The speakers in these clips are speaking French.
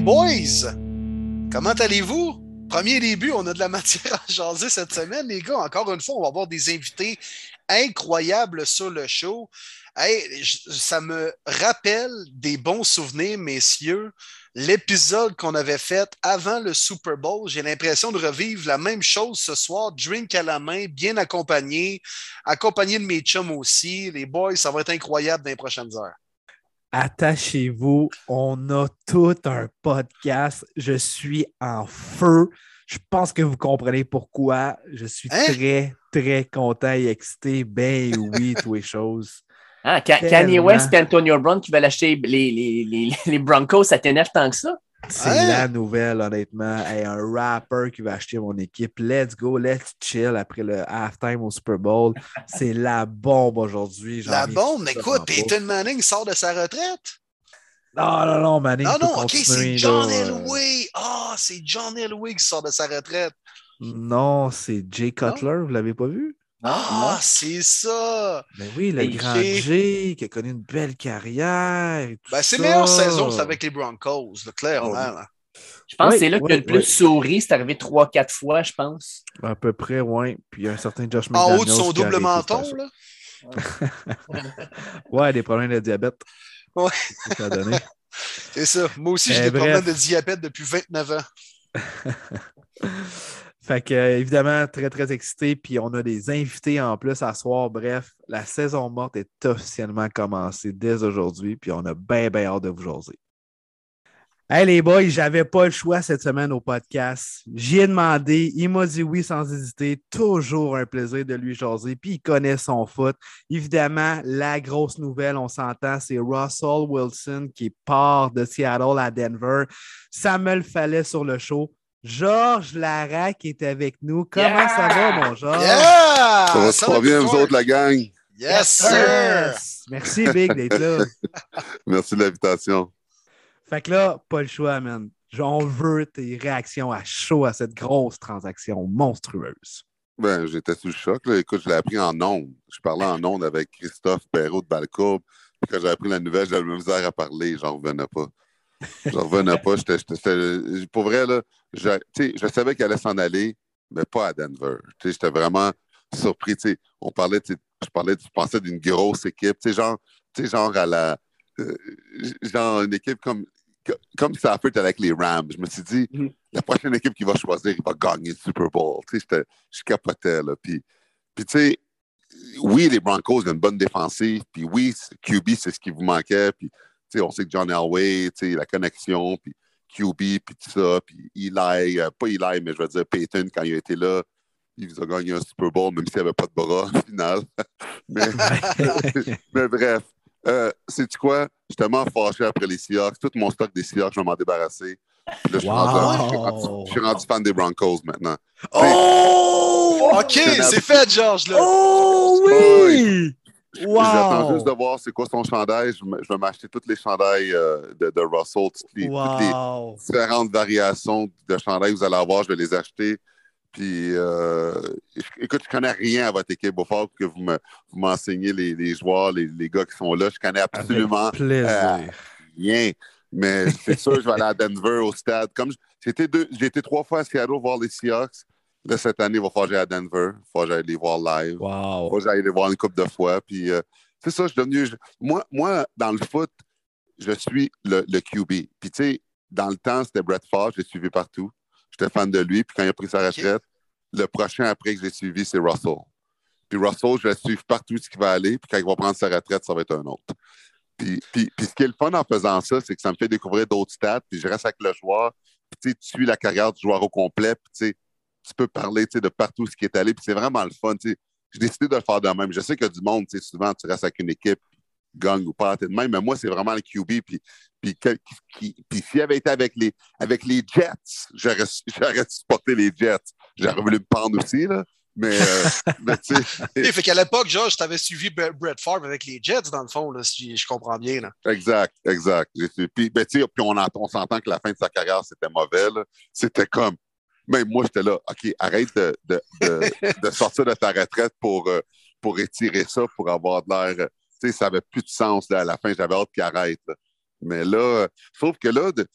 boys, comment allez-vous? Premier début, on a de la matière à jaser cette semaine, les gars. Encore une fois, on va avoir des invités incroyables sur le show. Hey, ça me rappelle des bons souvenirs, messieurs. L'épisode qu'on avait fait avant le Super Bowl, j'ai l'impression de revivre la même chose ce soir, drink à la main, bien accompagné de mes chums aussi. Les boys, ça va être incroyable dans les prochaines heures. Attachez-vous, on a tout un podcast. Je suis en feu. Je pense que vous comprenez pourquoi. Je suis très, très content et excité. Ben oui, toutes les choses. Ah, Kanye West et Antonio Brown qui veulent acheter les Broncos, ça t'énerve tant que ça? C'est la nouvelle, honnêtement. Hey, un rapper qui va acheter mon équipe. Let's go, let's chill après le halftime au Super Bowl. C'est la bombe aujourd'hui. La bombe? Mais écoute, Peyton Manning sort de sa retraite? Non, Manning. Non, ok, c'est John Elway. Ah, c'est John Elway qui sort de sa retraite. Non, c'est Jay Cutler, vous ne l'avez pas vu? Non. C'est ça! Ben oui, le grand Jay qui a connu une belle carrière. C'est meilleure saison, c'est avec les Broncos, là, clairement. Oh. Je pense que c'est là qu'il a le plus souri. C'est arrivé 3-4 fois, je pense. À peu près, oui. Puis il y a un certain Josh McDaniels. En haut de son double menton, là? Ouais, des problèmes de diabète. Ouais. Ça a donné. C'est ça. Moi aussi, j'ai des problèmes de diabète depuis 29 ans. Fait que, évidemment, très, très excité. Puis on a des invités en plus à soir. Bref, la saison morte est officiellement commencée dès aujourd'hui. Puis on a bien hâte de vous jaser. Hey les boys, j'avais pas le choix cette semaine au podcast. J'y ai demandé, il m'a dit oui sans hésiter. Toujours un plaisir de lui jaser. Puis il connaît son foot. Évidemment, la grosse nouvelle, on s'entend, c'est Russell Wilson qui part de Seattle à Denver. Ça me le fallait sur le show. Georges Larac est avec nous. Comment ça va, mon Georges? Yeah! Ça va super bien, vous autres, la gang? Yes, sir! Merci, Big, d'être là. Merci de l'invitation. Fait que là, pas le choix, man. On veut tes réactions à chaud à cette grosse transaction monstrueuse. Ben, j'étais sous le choc. Là. Écoute, je l'ai appris en ondes. Je parlais en ondes avec Christophe Perrault de Balcourbe. Puis quand j'ai appris la nouvelle, j'avais la misère à parler. J'en revenais pas. Pour vrai, là, je savais qu'elle allait s'en aller, mais pas à Denver. J'étais vraiment surpris. Je pensais d'une grosse équipe. Genre à la... genre une équipe comme ça a fait avec les Rams. Je me suis dit, la prochaine équipe qu'il va choisir, il va gagner le Super Bowl. Je capotais. Là. Puis tu sais, oui, les Broncos ont une bonne défensive. Puis oui, QB, c'est ce qui vous manquait. Puis on sait que John Elway, la connexion, puis QB, puis tout ça. Puis Eli, pas Eli, mais je veux dire Peyton, quand il a été là, il vous a gagné un Super Bowl, même s'il n'y avait pas de bras, au final. mais bref. Sais-tu quoi? Je suis tellement fâché après les Seahawks. Tout mon stock des Seahawks, je vais m'en débarrasser. Là, je suis rendu fan des Broncos maintenant. Oh! OK, c'est fait, Georges. Là. Oh oui! J'attends juste de voir c'est quoi son chandail. Je vais m'acheter tous les chandails de Russell. Toutes les différentes variations de chandails que vous allez avoir, je vais les acheter. Puis, écoute, je connais rien à votre équipe. Il va falloir que vous m'enseigniez les joueurs, les gars qui sont là. Je connais absolument rien. Mais c'est sûr, je vais aller à Denver, au stade. J'ai été 3 fois à Seattle voir les Seahawks. Là, cette année, il va falloir que j'aille à Denver. Il va falloir que j'aille les voir live. Il va falloir que j'aille les voir une couple de fois. Puis, c'est ça, je suis devenu... Moi, dans le foot, je suis le QB. Puis, tu sais, dans le temps, c'était Brett Favre. Je l'ai suivi partout. J'étais fan de lui. Puis quand il a pris sa retraite, le prochain après que j'ai suivi, c'est Russell. Puis Russell, je vais suivre partout ce qui va aller. Puis quand il va prendre sa retraite, ça va être un autre. Puis ce qui est le fun en faisant ça, c'est que ça me fait découvrir d'autres stats. Puis je reste avec le joueur. Puis tu suis la carrière du joueur au complet. Puis tu peux parler de partout ce qui est allé. Puis c'est vraiment le fun. J'ai décidé de le faire de même. Je sais qu'il y a du monde, souvent, tu restes avec une équipe, gagne ou pas, de même. Mais moi, c'est vraiment le QB. Puis s'il avait été avec les Jets, j'aurais supporté les Jets. J'aurais voulu me prendre aussi, là. Mais tu sais. Fait qu'à l'époque, Georges, tu avais suivi Brett Favre avec les Jets, dans le fond, là, si je comprends bien. Là. Exact. Puis on s'entend que la fin de sa carrière, c'était mauvais. Là. C'était comme. Même moi, j'étais là. OK, arrête de sortir de ta retraite pour étirer ça, pour avoir de l'air. Ça n'avait plus de sens là, à la fin. J'avais hâte qu'il arrête. Là. Mais là, je trouve que là,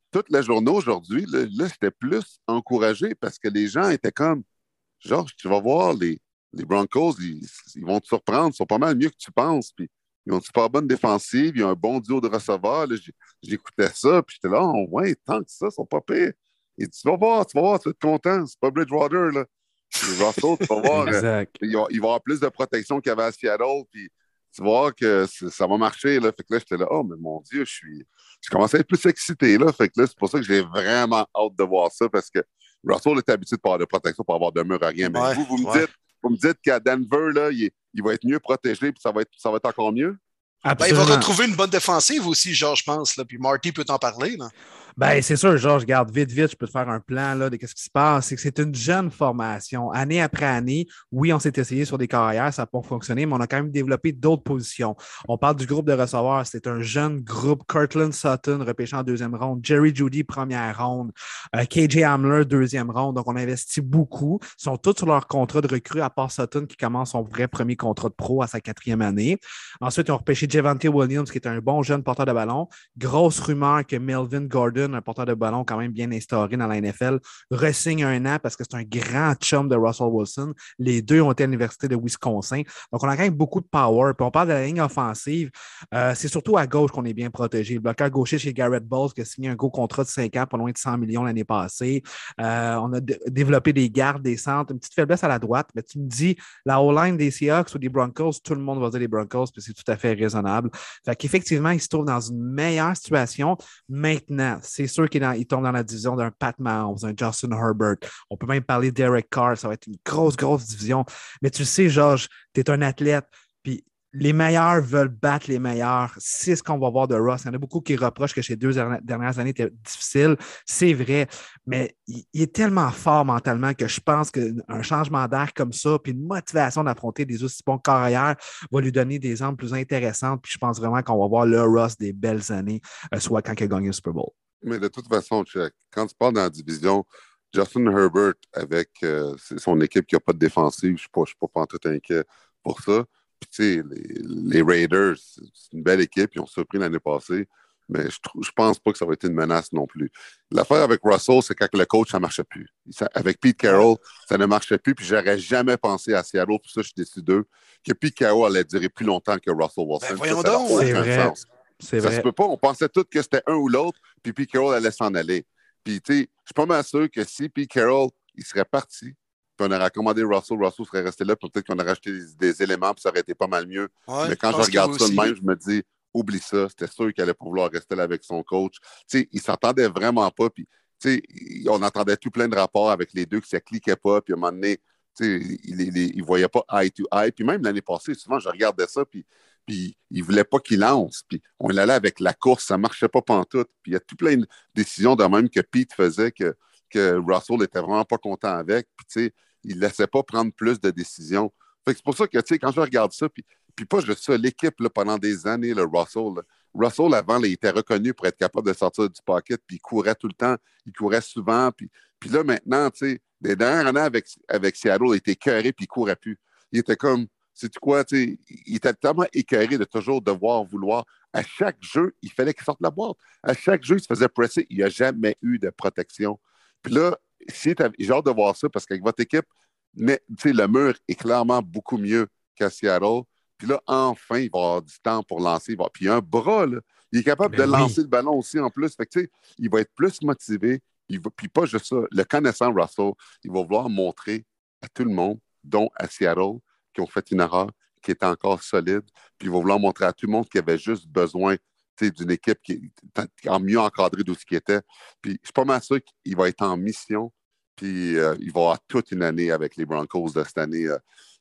toute la journée aujourd'hui, là j'étais plus encouragé parce que les gens étaient comme, Georges, tu vas voir, les Broncos, ils vont te surprendre, ils sont pas mal mieux que tu penses. Puis ils ont une super bonne défensive, ils ont un bon duo de receveurs. Là, j'écoutais ça, puis j'étais là, oh, ouais, tant que ça, ils sont pas pires. Et tu vas voir, tu vas être content. C'est pas Bridgewater, là. Les Russell, tu vas voir, Exact. il va y avoir plus de protection qu'il y avait à Seattle, puis tu vas voir que ça va marcher, là. Fait que là, j'étais là, oh, mais mon Dieu, je commençais à être plus excité, là. Fait que là, c'est pour ça que j'ai vraiment hâte de voir ça, parce que Russell est habitué de pas avoir de protection pour avoir de mur à rien. Mais Ouais, vous me dites qu'à Denver, là, il va être mieux protégé, puis ça va être encore mieux? Ben, il va retrouver une bonne défensive aussi, genre, je pense. Là. Puis Marty peut t'en parler. Là. Ben, c'est sûr, Georges, regarde, vite, je peux te faire un plan là, de ce qui se passe. C'est que c'est une jeune formation. Année après année, oui, on s'est essayé sur des carrières, ça n'a pas fonctionné, mais on a quand même développé d'autres positions. On parle du groupe de receveurs, c'est un jeune groupe. Cortland Sutton, repêché en deuxième ronde. Jerry Jeudy, première ronde. KJ Hamler, deuxième ronde. Donc, on investit beaucoup. Ils sont tous sur leur contrat de recrue, à part Sutton qui commence son vrai premier contrat de pro à sa 4e année. Ensuite, ils ont repêché Javonte Williams, qui est un bon jeune porteur de ballon. Grosse rumeur que Melvin Gordon, un porteur de ballon quand même bien instauré dans la NFL, re-signe 1 an parce que c'est un grand chum de Russell Wilson. Les deux ont été à l'Université de Wisconsin. Donc, on a quand même beaucoup de power. Puis on parle de la ligne offensive. C'est surtout à gauche qu'on est bien protégé. Le bloqueur gaucher chez Garrett Bowles qui a signé un gros contrat de 5 ans, pas loin de 100 millions l'année passée. On a développé des gardes, des centres, une petite faiblesse à la droite. Mais tu me dis, la O-line des Seahawks ou des Broncos, tout le monde va dire les Broncos, puis c'est tout à fait raisonnable. Fait qu'effectivement, ils se trouvent dans une meilleure situation. Maintenant, c'est sûr qu'il tombe dans la division d'un Pat Mahomes, un Justin Herbert. On peut même parler d'Eric Carr. Ça va être une grosse division. Mais tu le sais, Georges, tu es un athlète. Puis les meilleurs veulent battre les meilleurs. C'est ce qu'on va voir de Ross. Il y en a beaucoup qui reprochent que ces 2 dernières années étaient difficiles. C'est vrai. Mais il est tellement fort mentalement que je pense qu'un changement d'air comme ça, puis une motivation d'affronter des aussi bons carrières va lui donner des armes plus intéressantes. Puis je pense vraiment qu'on va voir le Ross des belles années, soit quand il a gagné le Super Bowl. Mais de toute façon, quand tu parles dans la division, Justin Herbert, avec son équipe qui n'a pas de défensive, je ne suis pas tout inquiet pour ça. Puis, tu sais, les Raiders, c'est une belle équipe, ils ont surpris l'année passée, mais je pense pas que ça va être une menace non plus. L'affaire avec Russell, c'est quand le coach, ça ne marchait plus. Avec Pete Carroll, ça ne marchait plus, puis j'aurais jamais pensé à Seattle, pour ça, je suis déçu d'eux, que Pete Carroll allait durer plus longtemps que Russell Wilson. Ben, voyons ça donc, c'est vrai. Sens. C'est ça vrai. se peut pas. On pensait tous que c'était un ou l'autre, puis Pete Carroll allait s'en aller. Puis, tu sais, je suis pas mal sûr que si Pete Carroll, il serait parti, puis on aurait recommandé Russell serait resté là, puis peut-être qu'on aurait acheté des éléments, puis ça aurait été pas mal mieux. Ouais, mais quand je regarde ça de même, je me dis, oublie ça, c'était sûr qu'il allait pouvoir rester là avec son coach. Tu sais, il s'entendait vraiment pas, puis, tu sais, on entendait tout plein de rapports avec les deux, que ça cliquait pas, puis à un moment donné, tu sais, il voyait pas eye to eye. Puis même l'année passée, souvent, je regardais ça, puis il ne voulait pas qu'il lance. Puis on allait avec la course, ça ne marchait pas pantoute. Puis il y a tout plein de décisions de même que Pete faisait que Russell n'était vraiment pas content avec. Puis tu sais, il ne laissait pas prendre plus de décisions. Fait que c'est pour ça que, tu sais, quand je regarde ça, puis pas juste ça, l'équipe, là, pendant des années, le Russell, avant, là, il était reconnu pour être capable de sortir du pocket, puis il courait tout le temps, il courait souvent. Puis là, maintenant, tu sais, les dernières années avec Seattle, il était écœuré, puis il ne courait plus. Il était comme, sais-tu quoi, il était tellement écœuré de toujours devoir vouloir. À chaque jeu, il fallait qu'il sorte la boîte. À chaque jeu, il se faisait presser. Il n'y a jamais eu de protection. Puis là, j'ai hâte de voir ça parce qu'avec votre équipe, le mur est clairement beaucoup mieux qu'à Seattle. Puis là, enfin, il va avoir du temps pour lancer. Puis il a un bras, là. Il est capable de lancer le ballon aussi en plus. Fait que, il va être plus motivé. Puis pas juste ça. Le connaissant Russell, il va vouloir montrer à tout le monde, dont à Seattle, qui ont fait une erreur, qui était encore solide. Puis il va vouloir montrer à tout le monde qu'il avait juste besoin d'une équipe qui est mieux encadrée d'où ce qu'il était. Puis je suis pas mal sûr qu'il va être en mission. Puis il va avoir toute une année avec les Broncos de cette année.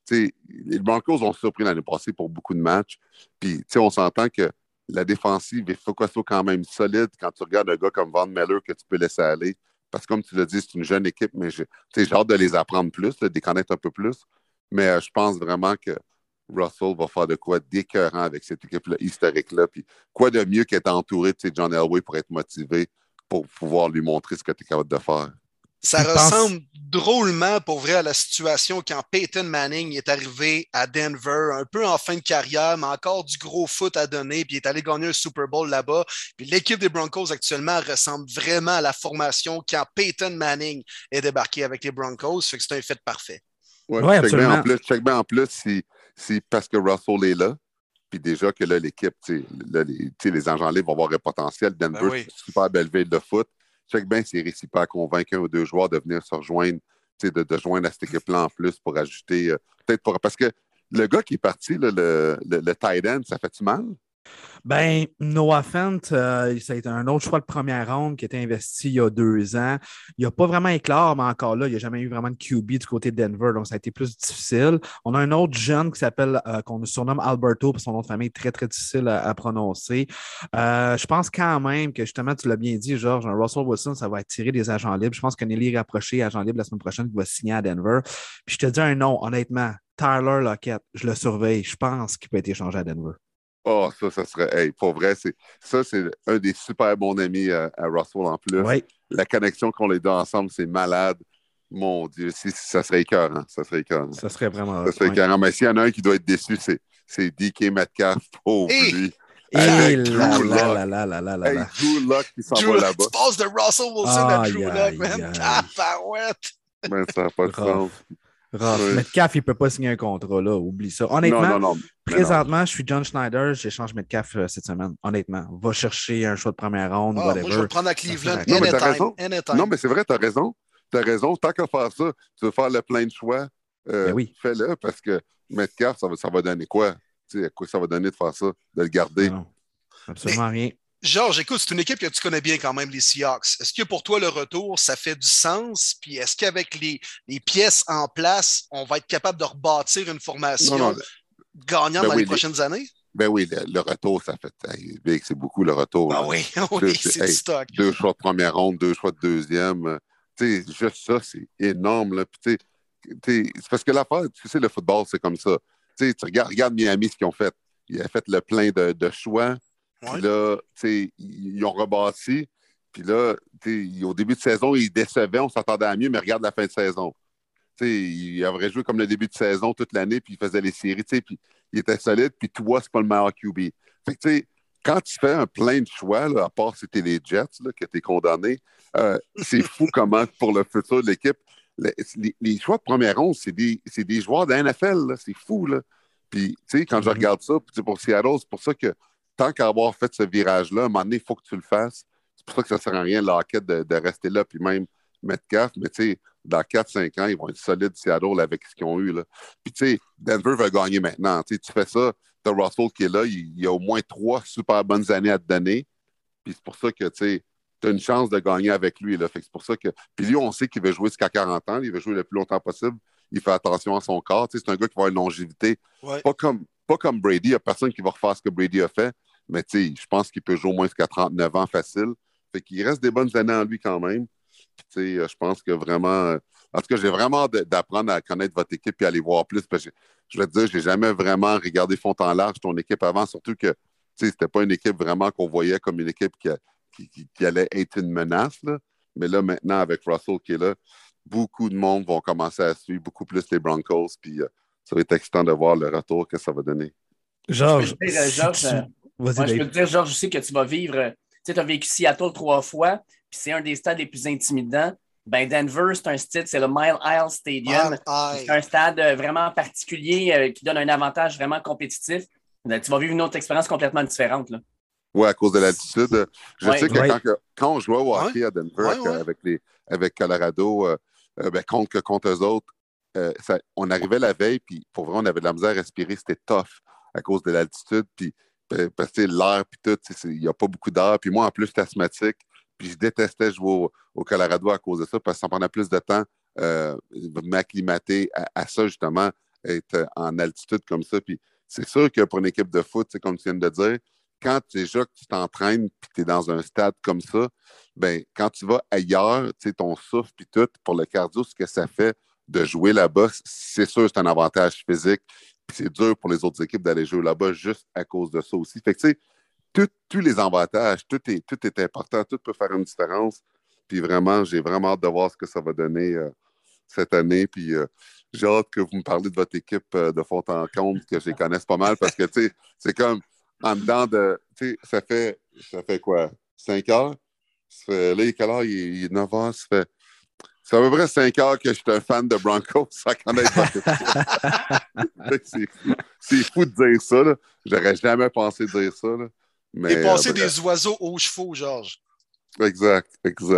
Les Broncos ont surpris l'année passée pour beaucoup de matchs. Puis on s'entend que la défensive est quand même solide quand tu regardes un gars comme Von Miller que tu peux laisser aller. Parce que comme tu l'as dit, c'est une jeune équipe, mais j'ai hâte de les apprendre plus, de les connaître un peu plus. Mais je pense vraiment que Russell va faire de quoi d'écœurant avec cette équipe-là, historique-là. Puis quoi de mieux qu'être entouré de John Elway pour être motivé, pour pouvoir lui montrer ce que tu es capable de faire. Ça ressemble drôlement, pour vrai, à la situation quand Peyton Manning est arrivé à Denver, un peu en fin de carrière, mais encore du gros foot à donner, puis il est allé gagner un Super Bowl là-bas. Puis l'équipe des Broncos actuellement ressemble vraiment à la formation quand Peyton Manning est débarqué avec les Broncos. Fait que c'est un fait parfait. Ouais, ouais, absolument. Check bien en plus si parce que Russell est là, puis déjà que là, l'équipe, les agents libres vont avoir un potentiel. Denver, c'est une super belle ville de foot. Check bien s'il réussit pas à convaincre un ou deux joueurs de venir se rejoindre, de joindre à cette équipe-là en plus pour ajouter. Parce que le gars qui est parti, là, le tight end, ça fait-tu mal? Ben, Noah Fant, ça a été un autre choix de première ronde qui a été investi il y a 2 ans. Il n'a pas vraiment éclair, mais encore là, il n'y a jamais eu vraiment de QB du côté de Denver, donc ça a été plus difficile. On a un autre jeune qui s'appelle, qu'on surnomme Alberto, parce que son nom de famille est très, très difficile à prononcer. Je pense quand même que, justement, tu l'as bien dit, Georges, Russell Wilson, ça va attirer des agents libres. Je pense que Nelly rapproché, agent libre la semaine prochaine, qui va signer à Denver. Puis je te dis un nom, honnêtement, Tyler Lockett, je le surveille. Je pense qu'il peut être échangé à Denver. Oh, ça serait. Hey, pour vrai, c'est un des super bons amis à Russell en plus. Oui. La connexion qu'on les deux ensemble, c'est malade. Mon Dieu, ça serait écœurant. Ça serait écœurant. Ça serait vraiment. Ça serait écœurant. Mais s'il y en a un qui doit être déçu, c'est DK Metcalf. Pauvre lui. Avec Drew Lock. Hey, Drew Lock qui s'en va là-bas. Tu passes de Russell Wilson à Drew Lock, man. Tabarouette. Ben, ça n'a pas de sens. Ouais. Metcalf, il ne peut pas signer un contrat, là. Oublie ça. Honnêtement, non. Présentement, je suis John Schneider. J'échange Metcalf cette semaine. Honnêtement. Va chercher un choix de première ronde, whatever. Moi, je vais le prendre à Cleveland. Non, mais t'as raison. Non, mais c'est vrai, t'as raison. T'as raison. Tant qu'à faire ça, tu veux faire le plein de choix, fais-le, parce que Metcalf, ça va donner quoi? Tu sais, quoi ça va donner de faire ça, de le garder? Non, absolument rien. Georges, écoute, c'est une équipe que tu connais bien quand même, les Seahawks. Est-ce que pour toi, le retour, ça fait du sens? Puis est-ce qu'avec les pièces en place, on va être capable de rebâtir une formation gagnante dans les prochaines années? Ben oui, le retour, ça fait. C'est beaucoup le retour. Ah oui, c'est du stock. 2 choix de première ronde, 2 choix de deuxième. Tu sais, juste ça, c'est énorme. Là. Puis, c'est parce que l'affaire, tu sais, le football, c'est comme ça. Tu regardes Miami, ce qu'ils ont fait. Ils ont fait le plein de choix. Puis là, ils ont rebâti. Puis là, au début de saison, ils décevaient. On s'attendait à mieux, mais regarde la fin de saison. Il aurait joué comme le début de saison toute l'année, puis il faisait les séries, puis il était solide, puis toi, c'est pas le meilleur QB. Fait que, quand tu fais un plein de choix, là, à part si c'était les Jets là, que tu es condamné, c'est fou comment, pour le futur de l'équipe, les choix de première ronde, c'est des joueurs de la NFL, là, c'est fou. Là. Puis, quand je regarde ça, pour Seattle, c'est pour ça que tant qu'à avoir fait ce virage-là, à un moment donné, il faut que tu le fasses. C'est pour ça que ça ne sert à rien, Lockett, de rester là, puis même Metcalf, mais dans 4-5 ans, ils vont être solides Seattle avec ce qu'ils ont eu. Là. Puis, Denver va gagner maintenant. Tu fais ça, tu as Russell qui est là, il y a au moins 3 super bonnes années à te donner. Puis c'est pour ça que, tu as une chance de gagner avec lui. Là. Fait que c'est pour ça que. Puis lui, on sait qu'il veut jouer jusqu'à 40 ans, il veut jouer le plus longtemps possible. Il fait attention à son corps. C'est un gars qui va avoir une longévité. Ouais. Pas comme Brady. Il n'y a personne qui va refaire ce que Brady a fait. Mais je pense qu'il peut jouer au moins jusqu'à 39 ans facile. Fait qu'il reste des bonnes années en lui quand même. Je pense que vraiment. En tout cas, j'ai vraiment hâte d'apprendre à connaître votre équipe et aller voir plus. Parce que je vais te dire, je n'ai jamais vraiment regardé fond en large ton équipe avant, surtout que c'était pas une équipe vraiment qu'on voyait comme une équipe qui allait être une menace. Là. Mais là, maintenant, avec Russell qui est là, beaucoup de monde vont commencer à suivre beaucoup plus les Broncos. Puis ça va être excitant de voir le retour que ça va donner. Georges, je peux te dire, Georges, je sais que tu vas vivre. Tu as vécu Seattle 3 fois, puis c'est un des stades les plus intimidants. Ben Denver, c'est un style, c'est le Mile High Stadium. C'est un stade vraiment particulier qui donne un avantage vraiment compétitif. Tu vas vivre une autre expérience complètement différente. Oui, à cause de l'altitude. Je sais que quand on jouait au hockey à Denver avec Colorado, contre eux autres, on arrivait la veille, puis pour vrai, on avait de la misère à respirer. C'était tough à cause de l'altitude. Puis parce que l'air, puis tout, il n'y a pas beaucoup d'air. Puis moi, en plus, je suis asthmatique. Puis je détestais jouer au Colorado à cause de ça, parce que ça prenait plus de temps m'acclimater à ça, justement, être en altitude comme ça. Puis c'est sûr que pour une équipe de foot, comme tu viens de dire, quand déjà que tu t'entraînes et tu es dans un stade comme ça, ben quand tu vas ailleurs, ton souffle puis tout, pour le cardio, ce que ça fait de jouer là-bas, c'est sûr que c'est un avantage physique. Puis c'est dur pour les autres équipes d'aller jouer là-bas juste à cause de ça aussi. Fait que tu sais, tous les avantages, tout est important, tout peut faire une différence. Puis vraiment, j'ai vraiment hâte de voir ce que ça va donner cette année. Puis j'ai hâte que vous me parliez de votre équipe de fond en comble, que je les connaisse pas mal, parce que, tu sais, c'est comme en dedans de... Tu sais, ça fait quoi? 5 heures? Là, il est quelle heure? Il est 9 heures. Ça fait à peu près 5 heures que je suis un fan de Broncos sans connaître votre équipe. C'est fou de dire ça, là. J'aurais jamais pensé dire ça, là. Mais, et passer des oiseaux aux chevaux, Georges. Exact.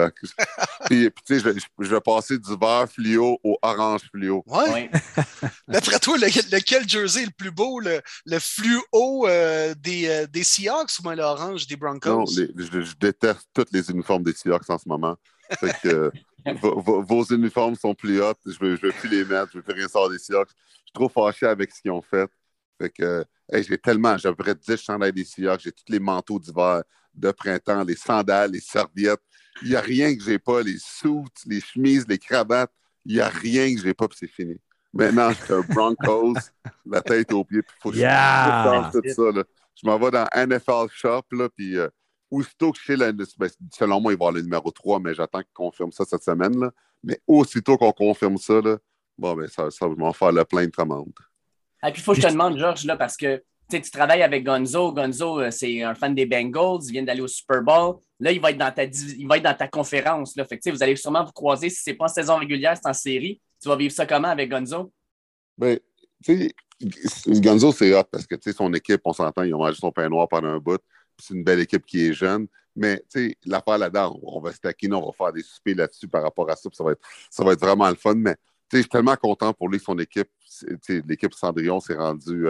Puis tu sais, je vais passer du vert fluo au orange fluo. Ouais. D'après toi, lequel jersey est le plus beau? Le fluo des Seahawks ou l'orange des Broncos? Non, je déteste tous les uniformes des Seahawks en ce moment. Fait que vos uniformes sont plus hot. Je veux plus les mettre. Je veux plus rien savoir des Seahawks. Je suis trop fâché avec ce qu'ils ont fait. Fait que j'ai à peu près 10 chandails des Seahawks. J'ai tous les manteaux d'hiver, de printemps, les sandales, les serviettes. Il n'y a rien que j'ai pas. Les suits, les chemises, les cravates. Il n'y a rien que j'ai pas, puis c'est fini. Maintenant, je suis un Broncos, la tête aux pieds, puis il faut que je change tout ça. Là. Je m'en vais dans NFL Shop, là, puis aussitôt que je sais, selon moi, il va y avoir le numéro 3, mais j'attends qu'il confirme ça cette semaine. Là. Mais aussitôt qu'on confirme ça, là, bon, ben, ça je vais m'en faire le plein de commandes. Et puis, il faut que je te demande, Georges, là, parce que tu travailles avec Gonzo. Gonzo, c'est un fan des Bengals. Il vient d'aller au Super Bowl. Là, il va être dans ta conférence. Là. Fait que, vous allez sûrement vous croiser. Si ce n'est pas en saison régulière, c'est en série. Tu vas vivre ça comment avec Gonzo? Ben, tu sais, Gonzo, c'est hot parce que, tu sais, son équipe, on s'entend, ils ont mangé son pain noir pendant un bout. C'est une belle équipe qui est jeune. Mais, tu sais, l'affaire là-dedans, on va se taquiner, on va faire des soupers là-dessus par rapport à ça. Ça va être vraiment le fun. Mais, tu sais, je suis tellement content pour lui, son équipe. L'équipe Cendrillon s'est rendue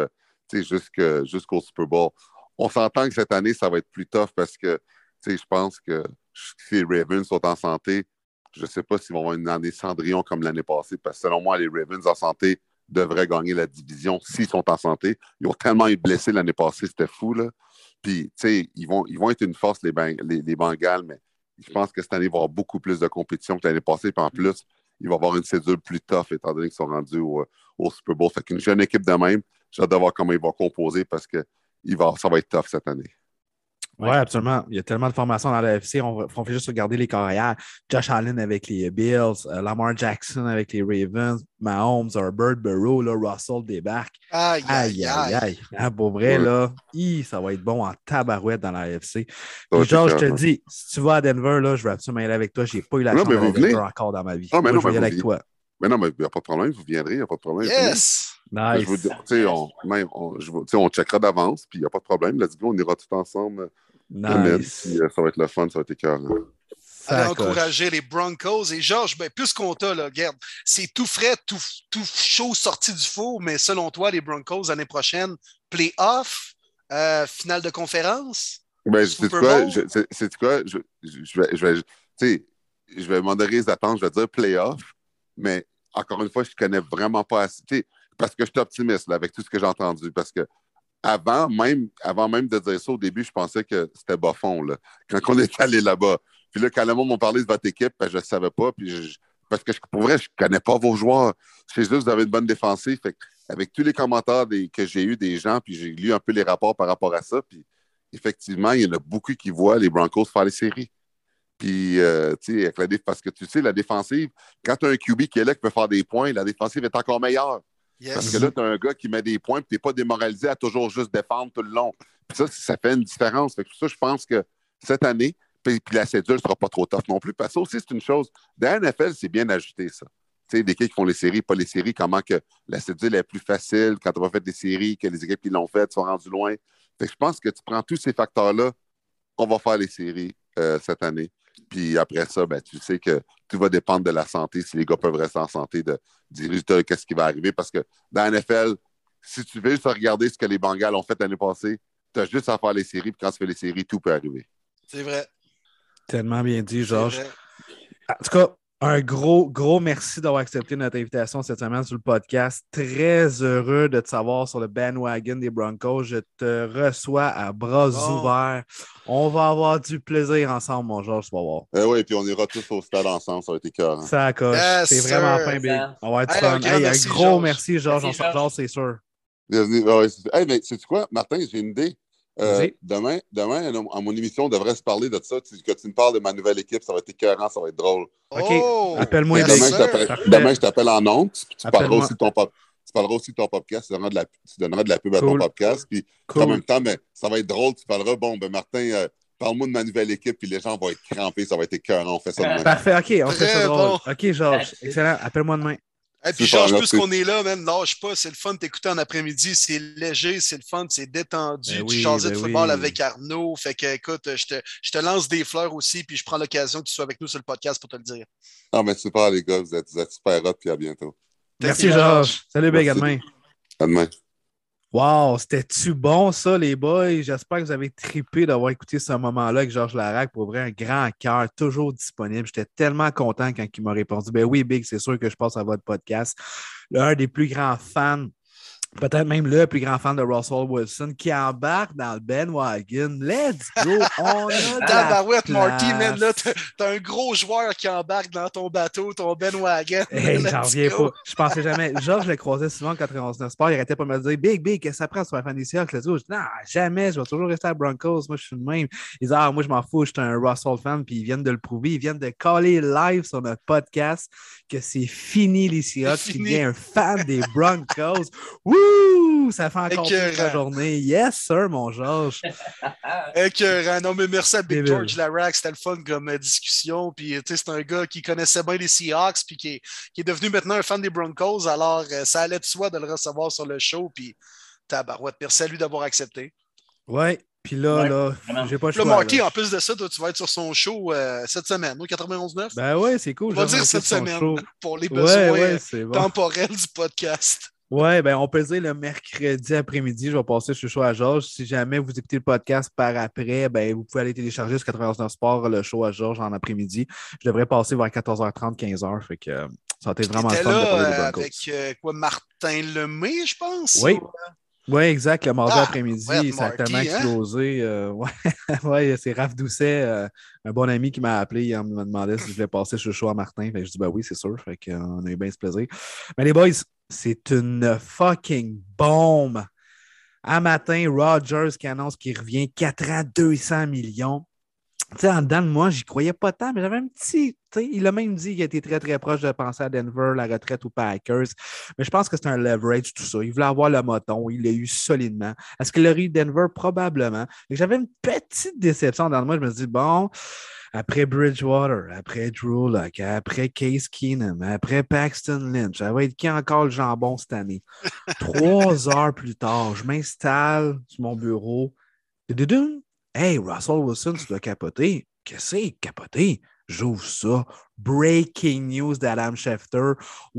jusqu'au Super Bowl. On s'entend que cette année, ça va être plus tough parce que je pense que si les Ravens sont en santé, je ne sais pas s'ils vont avoir une année Cendrillon comme l'année passée parce que selon moi, les Ravens en santé devraient gagner la division s'ils sont en santé. Ils ont tellement été blessés l'année passée, c'était fou, là. Puis, ils vont être une force, les Bengals, mais je pense que cette année, il va y avoir beaucoup plus de compétition que l'année passée. Puis en plus, il va y avoir une cédule plus tough étant donné qu'ils sont rendus au Super Bowl. Fait qu'une jeune équipe de même, j'ai hâte de voir comment ils vont composer parce que ça va être tough cette année. Oui, absolument. Il y a tellement de formations dans la FC. On fait juste regarder les carrières. Josh Allen avec les Bills, Lamar Jackson avec les Ravens, Mahomes, Herbert, Burrow, là, Russell débarque. Aïe. Pour vrai, là, ça va être bon en tabarouette dans la FC. Puis Georges, je te dis, si tu vas à Denver, là, je vais absolument y aller avec toi. Je n'ai pas eu la chance d'aller à Denver encore dans ma vie. Moi, je vais y aller avec toi. Mais non, mais il n'y a pas de problème, vous viendrez, il n'y a pas de problème. Yes! Nice. On checkera d'avance, puis il n'y a pas de problème. Let's go, on ira tout ensemble. Nice. Puis, ça va être le fun, ça va être écœurant. Allez encourager les Broncos. Et Georges, plus qu'on t'a, là, regarde, c'est tout frais, tout chaud sorti du four, mais selon toi, les Broncos, l'année prochaine, play-off, finale de conférence? Ben, c'est quoi? Je vais modérer les attentes, je vais dire play-off, mais encore une fois, je ne connais vraiment pas assez. Parce que je suis optimiste là, avec tout ce que j'ai entendu. Parce que avant même de dire ça, au début, je pensais que c'était bas fond, là, quand on est allé là-bas. Puis là, quand le monde m'a parlé de votre équipe, ben, je ne savais pas. Puis parce que pour vrai, je ne connais pas vos joueurs. Je sais juste que vous avez une bonne défensive. Fait avec tous les commentaires que j'ai eus des gens, puis j'ai lu un peu les rapports par rapport à ça, puis effectivement, il y en a beaucoup qui voient les Broncos faire les séries. Puis, parce que tu sais, la défensive, quand tu as un QB qui est là, qui peut faire des points, la défensive est encore meilleure. Yes. Parce que là, tu as un gars qui met des points, puis tu n'es pas démoralisé à toujours juste défendre tout le long. Puis ça fait une différence. Fait que ça, je pense que cette année, puis la cédule ne sera pas trop tough non plus. Parce que ça aussi, c'est une chose. Dans la NFL, c'est bien ajouté, ça. Tu sais, des équipes qui font les séries, pas les séries, comment que la cédule est plus facile quand tu vas faire des séries, que les équipes qui l'ont fait sont rendues loin. Fait que je pense que tu prends tous ces facteurs-là, on va faire les séries cette année. Puis après ça, ben, tu sais que tout va dépendre de la santé, si les gars peuvent rester en santé, du résultat, qu'est-ce qui va arriver. Parce que dans la NFL, si tu veux juste regarder ce que les Bengals ont fait l'année passée, tu as juste à faire les séries, puis quand tu fais les séries, tout peut arriver. C'est vrai. Tellement bien dit, Georges. En tout cas, un gros merci d'avoir accepté notre invitation cette semaine sur le podcast. Très heureux de te savoir sur le bandwagon des Broncos. Je te reçois à bras ouverts. On va avoir du plaisir ensemble, mon Georges, tu vas voir. Oui, puis on ira tous au stade ensemble, ça va être écœurant. Ça coche. C'est vraiment fin, big. On va être fun. Un gros merci, Georges. On se rejoint, c'est sûr. Bienvenue. Mais sais-tu quoi, Martin, j'ai une idée. Demain, à mon émission, on devrait se parler de ça. Que tu me parles de ma nouvelle équipe, ça va être écœurant, ça va être drôle. OK. Appelle-moi. Demain, je t'appelle en ondes. Tu parleras aussi de ton podcast. Tu donneras de la pub à ton podcast. Puis, en même temps, mais ça va être drôle. Tu parleras, Martin, parle-moi de ma nouvelle équipe. Puis les gens vont être crampés. Ça va être écœurant. On fait ça demain. Parfait. OK, on fait ça drôle. OK, Georges. Excellent. Appelle-moi demain. Et puis Georges, plus qu'on est là, man, lâche pas, c'est le fun de t'écouter en après-midi, c'est léger, c'est le fun, c'est détendu, tu jasais de football avec Arnaud, fait que écoute, je te lance des fleurs aussi, puis je prends l'occasion que tu sois avec nous sur le podcast pour te le dire. Ah, mais super les gars, vous êtes super hot, puis à bientôt. Merci Georges. Salut Big, à demain. À demain. Wow, c'était-tu bon ça, les boys? J'espère que vous avez trippé d'avoir écouté ce moment-là avec Georges Larac. Pour vrai, un grand cœur, toujours disponible. J'étais tellement content quand il m'a répondu. Ben oui, Big, c'est sûr que je passe à votre podcast. L'un des plus grands fans, peut-être même le plus grand fan de Russell Wilson, qui embarque dans le bandwagon. Let's go! On a Tabarouette, Marty, man, là, t'as un gros joueur qui embarque dans ton bateau, ton bandwagon. Hey, j'en reviens pas. Je pensais jamais. Georges, je le croisais souvent en 91 Sport. Il arrêtait pas de me dire Big, qu'est-ce que ça prend sur un fan des Seahawks? Je dis, non, jamais, je vais toujours rester à Broncos. Moi, je suis le même. Ils disent, moi, je m'en fous, je suis un Russell fan. Puis ils viennent de le prouver. Ils viennent de caller live sur notre podcast que c'est fini, les Seahawks. Il devient un fan des Broncos. Wouh! Ça fait encore plus la journée. Yes, sir, mon Georges. Écœurant. Non, mais merci à Big George Larac. C'était le fun comme discussion. Puis, tu sais, c'est un gars qui connaissait bien les Seahawks puis qui est devenu maintenant un fan des Broncos. Alors, ça allait de soi de le recevoir sur le show. Puis, tabarouette. Merci à lui d'avoir accepté. Ouais. Puis là, j'ai pas le choix. Là, Marty, en plus de ça, toi, tu vas être sur son show cette semaine, 91.9. Ben ouais, c'est cool. On va dire cette semaine pour les besoins temporels du podcast. Oui, ben on peut dire le mercredi après-midi, je vais passer ce show à Georges. Si jamais vous écoutez le podcast par après, ben vous pouvez aller télécharger sur 91 Sport le show à Georges en après-midi. Je devrais passer vers 14h30, 15h. Fait que ça a été vraiment fun de parler des Broncos. Avec Martin Lemay, je pense? Oui. Oui, exact. Le mardi après-midi, ça a tellement explosé. Ouais, c'est Raph Doucet, un bon ami qui m'a appelé. Il me demandait si je voulais passer ce show à Martin. Fait que je dis ben oui, c'est sûr. Fait qu'on a eu bien ce plaisir. Mais les boys, c'est une fucking bombe. Un matin, Rodgers qui annonce qu'il revient 4 ans, 200 millions. Tu sais, en dedans de moi, j'y croyais pas tant, mais j'avais un petit. Il a même dit qu'il était très, très proche de penser à Denver, la retraite aux Packers. Mais je pense que c'est un leverage, tout ça. Il voulait avoir le moton. Il l'a eu solidement. Est-ce qu'il aurait eu Denver? Probablement. Et j'avais une petite déception dans moi. Je me dis, bon, après Bridgewater, après Drew Lock, après Case Keenum, après Paxton Lynch, ça va être qui encore le jambon cette année? 3 heures plus tard, je m'installe sur mon bureau. Hey, Russell Wilson, tu dois capoter. Qu'est-ce que c'est capoter? J'ouvre ça. Breaking news d'Adam Schefter.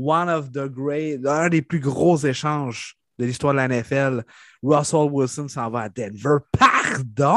Un des plus gros échanges de l'histoire de la NFL. Russell Wilson s'en va à Denver. Pardon!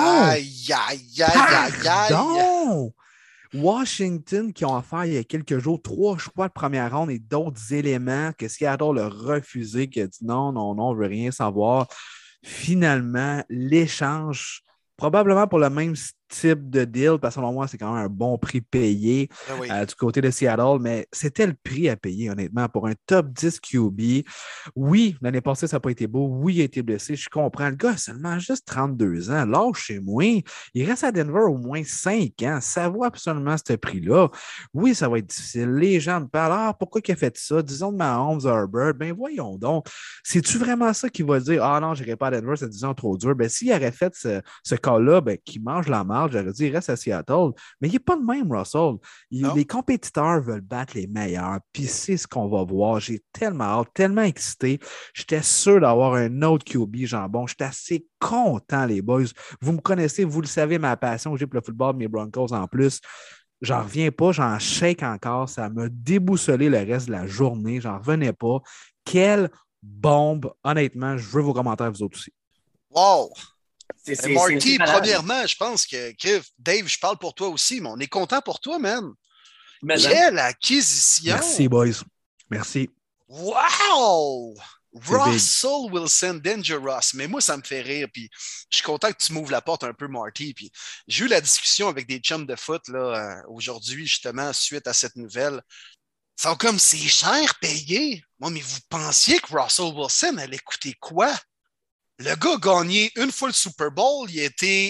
Pardon! Washington qui ont offert il y a quelques jours 3 choix de première ronde et d'autres éléments que Seattle a refusé, qui a dit non, on ne veut rien savoir. Finalement, l'échange, probablement pour le même type de deal, parce que selon moi, c'est quand même un bon prix payé du côté de Seattle, mais c'était le prix à payer, honnêtement, pour un top 10 QB. Oui, l'année passée, ça n'a pas été beau. Oui, il a été blessé. Je comprends. Le gars a seulement juste 32 ans. Lâchez-moi. Il reste à Denver au moins 5 ans. Ça vaut absolument ce prix-là. Oui, ça va être difficile. Les gens me parlent, pourquoi il a fait ça? Disons de Mahomes, Herbert. Ben voyons donc. C'est-tu vraiment ça qu'il va dire? Ah non, je n'irai pas à Denver, c'est disons trop dur. Ben s'il aurait fait ce cas-là, ben qu'il mange la marge, j'aurais dit, il reste à Seattle. Mais il n'est pas de même, Russell. Les compétiteurs veulent battre les meilleurs. Puis c'est ce qu'on va voir. J'ai tellement hâte, tellement excité. J'étais sûr d'avoir un autre QB jambon. J'étais assez content, les boys. Vous me connaissez, vous le savez, ma passion que j'ai pour le football, mes Broncos en plus. J'en reviens pas, j'en shake encore. Ça m'a déboussolé le reste de la journée. J'en revenais pas. Quelle bombe. Honnêtement, je veux vos commentaires, vous autres aussi. Wow! Marty, premièrement, je pense que Dave, je parle pour toi aussi, mais on est content pour toi, man. Quelle acquisition! Merci, boys. Merci. Wow! Russell Wilson, Dangerous. Mais moi, ça me fait rire. Puis je suis content que tu m'ouvres la porte un peu, Marty. Puis j'ai eu la discussion avec des chums de foot là, aujourd'hui, justement, suite à cette nouvelle. Ils sont comme, c'est cher payé. Moi, mais vous pensiez que Russell Wilson allait coûter quoi? Le gars a gagné une fois le Super Bowl, il a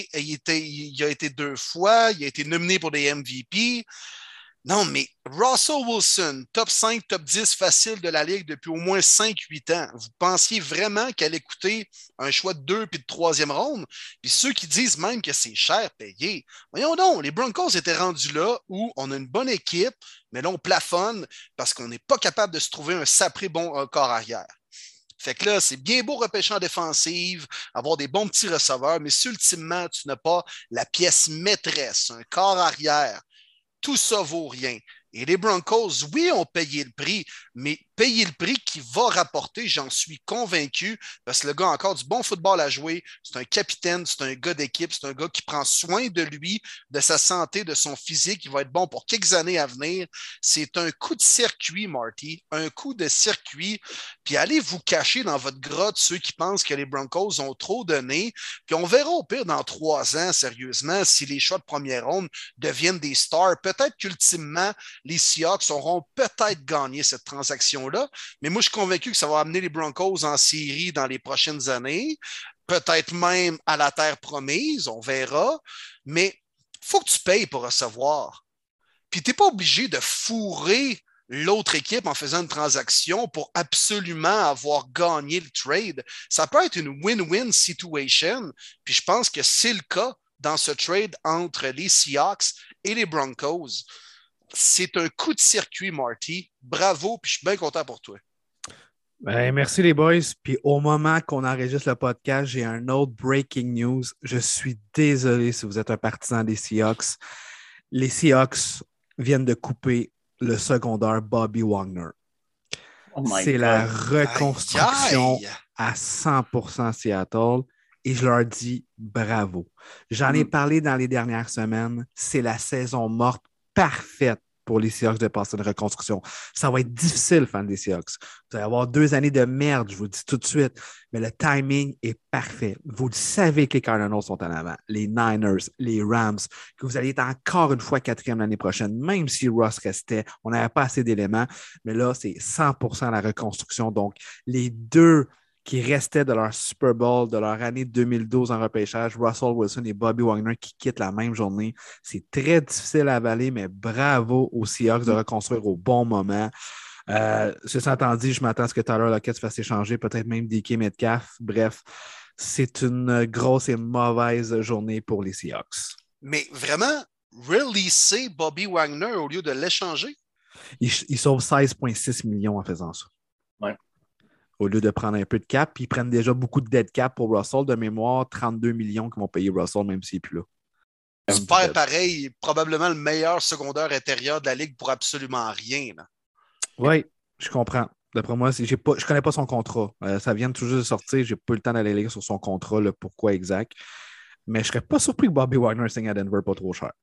été 2 fois, il a été nominé pour des MVP. Non, mais Russell Wilson, top 5, top 10 facile de la Ligue depuis au moins 5-8 ans. Vous pensiez vraiment qu'elle allait coûter un choix de 2 puis de 3e ronde? Puis ceux qui disent même que c'est cher payé. Voyons donc, les Broncos étaient rendus là où on a une bonne équipe, mais là, on plafonne parce qu'on n'est pas capable de se trouver un sapré bon corps arrière. Fait que là, c'est bien beau repêcher en défensive, avoir des bons petits receveurs, mais si ultimement, tu n'as pas la pièce maîtresse, un corps arrière, tout ça vaut rien. Et les Broncos, oui, ont payé le prix, mais payer le prix qui va rapporter, j'en suis convaincu, parce que le gars a encore du bon football à jouer. C'est un capitaine, c'est un gars d'équipe, c'est un gars qui prend soin de lui, de sa santé, de son physique. Il va être bon pour quelques années à venir. C'est un coup de circuit, Marty, un coup de circuit. Puis allez vous cacher dans votre grotte ceux qui pensent que les Broncos ont trop donné. Puis on verra au pire dans 3 ans, sérieusement, si les choix de première ronde deviennent des stars. Peut-être qu'ultimement, les Seahawks auront peut-être gagné cette transaction-là, mais moi, je suis convaincu que ça va amener les Broncos en série dans les prochaines années, peut-être même à la terre promise, on verra, mais il faut que tu payes pour recevoir. Puis tu n'es pas obligé de fourrer l'autre équipe en faisant une transaction pour absolument avoir gagné le trade. Ça peut être une win-win situation, puis je pense que c'est le cas dans ce trade entre les Seahawks et les Broncos. C'est un coup de circuit, Marty. Bravo, puis je suis bien content pour toi. Ben, merci les boys. Puis au moment qu'on enregistre le podcast, j'ai un autre breaking news. Je suis désolé si vous êtes un partisan des Seahawks. Les Seahawks viennent de couper le secondaire Bobby Wagner. C'est la reconstruction à 100% Seattle et je leur dis bravo. J'en ai parlé dans les dernières semaines. C'est la saison morte parfaite pour les Seahawks de passer une reconstruction. Ça va être difficile, fan des Seahawks. Vous allez avoir 2 années de merde, je vous le dis tout de suite, mais le timing est parfait. Vous le savez que les Cardinals sont en avant, les Niners, les Rams, que vous allez être encore une fois 4e l'année prochaine, même si Ross restait, on n'avait pas assez d'éléments, mais là, c'est 100% la reconstruction. Donc, les 2 qui restaient de leur Super Bowl, de leur année 2012 en repêchage, Russell Wilson et Bobby Wagner qui quittent la même journée. C'est très difficile à avaler, mais bravo aux Seahawks de reconstruire au bon moment. Ceci étant dit, je m'attends à ce que Tyler Lockett se fasse échanger, peut-être même DK Metcalf. Bref, c'est une grosse et mauvaise journée pour les Seahawks. Mais vraiment, releaser Bobby Wagner au lieu de l'échanger? Il sauve 16,6 millions en faisant ça. Ouais. Au lieu de prendre un peu de cap, puis ils prennent déjà beaucoup de dead cap pour Russell. De mémoire, 32 millions qui vont payer Russell, même s'il n'est plus là. Super pareil, probablement le meilleur secondaire intérieur de la Ligue pour absolument rien. Oui, je comprends. D'après moi, je ne connais pas son contrat. Ça vient tout juste de sortir. Je n'ai pas eu le temps d'aller lire sur son contrat, le pourquoi exact. Mais je ne serais pas surpris que Bobby Wagner signe à Denver pas trop cher.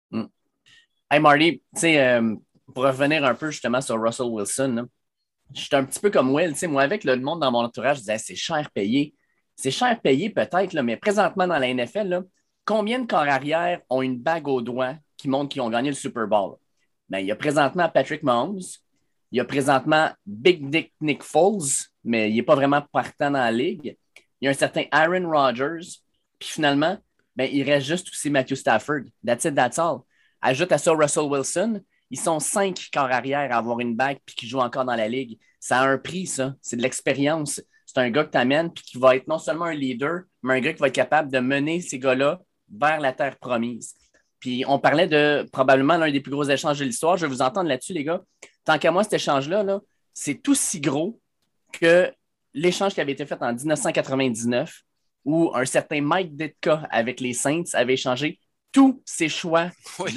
Hey Marty, tu sais, pour revenir un peu justement sur Russell Wilson, là, je suis un petit peu comme Will. Moi, avec le monde dans mon entourage, je disais c'est cher payé. C'est cher payé peut-être, là, mais présentement dans la NFL, là, combien de corps arrière ont une bague au doigt qui montre qu'ils ont gagné le Super Bowl? Ben, il y a présentement Patrick Mahomes, il y a présentement Big Dick Nick Foles, mais il n'est pas vraiment partant dans la ligue. Il y a un certain Aaron Rodgers, puis finalement, ben, il reste juste aussi Matthew Stafford. That's it, that's all. Ajoute à ça Russell Wilson. Ils sont 5 corps arrière à avoir une bague puis qui jouent encore dans la ligue. Ça a un prix, ça. C'est de l'expérience. C'est un gars que tu amènes puis qui va être non seulement un leader, mais un gars qui va être capable de mener ces gars-là vers la terre promise. Puis on parlait de probablement l'un des plus gros échanges de l'histoire. Je vais vous entendre là-dessus, les gars. Tant qu'à moi, cet échange-là, là, c'est aussi gros que l'échange qui avait été fait en 1999 où un certain Mike Ditka avec les Saints avait échangé tous ses choix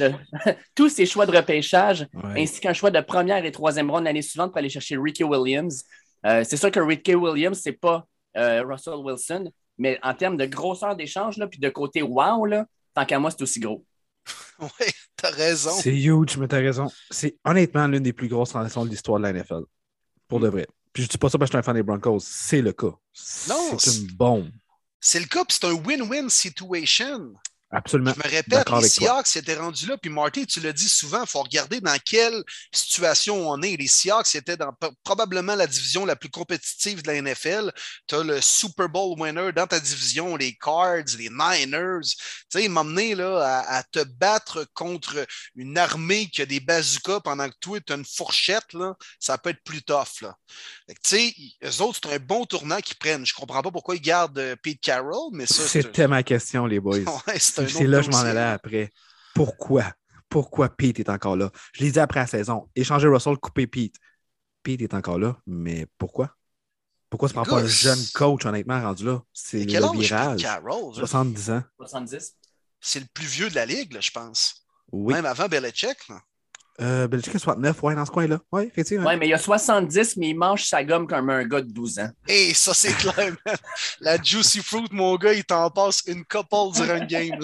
de repêchage, ainsi qu'un choix de première et troisième ronde l'année suivante pour aller chercher Ricky Williams. C'est sûr que Ricky Williams, c'est pas Russell Wilson, mais en termes de grosseur d'échange, puis de côté wow, là, tant qu'à moi, c'est aussi gros. Oui, t'as raison. C'est huge, mais t'as raison. C'est honnêtement l'une des plus grosses transactions de l'histoire de la NFL. Pour de vrai. Puis je dis pas ça parce que je suis un fan des Broncos. C'est le cas. Non, c'est une bombe. C'est le cas, puis c'est un win-win situation. Absolument. Je me répète, les Seahawks étaient rendus là, puis Marty, tu l'as dit souvent, il faut regarder dans quelle situation on est. Les Seahawks étaient dans probablement la division la plus compétitive de la NFL. Tu as le Super Bowl winner dans ta division, les Cards, les Niners. Tu sais, m'emmener là, à te battre contre une armée qui a des bazookas pendant que toi, tu as une fourchette, là, ça peut être plus tough. Là. Tu sais, eux autres, c'est un bon tournant qu'ils prennent. Je comprends pas pourquoi ils gardent Pete Carroll, mais ça, c'était ma question, les boys. Ouais, c'est là que je m'en allais après. Pourquoi? Pourquoi Pete est encore là? Je l'ai dit après la saison. Échanger Russell, couper Pete. Pete est encore là, mais pourquoi? Pourquoi ça ne prend pas un jeune coach, honnêtement, rendu là? C'est le virage. Carroll, 70 ans. 70. C'est le plus vieux de la ligue, là, je pense. Oui. Même avant Belichick. Belichick a 69, ouais, dans ce coin-là. Oui, effectivement. Oui, mais il y a 70, mais il mange sa gomme comme un gars de 12 ans. Et ça, c'est clair, man. La Juicy Fruit, mon gars, il t'en passe une couple durant une game.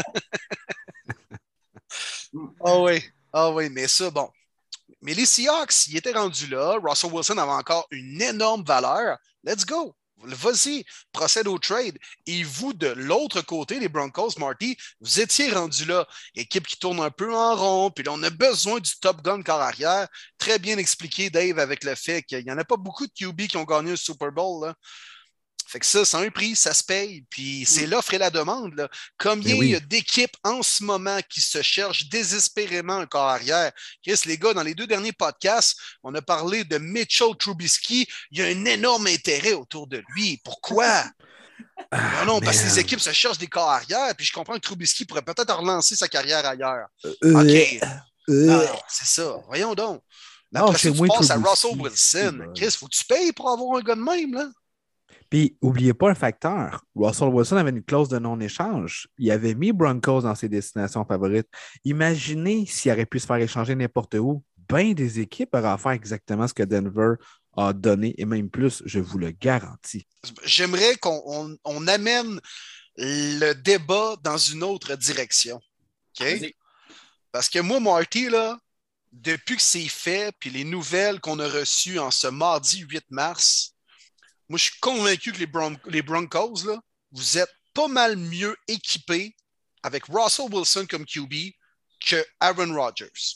Ah oui, mais ça, bon. Mais les Seahawks, ils étaient rendus là. Russell Wilson avait encore une énorme valeur. Let's go. Vas-y, procède au trade. Et vous, de l'autre côté, les Broncos, Marty, vous étiez rendus là. Équipe qui tourne un peu en rond, puis là, on a besoin du top gun corps arrière. Très bien expliqué, Dave, avec le fait qu'il n'y en a pas beaucoup de QB qui ont gagné un Super Bowl. Là. Fait que ça a un prix, ça se paye. Puis c'est l'offre et la demande. Là. Combien il y a d'équipes en ce moment qui se cherchent désespérément un corps arrière? Chris, les gars, dans les 2 derniers podcasts, on a parlé de Mitchell Trubisky. Il y a un énorme intérêt autour de lui. Pourquoi? Non, parce que les équipes se cherchent des corps arrière. Puis je comprends que Trubisky pourrait peut-être relancer sa carrière ailleurs. OK. Non, c'est ça. Voyons donc. Après ça, tu passes à Russell Wilson. Chris, faut que tu payes pour avoir un gars de même, là? Puis, n'oubliez pas un facteur. Russell Wilson avait une clause de non-échange. Il avait mis Broncos dans ses destinations favorites. Imaginez s'il aurait pu se faire échanger n'importe où. Bien des équipes auraient fait exactement ce que Denver a donné, et même plus, je vous le garantis. J'aimerais qu'on amène le débat dans une autre direction. OK? Parce que moi, Marty, là, depuis que c'est fait, puis les nouvelles qu'on a reçues en ce mardi 8 mars, moi, je suis convaincu que les Broncos, là, vous êtes pas mal mieux équipés avec Russell Wilson comme QB que Aaron Rodgers.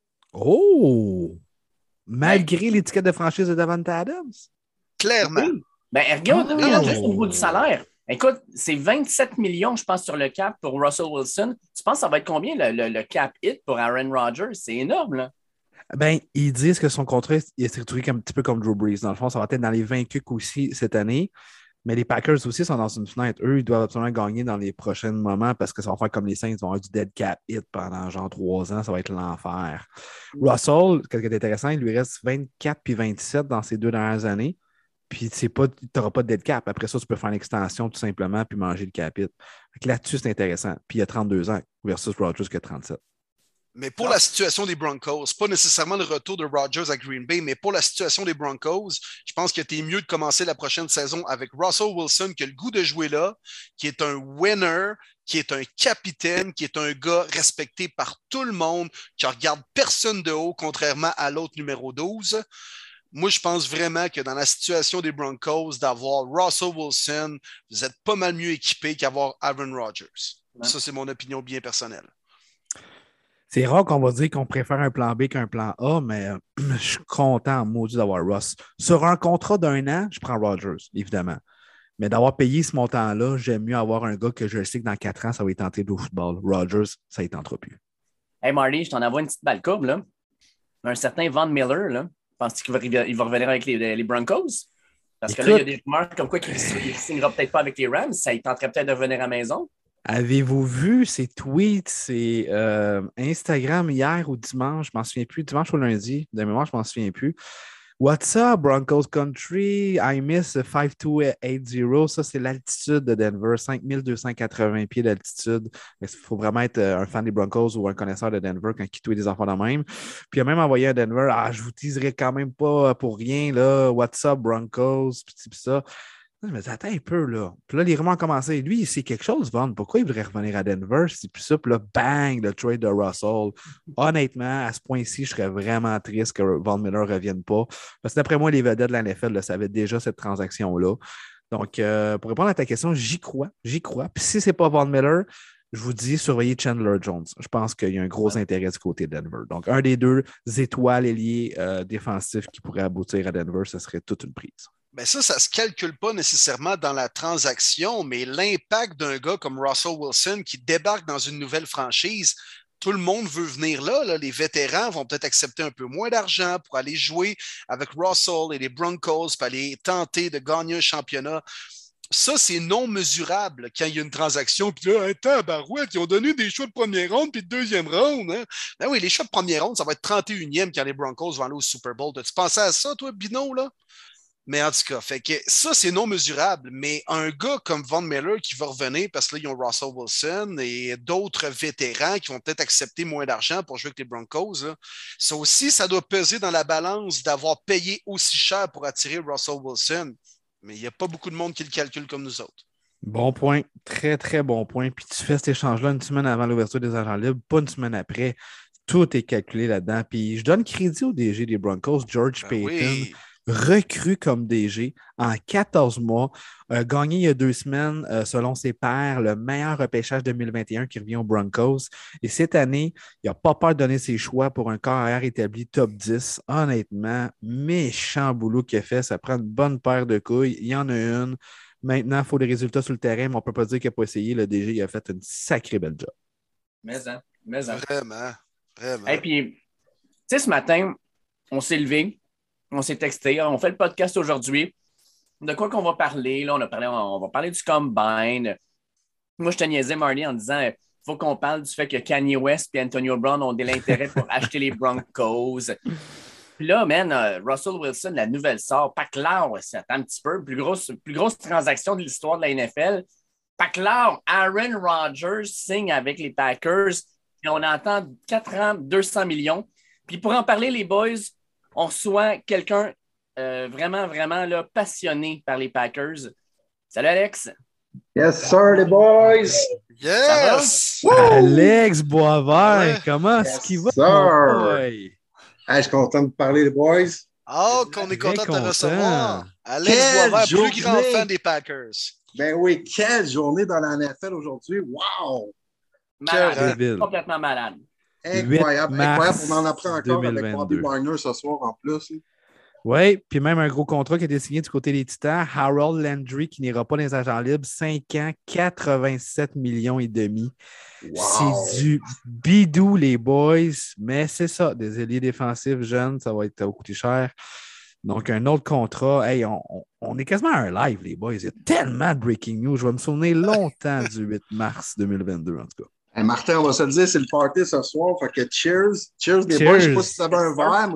Oh! Malgré l'étiquette de franchise de Davante Adams? Clairement. Oui. Regarde juste au niveau du salaire. Écoute, c'est 27 millions, je pense, sur le cap pour Russell Wilson. Tu penses que ça va être combien le cap hit pour Aaron Rodgers? C'est énorme, là. Ben, ils disent que son contrat est structuré un petit peu comme Drew Brees. Dans le fond, ça va être dans les 20 cucs aussi cette année. Mais les Packers aussi sont dans une fenêtre. Eux, ils doivent absolument gagner dans les prochains moments parce que ça va faire comme les Saints. Ils vont avoir du dead cap hit pendant genre 3 ans. Ça va être l'enfer. Russell, quelque chose d'intéressant, il lui reste 24 puis 27 dans ces 2 dernières années. Puis tu n'auras pas de dead cap. Après ça, tu peux faire une extension tout simplement puis manger le cap hit. Là-dessus, c'est intéressant. Puis il y a 32 ans versus Rodgers qui a 37. Mais pour la situation des Broncos, pas nécessairement le retour de Rodgers à Green Bay, mais pour la situation des Broncos, je pense que tu es mieux de commencer la prochaine saison avec Russell Wilson qui a le goût de jouer là, qui est un winner, qui est un capitaine, qui est un gars respecté par tout le monde, qui ne regarde personne de haut, contrairement à l'autre numéro 12. Moi, je pense vraiment que dans la situation des Broncos, d'avoir Russell Wilson, vous êtes pas mal mieux équipé qu'avoir Aaron Rodgers. Ouais. Ça, c'est mon opinion bien personnelle. C'est rare qu'on va dire qu'on préfère un plan B qu'un plan A, mais je suis content, maudit, d'avoir Russ. Sur un contrat d'1 an, je prends Rodgers, évidemment. Mais d'avoir payé ce montant-là, j'aime mieux avoir un gars que je sais que dans 4 ans, ça va y tenter au football. Rodgers, ça y tentera plus. Hey Marty, je t'en envoie une petite balle courbe, là. Un certain Von Miller, là. Penses-tu qu'il va revenir avec les Broncos? Parce que là, il y a des rumeurs comme quoi qu'il ne signera peut-être pas avec les Rams. Ça il tenterait peut-être de revenir à la maison. Avez-vous vu ces tweets, ces Instagram hier ou dimanche, je ne m'en souviens plus, dimanche ou lundi, de mémoire, je ne m'en souviens plus. What's up, Broncos Country? I miss 5280. Ça, c'est l'altitude de Denver, 5280 pieds d'altitude. Il faut vraiment être un fan des Broncos ou un connaisseur de Denver quand il tweet des enfants de même. Puis il a même envoyé à Denver, je vous teaserai quand même pas pour rien, là. What's up, Broncos? Puis ça. Je me dis, attends un peu, là. Puis là, les rumeurs ont commencé. Lui, il sait quelque chose, Von. Pourquoi il voudrait revenir à Denver? C'est plus ça. Puis là, bang, le trade de Russell. Honnêtement, à ce point-ci, je serais vraiment triste que Von Miller ne revienne pas. Parce que d'après moi, les vedettes de la NFL savaient déjà cette transaction-là. Donc, pour répondre à ta question, j'y crois. J'y crois. Puis si ce n'est pas Von Miller, je vous dis, surveillez Chandler Jones. Je pense qu'il y a un gros intérêt du côté de Denver. Donc, un des deux étoiles ailiers défensifs qui pourrait aboutir à Denver, ce serait toute une prise. Ben ça ne se calcule pas nécessairement dans la transaction, mais l'impact d'un gars comme Russell Wilson qui débarque dans une nouvelle franchise, tout le monde veut venir là. Les vétérans vont peut-être accepter un peu moins d'argent pour aller jouer avec Russell et les Broncos, pour aller tenter de gagner un championnat. Ça, c'est non mesurable quand il y a une transaction. Puis là, attends, barouette, ils ont donné des choix de première ronde puis de deuxième ronde. Hein? Ben oui, les choix de première ronde, ça va être 31e quand les Broncos vont aller au Super Bowl. As-tu pensé à ça, toi, Bino, là? Mais en tout cas, fait que ça, c'est non mesurable. Mais un gars comme Von Miller qui va revenir parce que là, ils ont Russell Wilson et d'autres vétérans qui vont peut-être accepter moins d'argent pour jouer avec les Broncos. Là. Ça aussi, ça doit peser dans la balance d'avoir payé aussi cher pour attirer Russell Wilson. Mais il n'y a pas beaucoup de monde qui le calcule comme nous autres. Bon point. Très, très bon point. Puis tu fais cet échange-là une semaine avant l'ouverture des agents libres, pas une semaine après. Tout est calculé là-dedans. Puis je donne crédit au DG des Broncos, George Payton. Oui. Recru comme DG en 14 mois, gagné il y a 2 semaines, selon ses pairs, le meilleur repêchage 2021 qui revient aux Broncos. Et cette année, il n'a pas peur de donner ses choix pour un corps arrière établi top 10. Honnêtement, méchant boulot qu'il a fait. Ça prend une bonne paire de couilles. Il y en a une. Maintenant, il faut des résultats sur le terrain, mais on ne peut pas dire qu'il n'a pas essayé. Le DG il a fait une sacrée belle job. Mais. Vraiment. Et puis, tu sais, ce matin, on s'est levé. On s'est texté, on fait le podcast aujourd'hui. De quoi qu'on va parler? Là, on va parler du Combine. Moi, je te niaisais, Marty, en disant il faut qu'on parle du fait que Kanye West et Antonio Brown ont de l'intérêt pour acheter les Broncos. Puis là, Russell Wilson, la nouvelle sort. Pas clair, ça attend un petit peu. Plus grosse transaction de l'histoire de la NFL. Pas clair, Aaron Rodgers signe avec les Packers. Et on entend 4 ans, 200 millions. Puis pour en parler, les boys, on reçoit quelqu'un vraiment, vraiment là, passionné par les Packers. Salut, Alex. Yes, sir, les boys. Yes! Alex Boisvert, comment est-ce qu'il va? Sir. Je suis content de parler, les boys. Qu'on est content de te recevoir. Alex Boisvert, plus grand fan des Packers. Ben oui, quelle journée dans la NFL aujourd'hui. Wow! Malade. Complètement malade. Incroyable. On en apprend encore 2022. Avec Bobby Wagner ce soir en plus. Oui, puis même un gros contrat qui a été signé du côté des Titans. Harold Landry qui n'ira pas dans les agents libres. 5 ans, 87 millions et demi. Wow. C'est du bidou, les boys. Mais c'est ça, des ailiers défensifs jeunes, ça va coûter cher. Donc, un autre contrat. Hey, on est quasiment à un live, les boys. Il y a tellement de breaking news. Je vais me souvenir longtemps du 8 mars 2022, en tout cas. Hey Martin, on va se le dire, c'est le party ce soir. Fait que cheers. Cheers, les boys. Je ne sais pas si tu avais un verre.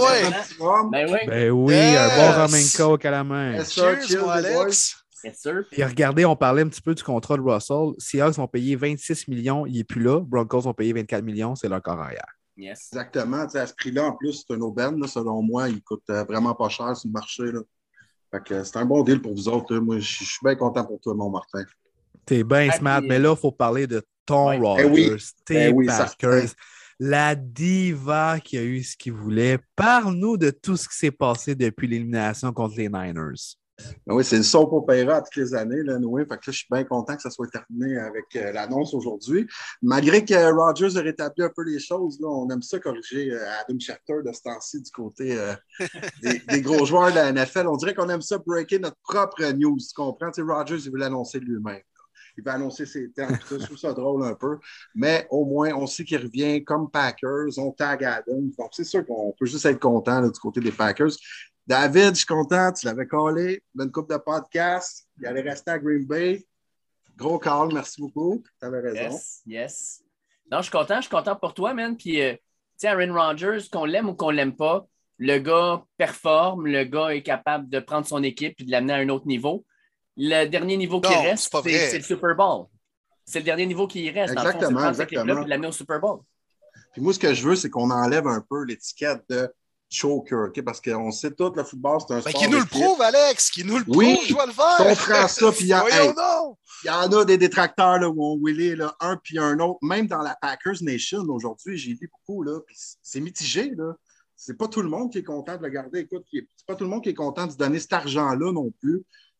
Ben oui, yes. Un bon Roman Coke à la main. Yes, cheers, Alex. Yes, sir. Et regardez, on parlait un petit peu du contrat de Russell. Seahawks vont payer 26 millions, il n'est plus là. Broncos vont payer 24 millions, c'est leur corps arrière. Yes. Exactement. À ce prix-là, en plus, c'est un aubaine. Là, selon moi, il coûte vraiment pas cher sur le marché. Là. Fait que c'est un bon deal pour vous autres. Là. Moi, je suis bien content pour toi, mon Martin. T'es bien smart, mais là, il faut parler de ton Rodgers, tes Packers, la diva qui a eu ce qu'il voulait. Parle-nous de tout ce qui s'est passé depuis l'élimination contre les Niners. Ben oui, c'est le soap opéra toutes les années, là, Noé. Fait que là, je suis bien content que ça soit terminé avec l'annonce aujourd'hui. Malgré que Rodgers a rétabli un peu les choses, là, on aime ça corriger Adam Schefter de ce temps-ci du côté des gros joueurs de la NFL. On dirait qu'on aime ça breaker notre propre news. Tu comprends? Tu sais, Rodgers, il veut l'annoncer lui-même. Il va annoncer ses termes. Je trouve ça drôle un peu. Mais au moins, on sait qu'il revient comme Packers. On tag Adam. Donc, c'est sûr qu'on peut juste être content là, du côté des Packers. David, je suis content. Tu l'avais callé. Une couple de podcasts. Il allait rester à Green Bay. Gros call. Merci beaucoup. Tu avais raison. Yes. Non, je suis content pour toi, man. Puis, tu sais, Aaron Rodgers, qu'on l'aime ou qu'on l'aime pas, le gars performe. Le gars est capable de prendre son équipe et de l'amener à un autre niveau. Le dernier niveau qui reste, c'est le Super Bowl. C'est le dernier niveau qui reste. Exactement, c'est prendre cette de l'amener au Super Bowl. Puis moi, ce que je veux, c'est qu'on enlève un peu l'étiquette de choker, okay? Parce qu'on sait tout, le football, c'est un sport. Qui nous le prouve, Alex, qui nous le prouve, je vais le faire. On prend ça, puis il y en a des détracteurs là, où on willait un puis un autre. Même dans la Packers Nation, aujourd'hui, j'ai lu beaucoup, là, puis c'est mitigé, là. C'est pas tout le monde qui est content de le garder. Écoute, c'est pas tout le monde qui est content de se donner cet argent-là non plus.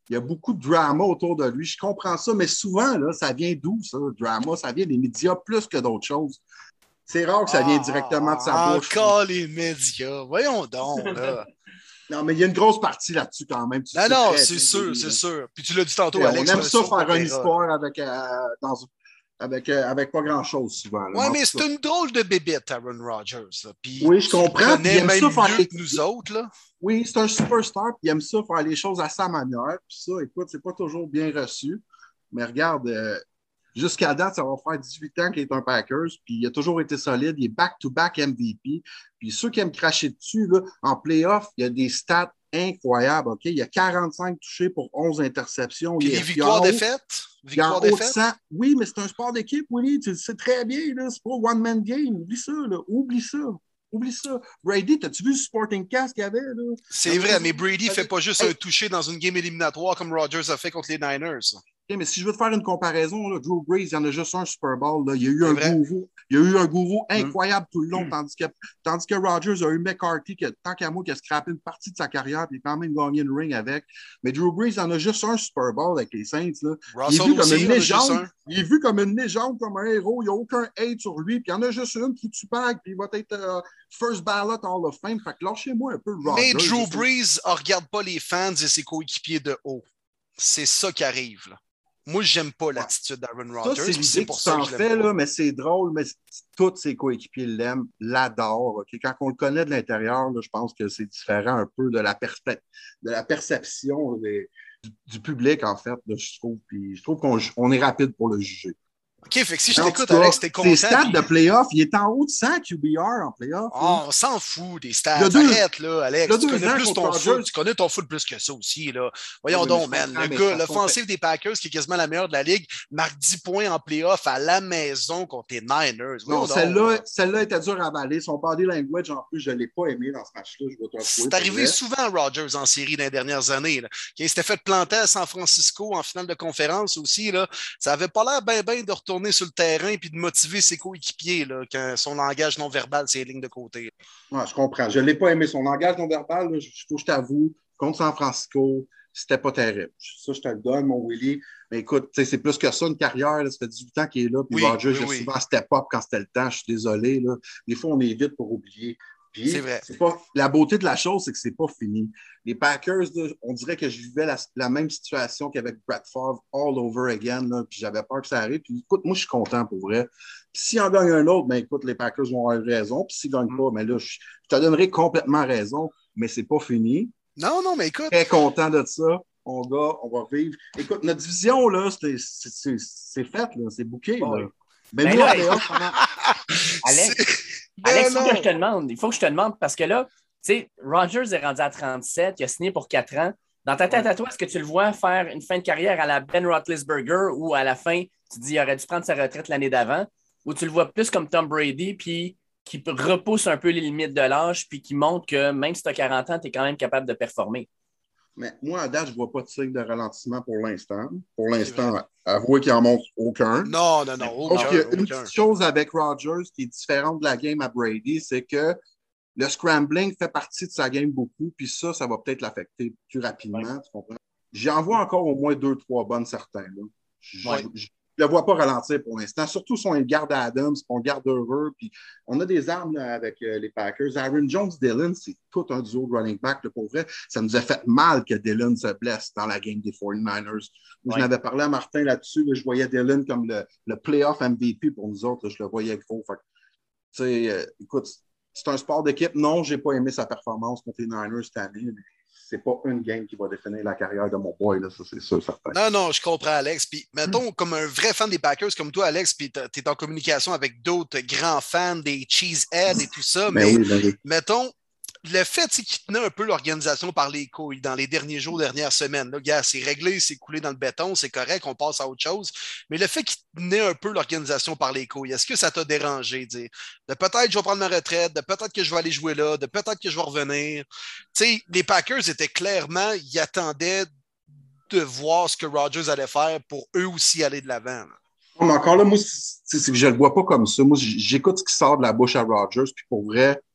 Il y a beaucoup de drama autour de lui. Je comprends ça, mais souvent, là, ça vient d'où, ça, le drama? Ça vient des médias plus que d'autres choses. C'est rare que ça vienne directement de sa bouche. Encore les médias. Voyons donc, là. Non, mais il y a une grosse partie là-dessus quand même. Non, c'est sûr, c'est sûr. Puis tu l'as dit tantôt, Alex. On aime ça faire une histoire avec pas grand-chose souvent. Oui, mais c'est une drôle de bébête, Aaron Rodgers. Oui, je comprends. Il aime ça faire mieux que nous autres. Là. Oui, c'est un superstar, puis il aime ça faire les choses à sa manière. Puis ça, écoute, c'est pas toujours bien reçu. Mais regarde, jusqu'à date, ça va faire 18 ans qu'il est un Packers, puis il a toujours été solide. Il est back-to-back MVP. Puis ceux qui aiment cracher dessus, là, en playoff, il y a des stats incroyables. OK? Il y a 45 touchés pour 11 interceptions. Puis les victoires-défaites? Oui, mais c'est un sport d'équipe, Willy. Tu le sais très bien. C'est pas one-man game. Oublie ça. Là. Oublie ça. Brady, t'as-tu vu le Sporting Cast qu'il y avait? Là? C'est vrai, mais Brady ne fait pas juste un toucher dans une game éliminatoire comme Rodgers a fait contre les Niners. Okay, mais si je veux te faire une comparaison, là, Drew Brees, il y en a juste un Super Bowl. Là. Il y a eu un gourou incroyable tout le long, tandis que Rodgers a eu McCarthy, qui, tant qu'à moi, qui a scrappé une partie de sa carrière, puis il a quand même gagné une ring avec. Mais Drew Brees, il en a juste un Super Bowl avec les Saints. Là. Il est vu comme une légende. Il est vu comme une légende, comme un héros. Il n'y a aucun hate sur lui. Puis il y en a juste une qui tue pas, puis il va être First Ballot Hall of Fame. Fait que lâchez-moi un peu Rodgers. Mais Drew Brees ne regarde pas les fans et ses coéquipiers de haut. C'est ça qui arrive, là. Moi, j'aime pas l'attitude d'Aaron Rodgers. C'est pour ça que je fais, là, mais c'est drôle, mais tous ses coéquipiers l'aiment, l'adorent. Okay? Quand on le connaît de l'intérieur, là, je pense que c'est différent un peu de la perception du public, en fait, là, je trouve. Puis je trouve qu'on est rapide pour le juger. OK, fait que si je t'écoute, Alex, t'es content. Ses stats de playoff, il est en haut de 100 QBR en playoff. Oh, on s'en fout des stats. Arrête, là, Alex. Tu connais plus ton foot. Tu connais ton foot plus que ça aussi, là. Voyons donc, man. Le gars, l'offensive des Packers, qui est quasiment la meilleure de la ligue, marque 10 points en playoff à la maison contre les Niners. Non, celle-là était dure à avaler. Son body language, en plus, je ne l'ai pas aimé dans ce match-là. C'est arrivé souvent à Rodgers en série dans les dernières années. Là. Il s'était fait planter à San Francisco en finale de conférence aussi. Là. Ça n'avait pas l'air bien de retourner sur le terrain et de motiver ses coéquipiers là, quand son langage non-verbal, c'est les lignes de côté. Ouais, je comprends. Je ne l'ai pas aimé. Son langage non-verbal, il faut que je t'avoue, contre San Francisco, c'était pas terrible. Ça, je te le donne, mon Willy. Mais écoute, c'est plus que ça, une carrière. Là, ça fait 18 ans qu'il est là. Puis Rodgers, j'ai souvent step-up quand c'était le temps. Je suis désolé. Là. Des fois, on est vite pour oublier. Puis, c'est vrai. La beauté de la chose, c'est que c'est pas fini. Les Packers, là, on dirait que je vivais la même situation qu'avec Brett Favre all over again. Là, puis j'avais peur que ça arrive. Puis écoute, moi, je suis content pour vrai. Puis s'il en gagne un autre, ben écoute, les Packers vont avoir raison. Puis s'ils ne gagnent pas, ben là, je te donnerai complètement raison. Mais c'est pas fini. Non, mais écoute. Très content de ça. On va vivre. Écoute, notre division, là, c'est fait, là. C'est booké. Oh, là. Ben là, Alex, il faut que je te demande parce que là, tu sais, Rodgers est rendu à 37, il a signé pour 4 ans. Dans ta tête à toi, est-ce que tu le vois faire une fin de carrière à la Ben Roethlisberger ou à la fin, tu dis qu'il aurait dû prendre sa retraite l'année d'avant, ou tu le vois plus comme Tom Brady, puis qui repousse un peu les limites de l'âge, puis qui montre que même si tu as 40 ans, tu es quand même capable de performer? Mais moi, à date, je ne vois pas de signe de ralentissement pour l'instant. Pour l'instant, avouez qu'il n'en montre aucun. Non, aucun. Il y a une petite chose avec Rodgers qui est différente de la game à Brady, c'est que le scrambling fait partie de sa game beaucoup, puis ça va peut-être l'affecter plus rapidement. Ouais. Tu comprends? J'en vois encore au moins 2-3 bonnes certains. Je ne le vois pas ralentir pour l'instant. Surtout si on garde Adams, on garde Herbert, puis on a des armes là, avec les Packers. Aaron Jones-Dillon, c'est tout un duo de running back. Là, pour vrai, ça nous a fait mal que Dillon se blesse dans la game des 49ers. Moi, je n'avais parlé à Martin là-dessus. Là, je voyais Dillon comme le playoff MVP pour nous autres. Là, je le voyais gros. Écoute, c'est un sport d'équipe. Non, je n'ai pas aimé sa performance contre les Niners cette année. Mais c'est pas une game qui va définir la carrière de mon boy, là, ça c'est sûr, certain. Non, je comprends, Alex. Puis, mettons, comme un vrai fan des Packers comme toi, Alex, puis tu es en communication avec d'autres grands fans, des Cheeseheads et tout ça, mais oui. Mettons, le fait qu'il tenait un peu l'organisation par les couilles dans les derniers jours, dernières semaines, là, gars, c'est réglé, c'est coulé dans le béton, c'est correct, on passe à autre chose, mais le fait qu'il tenait un peu l'organisation par les couilles, est-ce que ça t'a dérangé? De peut-être je vais prendre ma retraite, de peut-être que je vais aller jouer là, de peut-être que je vais revenir. Tu sais, les Packers étaient clairement, ils attendaient de voir ce que Rodgers allait faire pour eux aussi aller de l'avant. Mais encore là, moi, c'est que je ne le vois pas comme ça. Moi, j'écoute ce qui sort de la bouche à Rodgers, puis pour vrai,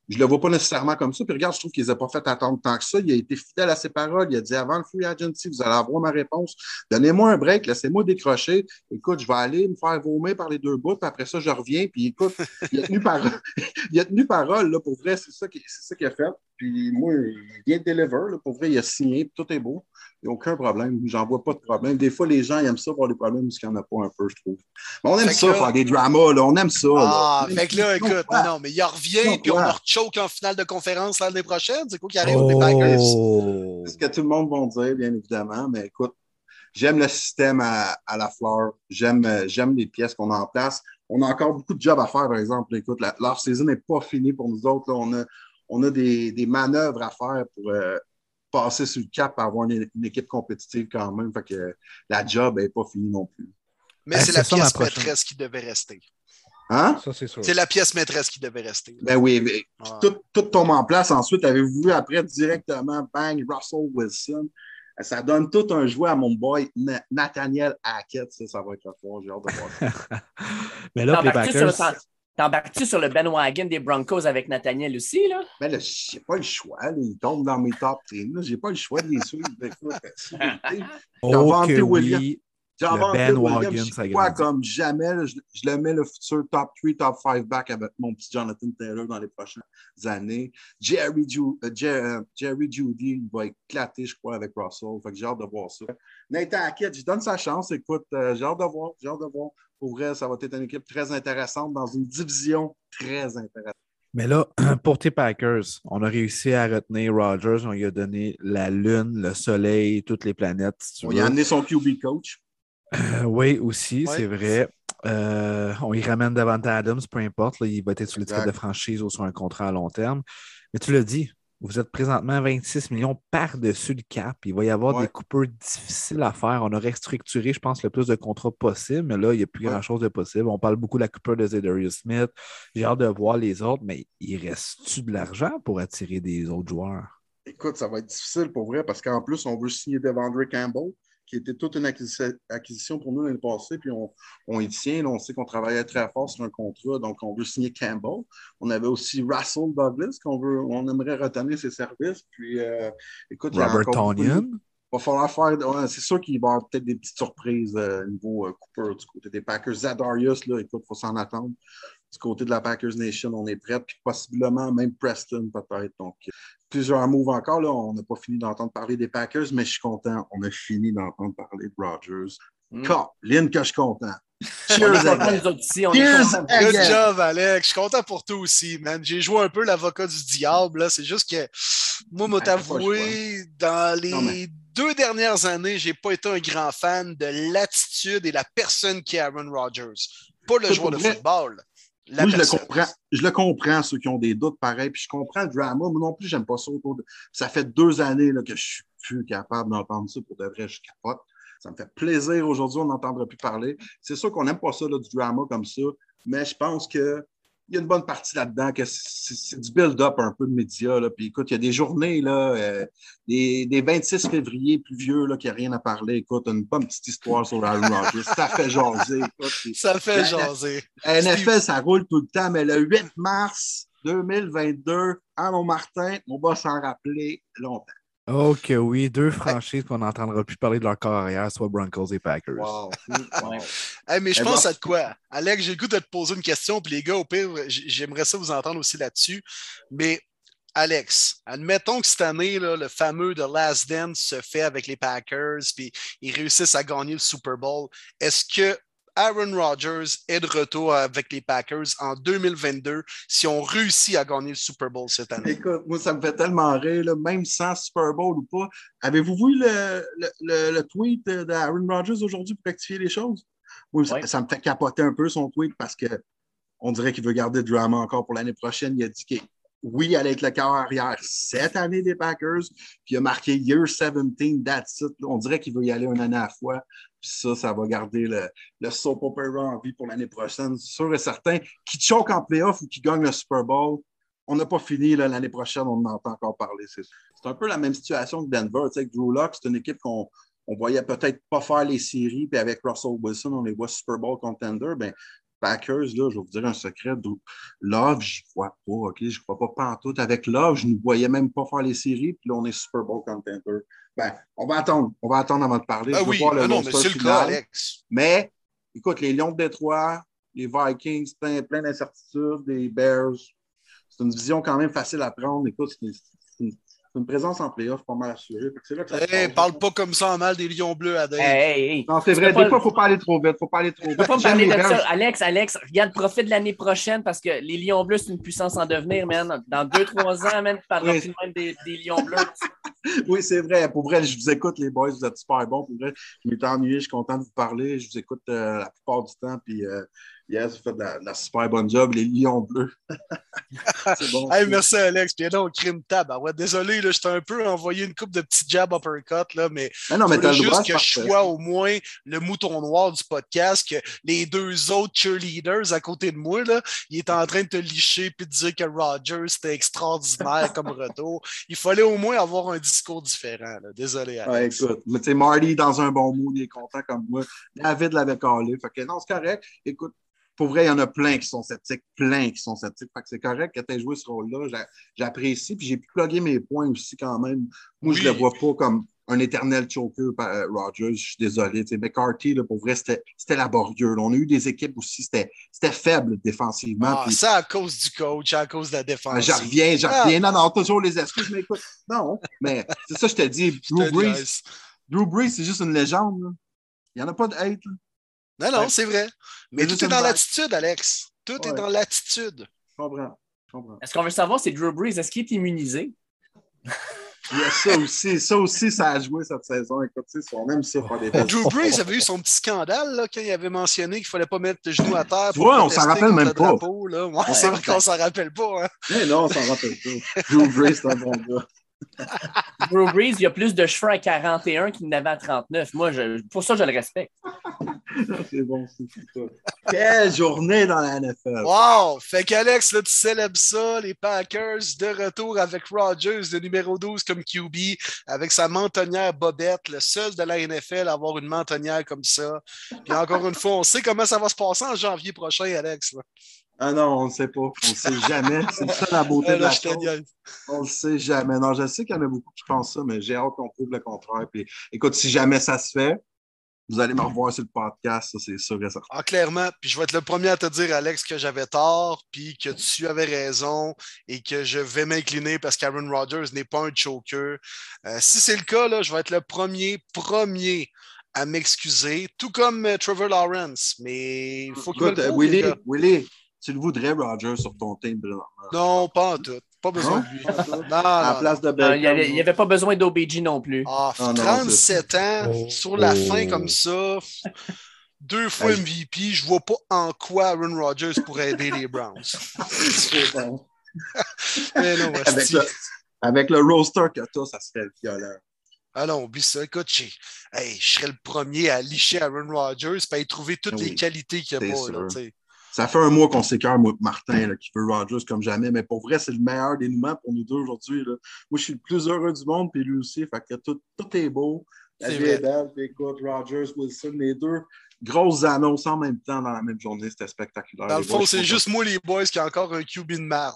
je ne le vois pas nécessairement comme ça. Puis regarde, je trouve qu'il ne les a pas fait attendre tant que ça. Il a été fidèle à ses paroles. Il a dit avant le free agency, vous allez avoir ma réponse. Donnez-moi un break, laissez-moi décrocher. Écoute, je vais aller me faire vomir par les 2 bouts, puis après ça, je reviens. Puis écoute, il a tenu parole. Il a tenu parole, là, pour vrai, c'est ça qu'il a fait. Puis moi, il vient de deliver. Là, pour vrai, il a signé, puis tout est beau. Il n'y a aucun problème. J'en vois pas de problème. Des fois, les gens ils aiment ça voir des problèmes parce qu'il n'y en a pas un peu, je trouve. Mais on aime ça, faire des dramas. Là. On aime ça. Fait que là, écoute, non, mais il revient, puis on en rechoke en finale de conférence l'année prochaine. C'est quoi qui arrive aux Packers? C'est ce que tout le monde va dire, bien évidemment. Mais écoute, j'aime le système à la fleur. J'aime les pièces qu'on a en place. On a encore beaucoup de jobs à faire, par exemple. Écoute, leur saison n'est pas finie pour nous autres. Là. On a des manœuvres à faire pour passer sur le cap et avoir une équipe compétitive quand même. Fait que la job n'est pas finie non plus. Mais c'est la pièce maîtresse qui devait rester. Hein? Ça, c'est sûr. C'est la pièce maîtresse qui devait rester. Ben oui, mais tout tombe en place. Ensuite, avez-vous vu après directement, bang, Russell Wilson. Ça donne tout un jouet à mon boy Nathaniel Hackett. Ça va être fort. J'ai hâte de voir ça. Mais là, les Packers... T'embarques-tu sur le bandwagon des Broncos avec Nathaniel aussi, là? Ben là, j'ai pas le choix. Là. Il tombe dans mes top 10. J'ai pas le choix de les suivre. Oui. Le bandwagon, je crois comme jamais. Là, je le mets le futur top 3, top 5 back avec mon petit Jonathan Taylor dans les prochaines années. Jerry Jeudy, il va éclater, je crois, avec Russell. Fait que j'ai hâte de voir ça. Nathan Hackett, je donne sa chance. Écoute, j'ai hâte de voir. Pour vrai, ça va être une équipe très intéressante dans une division très intéressante. Mais là, pour tes Packers, on a réussi à retenir Rodgers. On lui a donné la Lune, le Soleil, toutes les planètes. Si on lui a amené son QB coach. Oui, aussi, c'est vrai. On y ramène Davante Adams, peu importe. Là, il va être sur l'étiquette de franchise ou sur un contrat à long terme. Mais tu l'as dit, vous êtes présentement à 26 millions par-dessus le cap. Il va y avoir des coupures difficiles à faire. On a restructuré, je pense, le plus de contrats possible, mais là, il n'y a plus grand-chose de possible. On parle beaucoup de la coupure de Zedarius Smith. J'ai hâte de voir les autres, mais il reste-tu de l'argent pour attirer des autres joueurs? Écoute, ça va être difficile pour vrai parce qu'en plus, on veut signer Devondre Campbell, qui était toute une acquisition pour nous l'année passée, puis on y tient. Là, on sait qu'on travaillait très fort sur un contrat, donc on veut signer Campbell. On avait aussi Russell Douglas, on aimerait retenir ses services. Puis, écoute, Robert Tonyan. Il va falloir faire... c'est sûr qu'il va y avoir peut-être des petites surprises niveau Cooper du côté des Packers. Zadarius, là, écoute, il faut s'en attendre. Du côté de la Packers Nation, on est prêt. Puis possiblement même Preston, peut-être. Donc, plusieurs moves encore. Là, on n'a pas fini d'entendre parler des Packers, mais je suis content. On a fini d'entendre parler de Rodgers. Lynn, que je suis content. Cheers, Good job, Alex. Je suis content pour toi aussi, man. J'ai joué un peu l'avocat du diable. Là. C'est juste que moi, moi t'avouer, dans les 2 dernières années, j'ai pas été un grand fan de l'attitude et la personne qui est Aaron Rodgers. Pas le joueur de football. Moi, je le comprends, ceux qui ont des doutes pareils, puis je comprends le drama. Moi non plus, j'aime pas ça. Ça fait 2 années là, que je suis plus capable d'entendre ça. Pour de vrai, je capote. Ça me fait plaisir. Aujourd'hui, on n'entendra plus parler. C'est sûr qu'on n'aime pas ça, là, du drama comme ça, mais je pense que il y a une bonne partie là-dedans, que c'est du build-up un peu de médias. Là. Puis écoute, il y a des journées, là, des 26 février pluvieux, là, qui n'y a rien à parler. Écoute, une bonne petite histoire sur Aaron Rodgers. Ça fait jaser. Écoute, ça fait jaser. La NFL, ça roule tout le temps, mais le 8 mars 2022, à Montmartin, on va s'en rappeler longtemps. Ok, oui, 2 franchises qu'on n'entendra plus parler de leur carrière, soit Broncos et Packers. Wow. Hey, mais je pense à de quoi? Alex, j'ai le goût de te poser une question, puis les gars, au pire, j'aimerais ça vous entendre aussi là-dessus. Mais Alex, admettons que cette année, là, le fameux The Last Dance se fait avec les Packers, puis ils réussissent à gagner le Super Bowl. Est-ce que Aaron Rodgers est de retour avec les Packers en 2022 si on réussit à gagner le Super Bowl cette année? Écoute, moi, ça me fait tellement rire, là, même sans Super Bowl ou pas. Avez-vous vu le tweet d'Aaron Rodgers aujourd'hui pour rectifier les choses? Moi, ça me fait capoter un peu son tweet parce qu'on dirait qu'il veut garder le drama encore pour l'année prochaine. Il a dit que oui, il allait être le cœur arrière cette année des Packers, puis il a marqué Year 17, that's it. On dirait qu'il veut y aller une année à la fois. Puis ça va garder le soap opera en vie pour l'année prochaine. C'est sûr et certain. Qui choque en playoff ou qui gagne le Super Bowl, on n'a pas fini là, l'année prochaine, on en entend encore parler. C'est un peu la même situation que Denver. Tu sais, avec Drew Lock, c'est une équipe qu'on voyait peut-être pas faire les séries, puis avec Russell Wilson, on les voit Super Bowl contender. Ben, Packers, là, je vais vous dire un secret. Love, je ne vois pas, OK? Je ne crois pas pantoute. Avec Love, je ne voyais même pas faire les séries, puis là, on est Super Bowl contender. Ben, on va attendre avant de parler. Ben je veux oui, voir le non, mais c'est le cas, Alex. Mais, écoute, les Lions de Détroit, les Vikings, plein d'incertitudes, les Bears, c'est une vision quand même facile à prendre. Écoute, c'est une présence en playoff pas mal assurée. C'est là que ça se passe. Parle pas comme ça en mal des Lions bleus à Dave. Non, c'est vrai. Des fois, il ne faut pas aller trop vite. Tu peux pas me parler de ça. Alex, regarde, profite de l'année prochaine parce que les Lions bleus, c'est une puissance en devenir, man. Dans 2-3 ans, man, tu parleras plus même des Lions bleus. Oui, c'est vrai. Pour vrai, je vous écoute, les boys. Vous êtes super bons. Pour vrai, je m'étais ennuyé. Je suis content de vous parler. Je vous écoute la plupart du temps. Puis, yes, vous faites de la super bonne job. Les Lions bleus. C'est bon. Hey, merci, Alex. Puis là, on crime tab. Ouais, désolé, là, je t'ai un peu envoyé une coupe de petits jabs uppercut, là, mais t'as juste que je sois au moins le mouton noir du podcast, que les deux autres cheerleaders à côté de moi, là, ils étaient en train de te licher puis de dire que Rodgers c'était extraordinaire comme retour. Il fallait au moins avoir un discours différent. Là. Désolé, Alex. Écoute, mais tu sais, Marty, dans un bon mood, il est content comme moi. David l'avait calé. Fait que non, c'est correct. Écoute, pour vrai, il y en a plein qui sont sceptiques. Fait que c'est correct que tu aies joué ce rôle-là. J'apprécie. Puis j'ai pu plugger mes points aussi quand même. Moi, je ne le vois pas comme un éternel choker par Rodgers. Je suis désolé. T'sais, McCarthy, là, pour vrai, c'était laborieux. Là. On a eu des équipes aussi, c'était faible défensivement. Puis... ça à cause du coach, à cause de la défense. J'en reviens. Non, toujours les excuses. Mais écoute, non. Mais c'est ça, je te dis. Drew Brees, c'est juste une légende. Là. Il n'y en a pas de hate. Là. Non, c'est vrai. Mais tout est dans l'attitude, Alex. Tout est dans l'attitude. Je comprends. Est-ce qu'on veut savoir si Drew Brees, est-ce qu'il est immunisé? Il y a ça aussi, ça a joué cette saison. Écoute, on aime ça faire des Drew Brees avait eu son petit scandale là, quand il avait mentionné qu'il ne fallait pas mettre le genou à terre. Tu vois, on s'en rappelle même pas. C'est vrai qu'on s'en rappelle pas. Hein? Mais non, on s'en rappelle pas. Drew Brees, c'est un bon gars. Drew Brees, il y a plus de cheveux à 41 qu'il n'avait à 39. Moi, pour ça, je le respecte. C'est bon, c'est ça. Quelle journée dans la NFL! Wow! Fait qu'Alex, là, tu célèbres ça, les Packers de retour avec Rodgers, le numéro 12 comme QB, avec sa mentonnière bobette, le seul de la NFL à avoir une mentonnière comme ça. Puis encore une fois, on sait comment ça va se passer en janvier prochain, Alex. Là. Ah non, on ne sait pas. On ne sait jamais. C'est ça la beauté de la chose. On ne sait jamais. Non, je sais qu'il y en a beaucoup qui pensent ça, mais j'ai hâte qu'on prouve le contraire. Puis, écoute, si jamais ça se fait, vous allez me revoir sur le podcast, ça, c'est sûr et certain. Ah, clairement. Puis je vais être le premier à te dire, Alex, que j'avais tort, puis que tu avais raison et que je vais m'incliner parce qu'Aaron Rodgers n'est pas un choker. Si c'est le cas, là, je vais être le premier à m'excuser, tout comme Trevor Lawrence. Mais il faut qu'il me le prouve, Willie, tu le voudrais, Rodgers, sur ton team? Non, pas en tout. Pas besoin de lui. À la place de Beckham. Il n'y avait pas besoin d'OBJ non plus. 37 ans, sur la fin comme ça, 2 fois MVP, je vois pas en quoi Aaron Rodgers pourrait aider les Browns. C'est bon. Mais non, avec le roster que tu as, ça serait violent. Ah non, oublie ça. Écoute, je serais le premier à licher Aaron Rodgers et à y trouver toutes les qualités qu'il y a pas. Là, ça fait un mois qu'on s'écœure, moi, Martin, là, qui veut Rodgers comme jamais, mais pour vrai, c'est le meilleur dénouement pour nous deux aujourd'hui. Là. Moi, je suis le plus heureux du monde, puis lui aussi. Fait que tout est beau. La vie est belle. Puis écoute, Rodgers, Wilson, les deux grosses annonces en même temps dans la même journée. C'était spectaculaire. Dans le fond, c'est juste moi, les boys, qui a encore un QB de merde.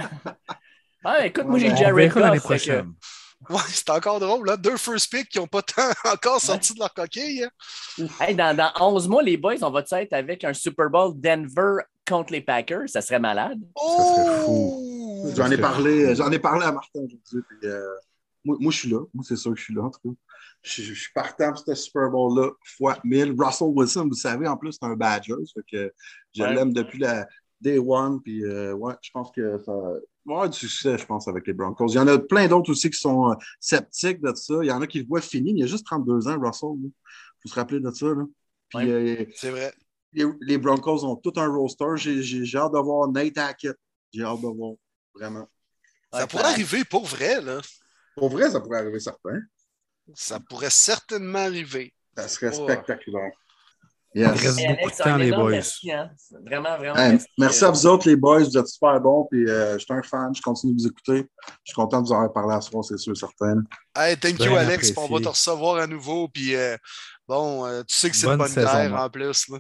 Écoute, moi, j'ai Jared Goff. L'année prochaine. Ouais, c'est encore drôle, là. 2 first picks qui n'ont pas encore sorti de leur coquille. Hein? Hey, dans 11 mois, les boys, on va être avec un Super Bowl Denver contre les Packers? Ça serait malade. Ça serait fou. J'en ai parlé à Martin aujourd'hui. Puis, moi, je suis là. Moi, c'est sûr que je suis là, en tout cas. Je suis partant pour ce Super Bowl-là fois 1000. Russell Wilson, vous savez, en plus, c'est un Badger. Que je l'aime depuis la Day One. Puis, je pense que ça va avoir du succès, je pense, avec les Broncos. Il y en a plein d'autres aussi qui sont sceptiques de ça. Il y en a qui le voient fini. Il a juste 32 ans, Russell. Il faut se rappeler de ça. Là. Puis, c'est vrai. Les Broncos ont tout un roster. J'ai hâte de voir Nate Hackett. J'ai hâte de voir, vraiment. Ça pourrait arriver, pour vrai, là. Pour vrai, ça pourrait arriver, certain. Ça pourrait certainement arriver. Ça serait spectaculaire. Yes. Il reste beaucoup de temps, les boys. Merci, hein. Vraiment, vraiment. Merci à vous autres, les boys. Vous êtes super bons. Puis, je suis un fan. Je continue de vous écouter. Je suis content de vous avoir parlé à ce soir, c'est sûr, certain. Hey, thank you, Alex. On va te recevoir à nouveau. Puis, tu sais que c'est une bonne guerre en plus. Là.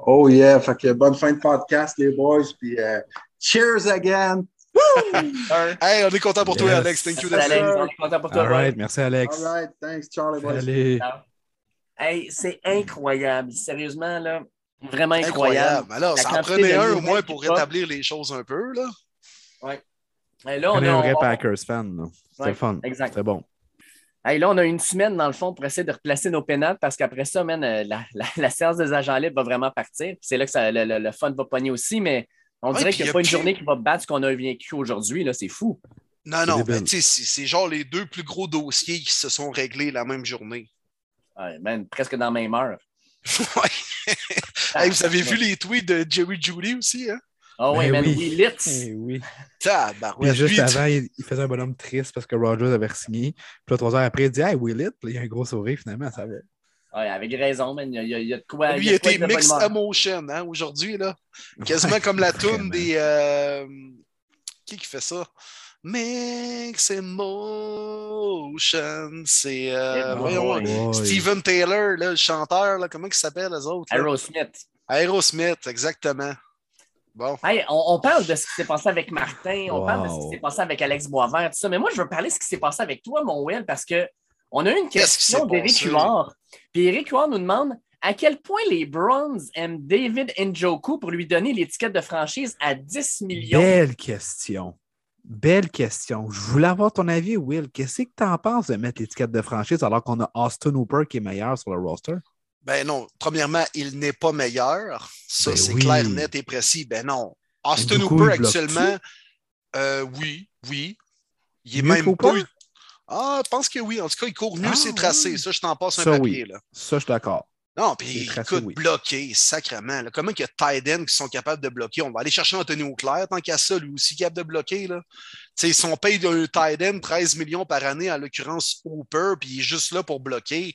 Oh yeah, fait que bonne fin de podcast, les boys, puis cheers again! Hey, on est content pour toi, Alex. Thank you, Alex. On est content pour toi. All right, merci, Alex. All right, thanks, Charlie, boys. Allez. Hey, c'est incroyable. Sérieusement, là, vraiment incroyable. Alors, ça en prenait un au moins pour rétablir les choses un peu, là. Oui. Là, on est un vrai Packers fan. C'était fun. Exact. C'était bon. Hey, là, on a une semaine, dans le fond, pour essayer de replacer nos pénales parce qu'après ça, la séance des agents libres va vraiment partir. C'est là que le fun va pogner aussi, mais on dirait qu'il n'y a pas une journée qui va battre ce qu'on a vécu aujourd'hui. Là, c'est fou. Non, ben, c'est genre les deux plus gros dossiers qui se sont réglés la même journée. Ouais, man, presque dans la même heure. Ouais. Hey, vous avez vu les tweets de Jerry Jeudy aussi, hein? Ah oui, man, oui, lit. Oui. Tabarouette. Puis juste avant, il faisait un bonhomme triste parce que Rogers avait signé. Puis là, 3 heures après, il dit Hey, Will It. Puis il y a un gros sourire, finalement, ça va. Oui, avec raison, man. Il y a de quoi. Lui, il était mixed emotion, hein, aujourd'hui, là. Quasiment comme la toune des. Qui fait ça? Mix Emotion, c'est Steven Taylor, là, le chanteur, là, comment il s'appelle, les autres? Là? Aerosmith, exactement. Bon. Hey, on parle de ce qui s'est passé avec Martin, on parle de ce qui s'est passé avec Alex Boisvert, tout ça, mais moi, je veux parler de ce qui s'est passé avec toi, mon Will, parce qu'on a eu une question d'Éric Huard. Puis Éric Huard nous demande à quel point les Browns aiment David Njoku pour lui donner l'étiquette de franchise à 10 millions. Belle question. Je voulais avoir ton avis, Will. Qu'est-ce que tu en penses de mettre l'étiquette de franchise alors qu'on a Austin Hooper qui est meilleur sur le roster? Ben non. Premièrement, il n'est pas meilleur. Ça, c'est clair, net et précis. Ben non. Austin Hooper, actuellement, oui. Il est mieux même pas... Ah, je pense que oui. En tout cas, il court mieux ses tracés. Oui. Ça, je t'en passe un papier. Oui. Là. Ça, je suis d'accord. Non, puis écoute, bloquer, sacrément. Là. Comment il y a tight ends qui sont capables de bloquer? On va aller chercher Anthony Auclair, tant qu'à ça, lui aussi capable de bloquer. Là. Si on paye un tight end 13 millions par année, en l'occurrence Hooper, puis il est juste là pour bloquer,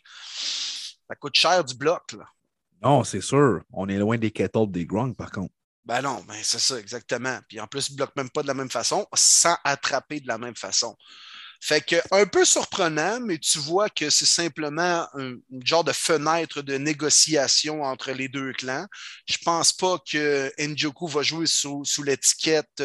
ça coûte cher du bloc. Là. Non, c'est sûr. On est loin des Kettle des Gronk, par contre. Ben non, ben c'est ça, exactement. Puis en plus, il ne bloque même pas de la même façon, sans attraper de la même façon. Fait que, un peu surprenant, mais tu vois que c'est simplement un genre de fenêtre de négociation entre les deux clans. Je pense pas que Njoku va jouer sous l'étiquette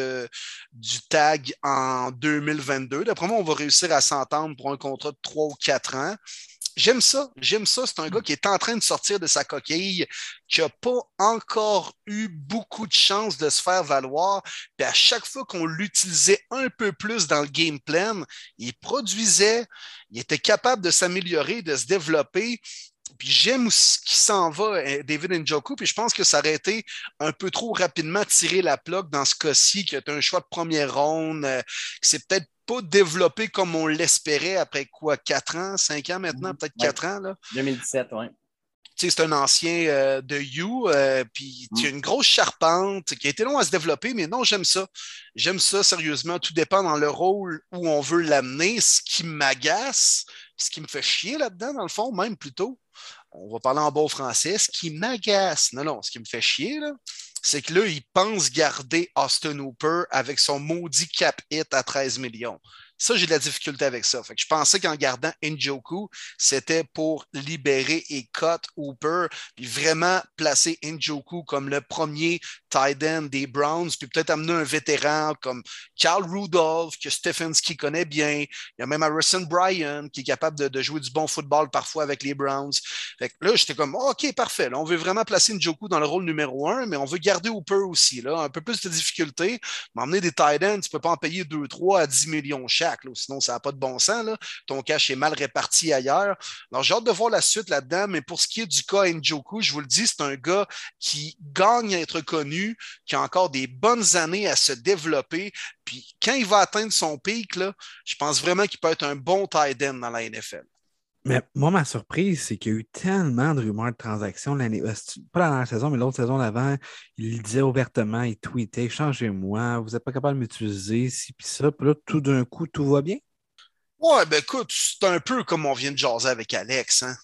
du tag en 2022. D'après moi, on va réussir à s'entendre pour un contrat de 3 ou 4 ans. J'aime ça. C'est un gars qui est en train de sortir de sa coquille, qui n'a pas encore eu beaucoup de chances de se faire valoir. Puis à chaque fois qu'on l'utilisait un peu plus dans le game plan, il produisait, il était capable de s'améliorer, de se développer. Puis j'aime aussi qu'il s'en va, David Njoku, puis je pense que ça aurait été un peu trop rapidement tirer la plaque dans ce cas-ci, qui est un choix de première ronde, qui s'est peut-être pas développé comme on l'espérait après quoi, 4 ans, 5 ans maintenant, peut-être 4 ans. Là. 2017, oui. C'est un ancien de You, puis tu as une grosse charpente qui a été long à se développer, mais non, j'aime ça. J'aime ça, sérieusement. Tout dépend dans le rôle où on veut l'amener. Ce qui m'agace, ce qui me fait chier là-dedans, dans le fond, même plutôt, on va parler en beau français, ce qui m'agace, ce qui me fait chier, là, c'est que là, il pense garder Austin Hooper avec son maudit cap hit à 13 millions. Ça, j'ai de la difficulté avec ça. Fait que je pensais qu'en gardant Njoku, c'était pour libérer et cut Hooper, puis vraiment placer Njoku comme le premier tight end des Browns, puis peut-être amener un vétéran comme Carl Rudolph, que Stefanski connaît bien. Il y a même Harrison Bryant, qui est capable de jouer du bon football parfois avec les Browns. Fait que là, j'étais comme, OK, parfait. Là, on veut vraiment placer Njoku dans le rôle numéro 1, mais on veut garder Hooper aussi. Là, un peu plus de difficulté. M'emmener des tight ends, tu ne peux pas en payer 2-3 à 10 millions chaque. Là, sinon, ça n'a pas de bon sens. Là. Ton cash est mal réparti ailleurs. Alors, j'ai hâte de voir la suite là-dedans, mais pour ce qui est du cas Njoku, je vous le dis, c'est un gars qui gagne à être connu, qui a encore des bonnes années à se développer. Puis quand il va atteindre son pic, là, je pense vraiment qu'il peut être un bon tight end dans la NFL. Mais moi, ma surprise, c'est qu'il y a eu tellement de rumeurs de transactions l'année, pas la dernière saison, mais l'autre saison d'avant. Il le disait ouvertement, il tweetait, changez-moi, vous n'êtes pas capable de m'utiliser, ci puis ça. Puis là, tout d'un coup, tout va bien? Ouais, ben écoute, c'est un peu comme on vient de jaser avec Alex. Hein?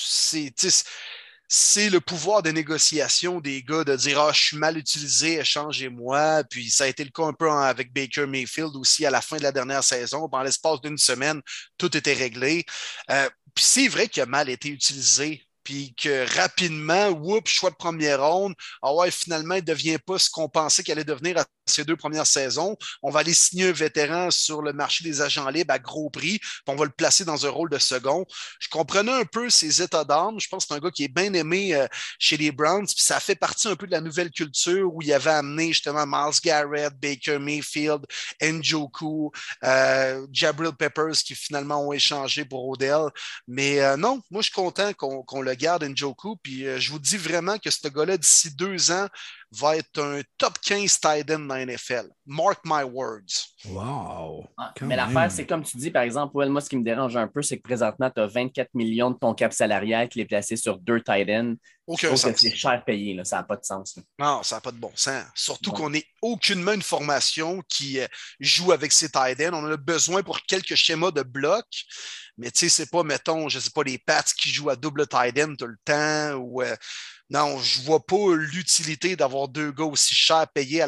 C'est le pouvoir de négociation des gars de dire je suis mal utilisé, échangez-moi. Puis ça a été le cas un peu avec Baker Mayfield aussi à la fin de la dernière saison. Pendant l'espace d'une semaine, tout était réglé. Puis c'est vrai qu'il a mal été utilisé puis que rapidement, choix de première ronde, ah ouais, finalement, il ne devient pas ce qu'on pensait qu'il allait devenir à ses 2 premières saisons. On va aller signer un vétéran sur le marché des agents libres à gros prix, puis on va le placer dans un rôle de second. Je comprenais un peu ses états d'âme. Je pense que c'est un gars qui est bien aimé chez les Browns, puis ça fait partie un peu de la nouvelle culture où il avait amené justement Myles Garrett, Baker Mayfield, Njoku, Jabril Peppers qui finalement ont échangé pour Odell. Mais non, moi je suis content qu'on le garde, Njoku, puis je vous dis vraiment que ce gars-là, d'ici 2 ans, va être un top 15 tight end dans la NFL. Mark my words. Wow! Mais l'affaire, c'est comme tu dis, par exemple, moi, ce qui me dérange un peu, c'est que présentement, tu as 24 millions de ton cap salarial qui est placé sur 2 tight ends. Je trouve que c'est cher payé, là. Ça n'a pas de sens. Là. Non, ça n'a pas de bon sens. Surtout qu'on n'est aucunement une formation qui joue avec ses tight ends. On en a besoin pour quelques schémas de bloc. Mais tu sais, c'est pas, mettons, je sais pas, les Pats qui jouent à double tight end tout le temps ou non, je ne vois pas l'utilité d'avoir 2 gars aussi chers payés à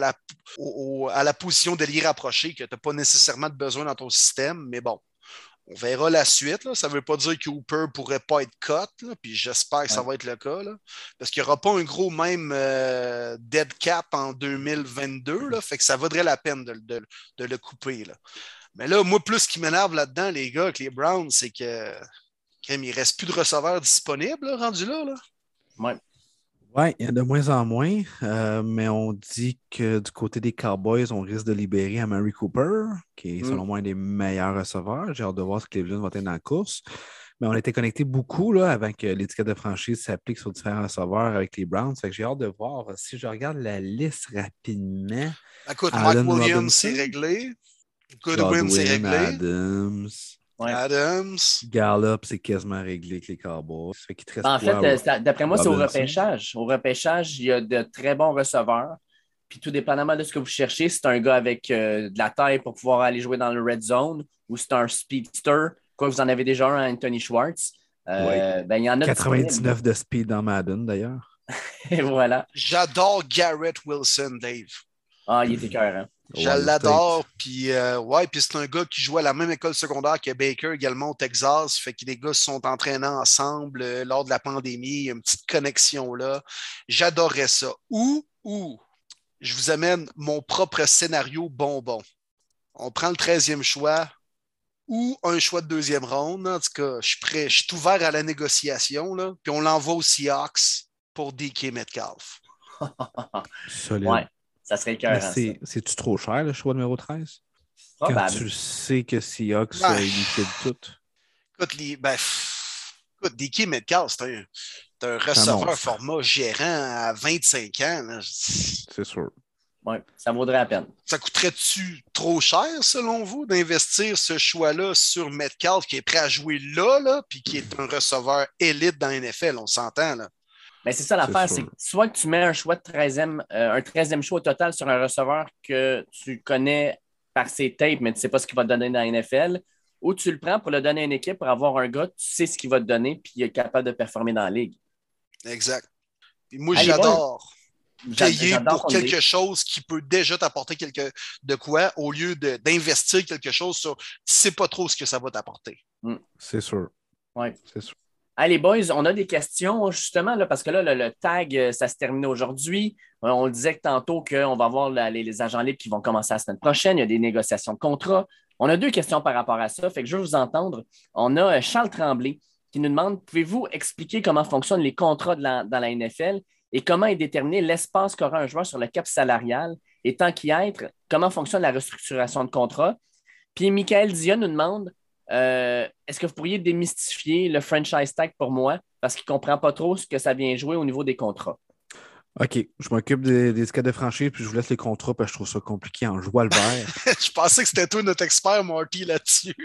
la position d'ailier rapproché que tu n'as pas nécessairement de besoin dans ton système. Mais bon, on verra la suite. Là. Ça ne veut pas dire que Hooper ne pourrait pas être cut, là, puis j'espère que ça va être le cas. Là, parce qu'il n'y aura pas un gros même dead cap en 2022. Là, fait que ça vaudrait la peine de le couper. Là. Mais là, moi, plus ce qui m'énerve là-dedans, les gars, avec les Browns, c'est que il ne reste plus de receveurs disponibles, là, rendu là. Ouais. Oui, il y en a de moins en moins, mais on dit que du côté des Cowboys, on risque de libérer Amari Cooper, qui est selon moi un des meilleurs receveurs. J'ai hâte de voir ce que Cleveland va être dans la course. Mais on a été connectés beaucoup là, avant que l'étiquette de franchise s'applique sur différents receveurs avec les Browns. Fait que j'ai hâte de voir si je regarde la liste rapidement. Écoute, Mike Williams, c'est réglé. Goodwin, c'est réglé. Adams. Ouais. Adams. Gallup, c'est quasiment réglé avec les Cowboys. Fait qu'il te reste en fait, d'après moi, c'est au repêchage. Au repêchage, il y a de très bons receveurs. Puis tout dépendamment de ce que vous cherchez, c'est un gars avec de la taille pour pouvoir aller jouer dans le red zone ou c'est un speedster. Quoi, vous en avez déjà un, Anthony Schwartz. Ben, il y en a 99 de speed dans Madden, d'ailleurs. Et voilà. J'adore Garrett Wilson, Dave. Ah, il était écœurant. Je l'adore. Puis, puis c'est un gars qui joue à la même école secondaire que Baker également au Texas. Fait que les gars se sont entraînés ensemble lors de la pandémie. Il y a une petite connexion là. J'adorerais ça. Ou, je vous amène mon propre scénario bonbon. On prend le 13e choix ou un choix de 2e ronde. En tout cas, je suis prêt. Je suis ouvert à la négociation. Là. Puis on l'envoie aux Seahawks pour DK Metcalf. Solide. Ouais. Ça serait écœurant. C'est-tu trop cher, le choix numéro 13? Probable. Quand tu sais que Seahawks liquide tout. Écoute, DK Metcalf, c'est un receveur format gérant à 25 ans. Là. C'est sûr. Oui, ça vaudrait la peine. Ça coûterait-tu trop cher, selon vous, d'investir ce choix-là sur Metcalf qui est prêt à jouer là, puis qui est un receveur élite dans la NFL, on s'entend, là? Mais c'est ça l'affaire, c'est que soit que tu mets un choix de 13e choix total sur un receveur que tu connais par ses tapes, mais tu ne sais pas ce qu'il va te donner dans la NFL, ou tu le prends pour le donner à une équipe pour avoir un gars, tu sais ce qu'il va te donner, puis il est capable de performer dans la ligue. Exact. Puis moi, j'adore payer pour quelque chose qui peut déjà t'apporter de quoi, au lieu d'investir quelque chose sur tu ne sais pas trop ce que ça va t'apporter. C'est sûr. Oui. C'est sûr. Allez, boys, on a des questions, justement, là, parce que là, le tag, ça se termine aujourd'hui. On le disait que tantôt qu'on va avoir les agents libres qui vont commencer la semaine prochaine. Il y a des négociations de contrat. On a 2 questions par rapport à ça. Fait que je veux vous entendre. On a Charles Tremblay qui nous demande, pouvez-vous expliquer comment fonctionnent les contrats dans la NFL et comment est déterminé l'espace qu'aura un joueur sur le cap salarial et tant qu'y être, comment fonctionne la restructuration de contrat? Puis Michael Dia nous demande, est-ce que vous pourriez démystifier le franchise tag pour moi parce qu'il ne comprend pas trop ce que ça vient jouer au niveau des contrats? OK, je m'occupe des étiquettes de franchise puis je vous laisse les contrats parce que je trouve ça compliqué en joie le vert. Je pensais que c'était toi notre expert, Marty, là-dessus.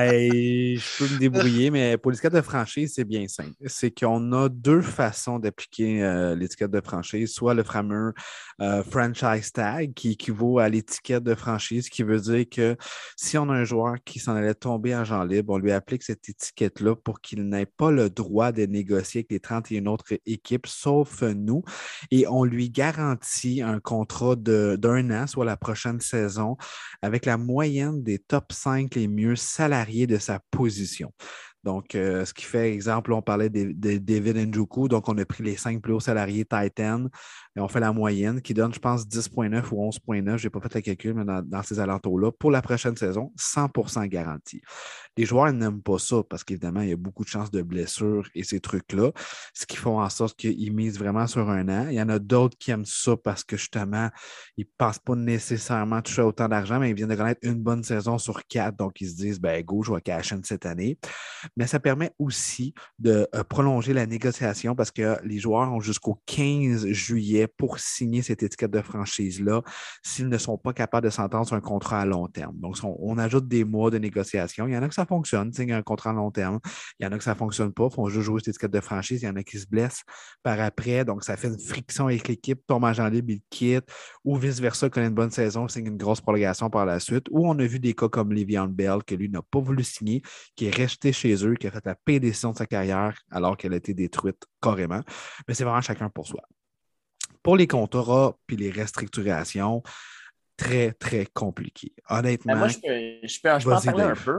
Je peux me débrouiller, mais pour l'étiquette de franchise, c'est bien simple. C'est qu'on a 2 façons d'appliquer l'étiquette de franchise, soit le fameux franchise tag qui équivaut à l'étiquette de franchise, qui veut dire que si on a un joueur qui s'en allait tomber agent libre, on lui applique cette étiquette-là pour qu'il n'ait pas le droit de négocier avec les 31 autres équipes, sauf nous. Et on lui garantit un contrat d'1 an, soit la prochaine saison, avec la moyenne des top 5 les mieux salariés de sa position. Donc, ce qui fait, exemple, on parlait de David Njoku, donc on a pris les 5 plus hauts salariés Titan et on fait la moyenne qui donne, je pense, 10,9 ou 11,9, je n'ai pas fait le calcul, mais dans ces alentours-là, pour la prochaine saison, 100% garantie. Les joueurs n'aiment pas ça parce qu'évidemment, il y a beaucoup de chances de blessures et ces trucs-là, ce qui font en sorte qu'ils misent vraiment sur un an. Il y en a d'autres qui aiment ça parce que justement, ils ne pensent pas nécessairement toucher autant d'argent, mais ils viennent de connaître une bonne saison sur 4, donc ils se disent, ben go, je vais cash in cette année. Mais ça permet aussi de prolonger la négociation parce que les joueurs ont jusqu'au 15 juillet pour signer cette étiquette de franchise-là s'ils ne sont pas capables de s'entendre sur un contrat à long terme. Donc, on ajoute des mois de négociation. Il y en a que ça fonctionne, signe un contrat à long terme. Il y en a que ça ne fonctionne pas, font juste jouer cette étiquette de franchise. Il y en a qui se blessent par après. Donc, ça fait une friction avec l'équipe, tombe agent libre, il quitte, ou vice-versa, connaît une bonne saison, signe une grosse prolongation par la suite. Ou on a vu des cas comme Le'Veon Bell, que lui n'a pas voulu signer, qui est resté chez eux, qui a fait la pire décision de sa carrière alors qu'elle a été détruite carrément. Mais c'est vraiment chacun pour soi. Pour les contrats puis les restructurations, très, très compliqué. Honnêtement. Moi, je peux en parler un peu.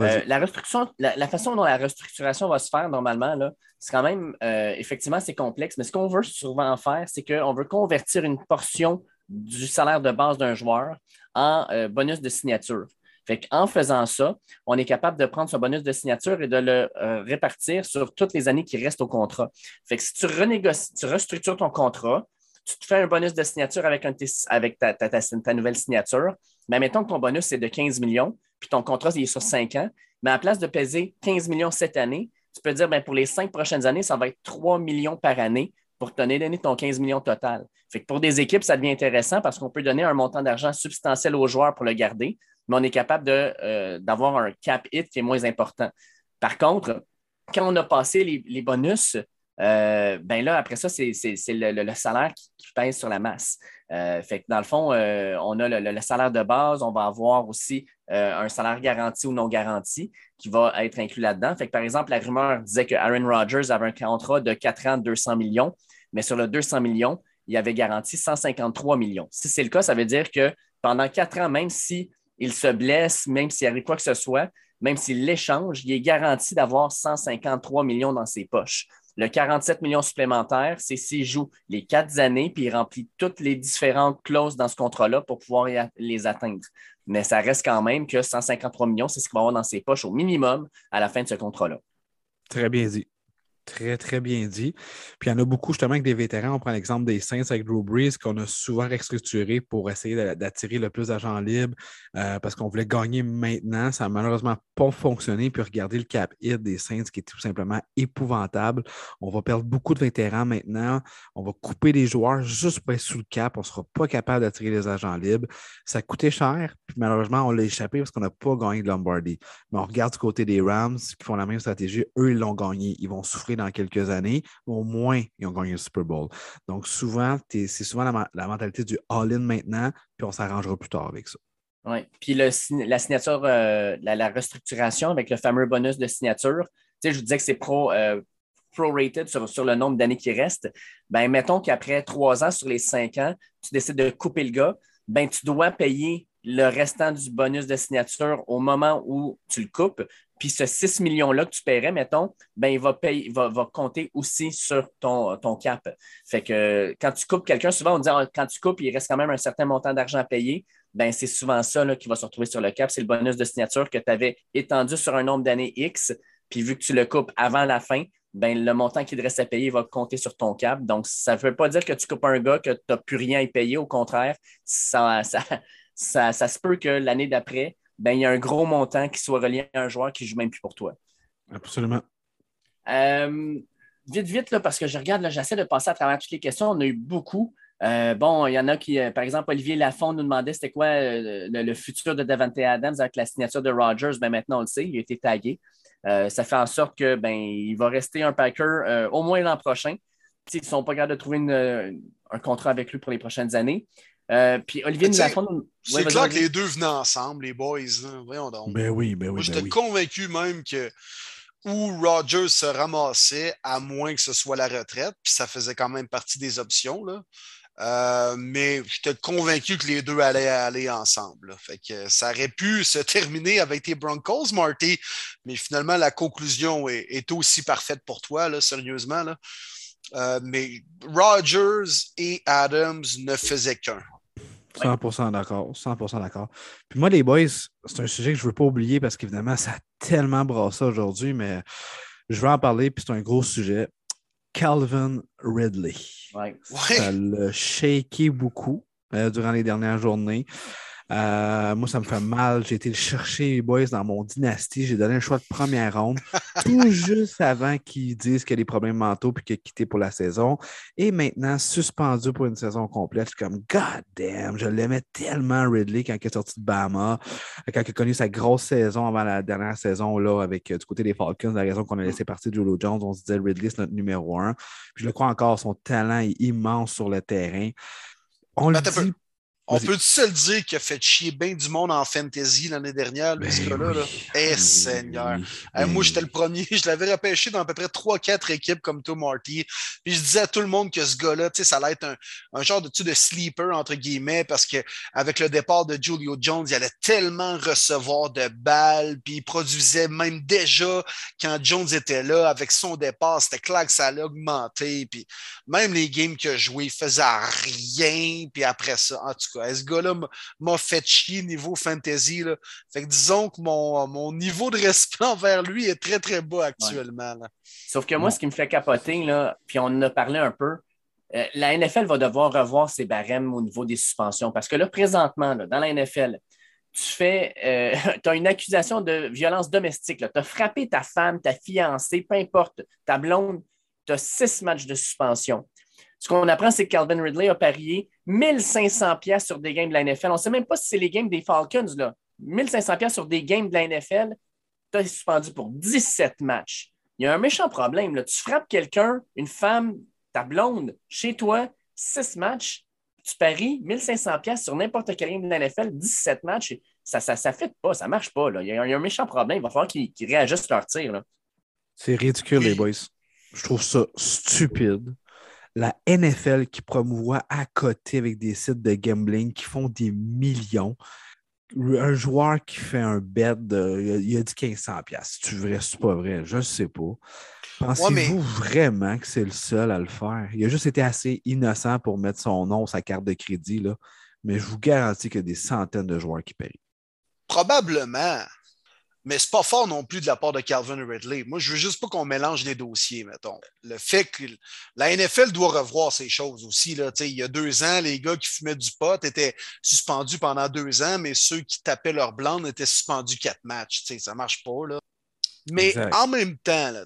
La façon dont la restructuration va se faire normalement, là, c'est quand même, effectivement, c'est complexe, mais ce qu'on veut souvent faire, c'est qu'on veut convertir une portion du salaire de base d'un joueur en bonus de signature. Fait qu'en faisant ça, on est capable de prendre ce bonus de signature et de le répartir sur toutes les années qui restent au contrat. Fait que si tu restructures ton contrat, tu te fais un bonus de signature avec ta nouvelle signature, mais mettons que ton bonus c'est de 15 millions, puis ton contrat il est sur 5 ans, mais à la place de peser 15 millions cette année, tu peux dire pour les 5 prochaines années, ça va être 3 millions par année pour te donner ton 15 millions total. Fait que pour des équipes, ça devient intéressant parce qu'on peut donner un montant d'argent substantiel aux joueurs pour le garder, mais on est capable d'avoir un cap hit qui est moins important. Par contre, quand on a passé les bonus, là, après ça, c'est le salaire qui pèse sur la masse. Fait que dans le fond, on a le salaire de base, on va avoir aussi un salaire garanti ou non garanti qui va être inclus là-dedans. Fait que, par exemple, la rumeur disait que Aaron Rodgers avait un contrat de 4 ans de 200 millions, mais sur le 200 millions, il avait garanti 153 millions. Si c'est le cas, ça veut dire que pendant 4 ans, même s'il se blesse, même s'il arrive quoi que ce soit, même s'il l'échange, il est garanti d'avoir 153 millions dans ses poches. Le 47 millions supplémentaires, c'est s'il joue les 4 années puis il remplit toutes les différentes clauses dans ce contrat-là pour pouvoir les atteindre. Mais ça reste quand même que 153 millions, c'est ce qu'il va avoir dans ses poches au minimum à la fin de ce contrat-là. Très bien dit. Très, très bien dit. Puis il y en a beaucoup justement avec des vétérans. On prend l'exemple des Saints avec Drew Brees qu'on a souvent restructuré pour essayer d'attirer le plus d'agents libres parce qu'on voulait gagner maintenant. Ça n'a malheureusement pas fonctionné. Puis regardez le cap hit des Saints qui est tout simplement épouvantable. On va perdre beaucoup de vétérans maintenant. On va couper des joueurs juste pour être sous le cap. On ne sera pas capable d'attirer les agents libres. Ça coûtait cher. Puis malheureusement, on l'a échappé parce qu'on n'a pas gagné de Lombardi. Mais on regarde du côté des Rams qui font la même stratégie. Eux, ils l'ont gagné. Ils vont souffrir dans quelques années, au moins, ils ont gagné le Super Bowl. Donc, souvent, c'est souvent la mentalité du all-in maintenant, puis on s'arrangera plus tard avec ça. Oui. Puis la signature, la restructuration avec le fameux bonus de signature, je vous disais que c'est prorated sur le nombre d'années qui restent. Ben, mettons qu'après 3 ans sur les 5 ans, tu décides de couper le gars, ben, tu dois payer le restant du bonus de signature au moment où tu le coupes. Puis ce 6 millions-là que tu paierais, mettons, ben, il va compter aussi sur ton cap. Fait que quand tu coupes quelqu'un, souvent on dit quand tu coupes, il reste quand même un certain montant d'argent à payer. Ben, c'est souvent ça là, qui va se retrouver sur le cap. C'est le bonus de signature que tu avais étendu sur un nombre d'années X. Puis vu que tu le coupes avant la fin, ben, le montant qu'il te reste à payer va compter sur ton cap. Donc, ça ne veut pas dire que tu coupes un gars que tu n'as plus rien à y payer. Au contraire, ça se peut que l'année d'après, ben, il y a un gros montant qui soit relié à un joueur qui ne joue même plus pour toi. Absolument. Vite, là, parce que je regarde, là, j'essaie de passer à travers toutes les questions. On a eu beaucoup. Il y en a qui, par exemple, Olivier Lafont nous demandait c'était quoi le futur de Davante Adams avec la signature de Rodgers. Ben, maintenant, on le sait, il a été tagué. Ça fait en sorte que il va rester un Packer au moins l'an prochain. S'ils ne sont pas capables de trouver un contrat avec lui pour les prochaines années. Puis Olivier Lafont. C'est clair que les deux venaient ensemble, les boys. Là. Voyons donc. Ben oui. Moi, j'étais convaincu même que où Rodgers se ramassait, à moins que ce soit la retraite, puis ça faisait quand même partie des options, là. Mais j'étais convaincu que les deux allaient aller ensemble, là. Fait que ça aurait pu se terminer avec tes Broncos, Marty, mais finalement, la conclusion est aussi parfaite pour toi, là, sérieusement. Là. Mais Rodgers et Adams ne faisaient qu'un. 100% d'accord, 100% d'accord. Puis moi, les boys, c'est un sujet que je ne veux pas oublier parce qu'évidemment, ça a tellement brassé aujourd'hui, mais je veux en parler, puis c'est un gros sujet. Calvin Ridley. Ouais. Ça l'a shaké beaucoup durant les dernières journées. Moi, ça me fait mal. J'ai été le chercher, les boys, dans mon dynastie. J'ai donné un choix de première ronde, tout juste avant qu'ils disent qu'il y a des problèmes mentaux et qu'il a quitté pour la saison. Et maintenant, suspendu pour une saison complète. Je suis comme, God damn, je l'aimais tellement, Ridley, quand il est sorti de Bama, quand il a connu sa grosse saison avant la dernière saison, là, avec du côté des Falcons, la raison qu'on a laissé partir Julio Jones, on se disait, Ridley, c'est notre numéro 1. Puis je le crois encore, son talent est immense sur le terrain. On le dit. On peut-tu se le dire qu'il a fait chier bien du monde en fantasy l'année dernière, lui, ce gars-là? Là? Seigneur. Moi, j'étais le premier. Je l'avais repêché dans à peu près 3-4 équipes comme toi, Marty. Puis je disais à tout le monde que ce gars-là, ça allait être un genre de sleeper, entre guillemets, parce qu'avec le départ de Julio Jones, il allait tellement recevoir de balles, puis il produisait même déjà quand Jones était là, avec son départ, c'était clair que ça allait augmenter. Puis même les games qu'il a joués, il faisait rien. Puis après ça, en tout cas, ce gars-là m'a fait chier niveau fantasy. Là. Fait que disons que mon niveau de respect envers lui est très, très bas actuellement. Là. Sauf que moi, ce qui me fait capoter, là, puis on en a parlé un peu, la NFL va devoir revoir ses barèmes au niveau des suspensions. Parce que là, présentement, là, dans la NFL, tu as une accusation de violence domestique. Tu as frappé ta femme, ta fiancée, peu importe, ta blonde, tu as 6 matchs de suspension. Ce qu'on apprend, c'est que Calvin Ridley a parié 1500$ sur des games de la NFL. On ne sait même pas si c'est les games des Falcons. Là. 1500$ sur des games de la NFL, tu es suspendu pour 17 matchs. Il y a un méchant problème. Là. Tu frappes quelqu'un, une femme, ta blonde, chez toi, 6 matchs, tu paries 1500$ sur n'importe quel game de la NFL, 17 matchs. Ça ne fait pas, ça ne marche pas. Là. Il y a un méchant problème. Il va falloir qu'ils réajustent leur tir. Là. C'est ridicule, les boys. Je trouve ça stupide. La NFL qui promouvoit à côté avec des sites de gambling qui font des millions. Un joueur qui fait un bet, il a dit 1500$. C'est vrai, c'est pas vrai, je ne sais pas. Pensez-vous vraiment que c'est le seul à le faire? Il a juste été assez innocent pour mettre son nom, sa carte de crédit, là. Mais je vous garantis qu'il y a des centaines de joueurs qui parient. Probablement. Mais c'est pas fort non plus de la part de Calvin Ridley. Moi, je veux juste pas qu'on mélange les dossiers, mettons. Le fait que la NFL doit revoir ces choses aussi. Là. Il y a 2 ans, les gars qui fumaient du pot étaient suspendus pendant 2 ans, mais ceux qui tapaient leur blonde étaient suspendus 4 matchs. Ça marche pas. Là. Mais en même temps, là,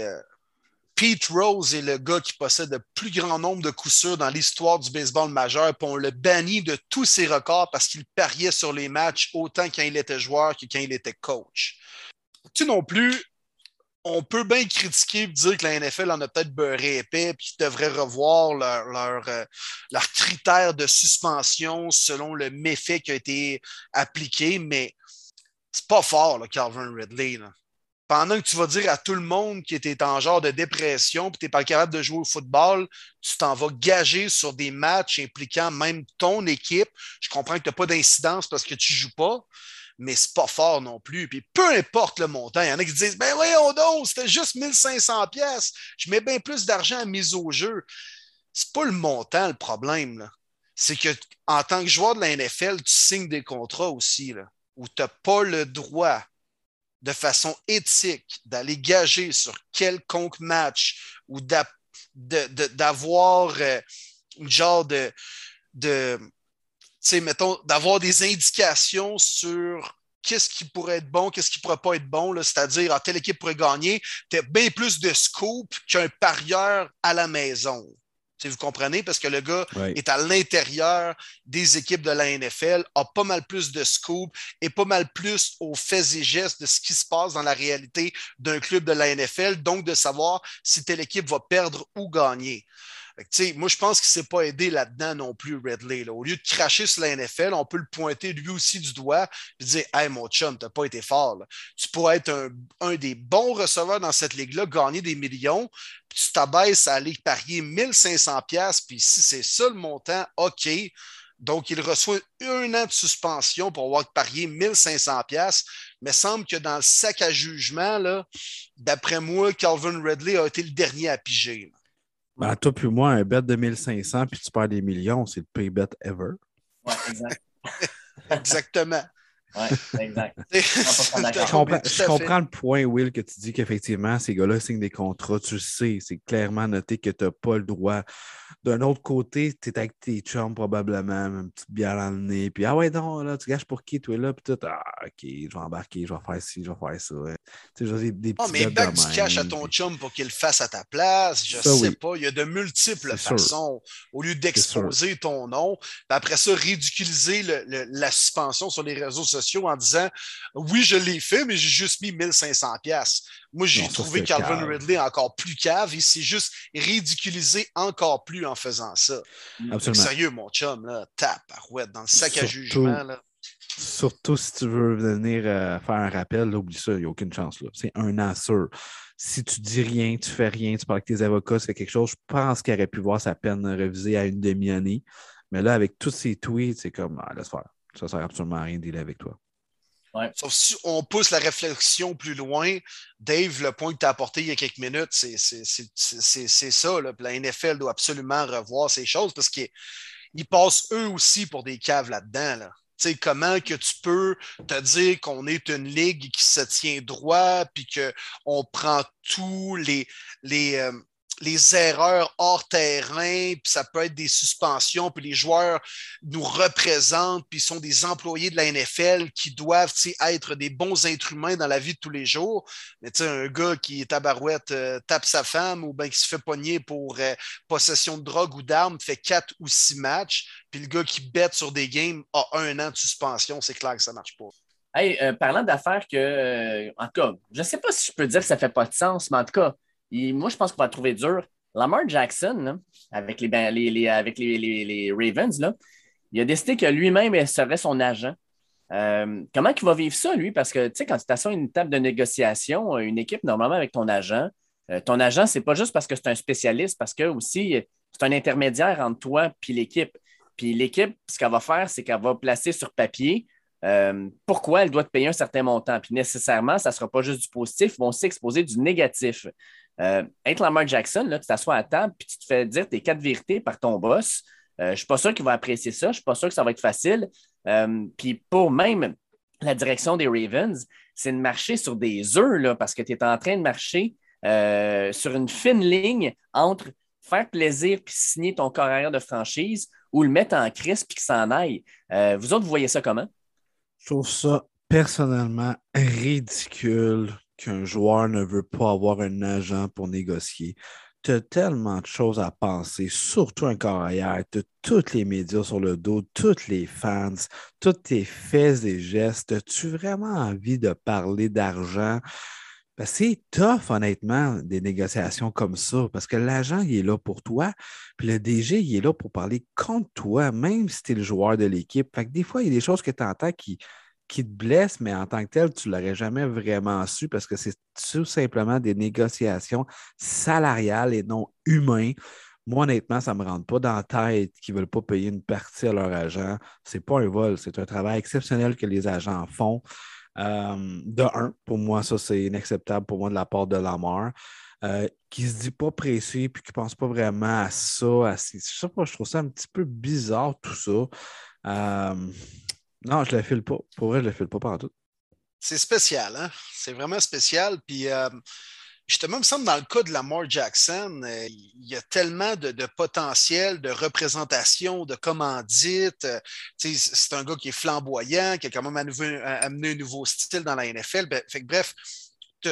Pete Rose est le gars qui possède le plus grand nombre de coups sûrs dans l'histoire du baseball majeur, puis on le bannit de tous ses records parce qu'il pariait sur les matchs autant quand il était joueur que quand il était coach. Non plus, on peut bien critiquer et dire que la NFL en a peut-être beurré épais puis qu'ils devraient revoir leurs critères de suspension selon le méfait qui a été appliqué, mais c'est pas fort, là, Calvin Ridley. Là. Pendant que tu vas dire à tout le monde qui était en genre de dépression et que tu n'es pas capable de jouer au football, tu t'en vas gager sur des matchs impliquant même ton équipe. Je comprends que tu n'as pas d'incidence parce que tu ne joues pas, mais c'est pas fort non plus. Puis peu importe le montant, il y en a qui disent « Ben voyons donc, c'était juste 1500$. Je mets bien plus d'argent à mise au jeu. » C'est pas le montant le problème. Là. C'est qu'en tant que joueur de la NFL, tu signes des contrats aussi là, où tu n'as pas le droit de façon éthique, d'aller gager sur quelconque match ou d'avoir une genre mettons, d'avoir des indications sur qu'est-ce qui pourrait être bon, qu'est-ce qui ne pourrait pas être bon, là, c'est-à-dire, telle équipe pourrait gagner, tu as bien plus de scoop qu'un parieur à la maison. Vous comprenez? Parce que le gars est à l'intérieur des équipes de la NFL, a pas mal plus de scoop et pas mal plus aux faits et gestes de ce qui se passe dans la réalité d'un club de la NFL, donc de savoir si telle équipe va perdre ou gagner. Moi, je pense qu'il ne s'est pas aidé là-dedans non plus, Ridley. Là. Au lieu de cracher sur la NFL, on peut le pointer lui aussi du doigt et dire « Hey, mon chum, tu n'as pas été fort. Là. Tu pourrais être un des bons receveurs dans cette ligue-là, gagner des millions, puis tu t'abaisses à aller parier 1500$, puis si c'est ça le montant, OK. » Donc, il reçoit 1 an de suspension pour avoir parié 1500$. Mais il semble que dans le sac à jugement, là, d'après moi, Calvin Ridley a été le dernier à piger. Ben, toi puis moi, un bet de 1500 puis tu perds des millions, c'est le pay bet ever. Oui, exact. Exactement. Oui, exact. Je comprends le point, Will, que tu dis qu'effectivement, ces gars-là signent des contrats. Tu le sais, c'est clairement noté que tu n'as pas le droit. D'un autre côté, tu es avec tes chums probablement, une petite bière dans le nez. Puis, ah ouais, non, là, tu gâches pour qui, toi, là? Puis tout, ah, OK, je vais embarquer, je vais faire ci, je vais faire ça. Tu sais, des petits mais back du cash à ton chum pour qu'il le fasse à ta place. Je sais pas. Il y a de multiples façons. Au lieu d'exposer ton nom, puis après ça, ridiculiser la suspension sur les réseaux sociaux en disant oui, je l'ai fait, mais j'ai juste mis 1500$. Moi, j'ai trouvé Calvin Ridley encore plus cave. Il s'est juste ridiculisé encore plus en faisant ça. Absolument. Sérieux, mon chum, là, tabarouette, dans le sac à jugement. Là. Surtout si tu veux venir faire un rappel, là, oublie ça, il n'y a aucune chance. Là. C'est 1 an sûr. Si tu dis rien, tu fais rien, tu parles avec tes avocats, tu fais quelque chose, je pense qu'il aurait pu voir sa peine révisée à 1 demi-année. Mais là, avec tous ces tweets, c'est comme, laisse faire. Ça ne sert absolument à rien d'y aller avec toi. Ouais. Sauf si on pousse la réflexion plus loin, Dave, le point que tu as apporté il y a quelques minutes, c'est ça. Là. La NFL doit absolument revoir ces choses parce qu'ils passent eux aussi pour des caves là-dedans. Là. T'sais, comment que tu peux te dire qu'on est une ligue qui se tient droit puis qu'on prend tous les erreurs hors terrain, puis ça peut être des suspensions, puis les joueurs nous représentent, puis sont des employés de la NFL qui doivent être des bons êtres humains dans la vie de tous les jours. Mais un gars qui est tabarouette, tape sa femme ou bien qui se fait pogner pour possession de drogue ou d'armes, fait 4 ou 6 matchs, puis le gars qui bête sur des games a 1 an de suspension, c'est clair que ça ne marche pas. Hey, parlant d'affaires en tout cas, je ne sais pas si je peux dire que ça ne fait pas de sens, mais en tout cas, moi, je pense qu'on va le trouver dur. Lamar Jackson, là, avec les Ravens, là, il a décidé que lui-même serait son agent. Comment il va vivre ça, lui? Parce que, tu sais, quand tu t'assois à une table de négociation, une équipe, normalement, avec ton agent, c'est pas juste parce que c'est un spécialiste, parce que aussi, c'est un intermédiaire entre toi et l'équipe. Puis l'équipe, ce qu'elle va faire, c'est qu'elle va placer sur papier pourquoi elle doit te payer un certain montant. Puis nécessairement, ça ne sera pas juste du positif, ils vont aussi exposer du négatif. Être Lamar Jackson, là, tu t'assois à table puis tu te fais dire tes 4 vérités par ton boss. Je ne suis pas sûr qu'il va apprécier ça. Je ne suis pas sûr que ça va être facile. Puis pour même la direction des Ravens, c'est de marcher sur des œufs là, parce que tu es en train de marcher sur une fine ligne entre faire plaisir puis signer ton carrière de franchise ou le mettre en crise puis qu'il s'en aille. Vous autres, vous voyez ça comment? Je trouve ça personnellement ridicule qu'un joueur ne veut pas avoir un agent pour négocier. Tu as tellement de choses à penser, surtout un carrière. Tu as tous les médias sur le dos, tous les fans, tous tes faits et gestes. As-tu vraiment envie de parler d'argent? Ben, c'est tough, honnêtement, des négociations comme ça, parce que l'agent, il est là pour toi, puis le DG, il est là pour parler contre toi, même si tu es le joueur de l'équipe. Fait que des fois, il y a des choses que tu entends qui te blessent, mais en tant que tel, tu ne l'aurais jamais vraiment su parce que c'est tout simplement des négociations salariales et non humaines. Moi, honnêtement, ça ne me rentre pas dans la tête qu'ils ne veulent pas payer une partie à leur agent. Ce n'est pas un vol, c'est un travail exceptionnel que les agents font. Pour moi, ça, c'est inacceptable pour moi de la part de Lamar. Qui ne se dit pas pressé puis qui ne pense pas vraiment à ça. Je sais pas, je trouve ça un petit peu bizarre, tout ça. Non, je ne le file pas. Pour vrai, je ne le file pas partout. C'est spécial, hein? C'est vraiment spécial. Puis, justement, il me semble, dans le cas de Lamar Jackson, il y a tellement de potentiel, de représentation, de commandite. C'est un gars qui est flamboyant, qui a quand même amené un nouveau style dans la NFL. Bref, tu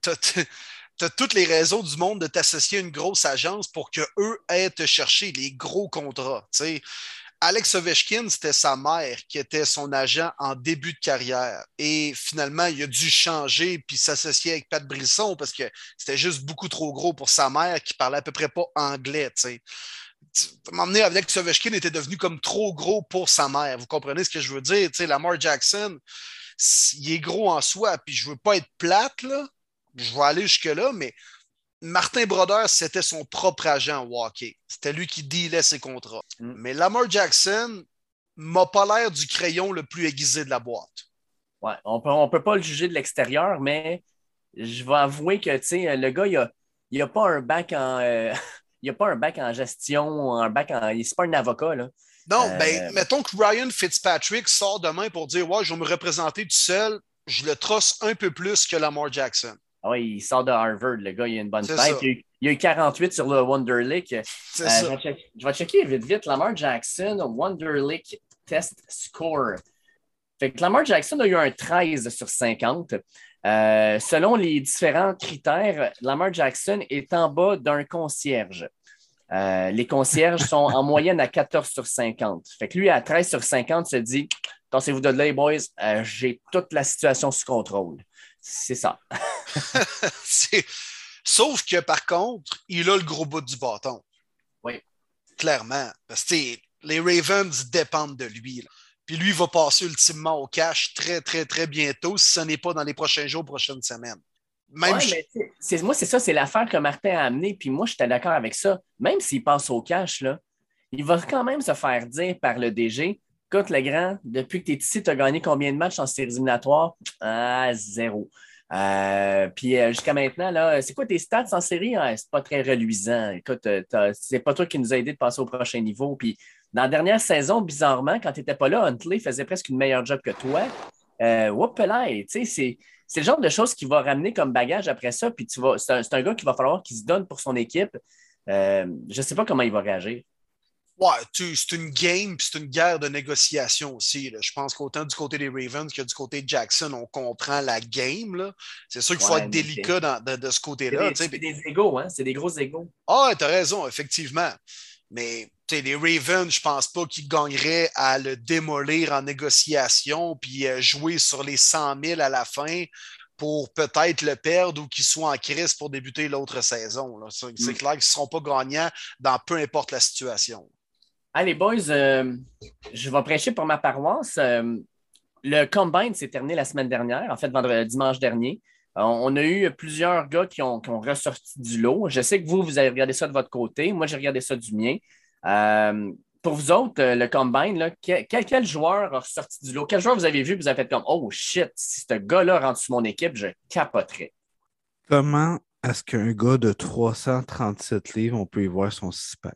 as toutes les raisons du monde de t'associer à une grosse agence pour qu'eux aient te chercher les gros contrats. T'sais. Alex Ovechkin, c'était sa mère qui était son agent en début de carrière. Et finalement, il a dû changer puis s'associer avec Pat Brisson parce que c'était juste beaucoup trop gros pour sa mère qui parlait à peu près pas anglais. M'emmener avec Ovechkin était devenu comme trop gros pour sa mère. Vous comprenez ce que je veux dire? Lamar Jackson, il est gros en soi, puis je veux pas être plate, là. Je vais aller jusque-là, mais Martin Brodeur, c'était son propre agent au hockey. C'était lui qui dealait ses contrats. Mais Lamar Jackson m'a pas l'air du crayon le plus aiguisé de la boîte. Ouais, on peut pas le juger de l'extérieur, mais je vais avouer que le gars, il a pas un bac en il a pas un bac en gestion, c'est pas un avocat, là. Non, mettons que Ryan Fitzpatrick sort demain pour dire ouais, je vais me représenter tout seul, je le trosse un peu plus que Lamar Jackson. Ah oui, il sort de Harvard, le gars, il a une bonne tête. Il a eu 48 sur le Wonderlic. Je vais checker vite. Lamar Jackson, Wonderlic Test Score. Fait que Lamar Jackson a eu un 13 sur 50. Selon les différents critères, Lamar Jackson est en bas d'un concierge. Les concierges sont en moyenne à 14 sur 50. Fait que lui, à 13 sur 50, se dit « Tassez-vous de là, les boys, j'ai toute la situation sous contrôle. » C'est ça. Sauf que, par contre, il a le gros bout du bâton. Oui. Clairement. Parce que les Ravens dépendent de lui. Là. Puis lui, il va passer ultimement au cash très, très, très bientôt, si ce n'est pas dans les prochains jours, prochaines semaines. Moi, c'est ça, c'est l'affaire que Martin a amenée, puis moi, j'étais d'accord avec ça. Même s'il passe au cash, là, il va quand même se faire dire par le DG « Écoute, le grand, depuis que tu es ici, tu as gagné combien de matchs en séries éliminatoires? Ah, 0. Puis jusqu'à maintenant, là, c'est quoi tes stats en série? Ah, c'est pas très reluisant. Écoute, c'est pas toi qui nous a aidé de passer au prochain niveau. Puis dans la dernière saison, bizarrement, quand tu n'étais pas là, Huntley faisait presque une meilleure job que toi. C'est le genre de choses qu'il va ramener comme bagage après ça. Puis c'est un gars qu'il va falloir qu'il se donne pour son équipe. Je ne sais pas comment il va réagir. Ouais, c'est une game puis c'est une guerre de négociation aussi. Là. Je pense qu'autant du côté des Ravens que du côté de Jackson, on comprend la game. Là. C'est sûr qu'il faut être délicat de ce côté-là. C'est des égos, hein? C'est des gros égos. Ah, t'as raison, effectivement. Mais les Ravens, je pense pas qu'ils gagneraient à le démolir en négociation puis jouer sur les 100 000 à la fin pour peut-être le perdre ou qu'ils soient en crise pour débuter l'autre saison. Là. C'est clair qu'ils ne seront pas gagnants dans peu importe la situation. Allez, boys, je vais prêcher pour ma paroisse. Le Combine s'est terminé la semaine dernière, en fait, dimanche dernier. On a eu plusieurs gars qui ont ressorti du lot. Je sais que vous avez regardé ça de votre côté. Moi, j'ai regardé ça du mien. Pour vous autres, le Combine, là, quel joueur a ressorti du lot? Quel joueur vous avez vu et vous avez fait comme « Oh shit, si ce gars-là rentre sur mon équipe, je capoterais. » Comment est-ce qu'un gars de 337 livres, on peut y voir son six-pack?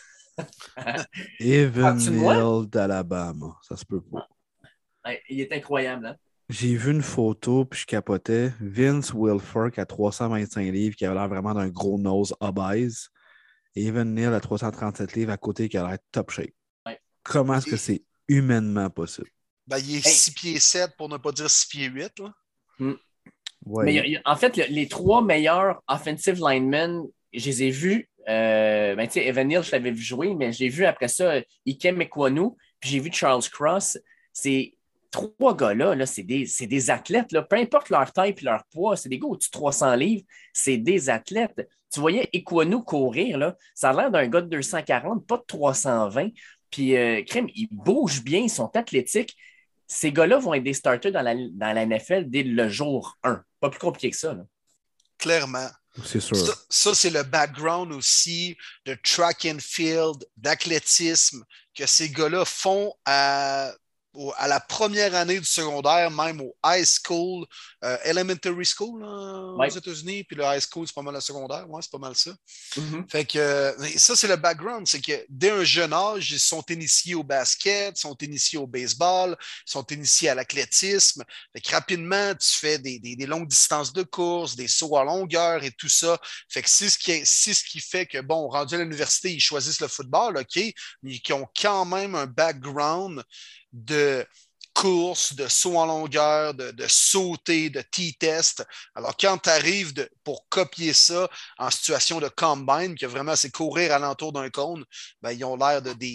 Evan Neal d'Alabama. Ça se peut pas. Il est incroyable, hein? J'ai vu une photo puis je capotais. Vince Wilfork à 325 livres qui avait l'air vraiment d'un gros nose obèse. Evan Neal à 337 livres à côté qui a l'air top shape. Ouais. Comment est-ce que c'est humainement possible? Il est 6 pieds 7 pour ne pas dire 6 pieds 8. Là. Ouais. Mais en fait, les trois meilleurs offensive linemen, je les ai vus. Evan Neal, je l'avais vu jouer, mais j'ai vu après ça Ikem Ekwonu, puis j'ai vu Charles Cross. Ces trois gars-là, c'est des athlètes. Là. Peu importe leur taille et leur poids, c'est des gars au-dessus de 300 livres, c'est des athlètes. Tu voyais Ekwonu courir, là, ça a l'air d'un gars de 240, pas de 320. Puis, crème, ils bougent bien, ils sont athlétiques. Ces gars-là vont être des starters dans la NFL dès le jour 1. Pas plus compliqué que ça. Là. Clairement. C'est sûr. Ça, c'est le background aussi de track and field, d'athlétisme que ces gars-là font à la première année du secondaire, même au high school, elementary school aux États-Unis, puis le high school, c'est pas mal le secondaire, c'est pas mal ça. Mm-hmm. Fait que ça, c'est le background, c'est que dès un jeune âge, ils sont initiés au basket, sont initiés au baseball, sont initiés à l'athlétisme. Fait que rapidement, tu fais des longues distances de course, des sauts à longueur et tout ça. Fait que c'est ce qui fait que, bon, rendu à l'université, ils choisissent le football, OK, mais qui ont quand même un background de course, de saut en longueur, de sauter, de T-test. Alors, quand tu arrives pour copier ça en situation de combine, que vraiment c'est courir alentour d'un cône, ils ont l'air de des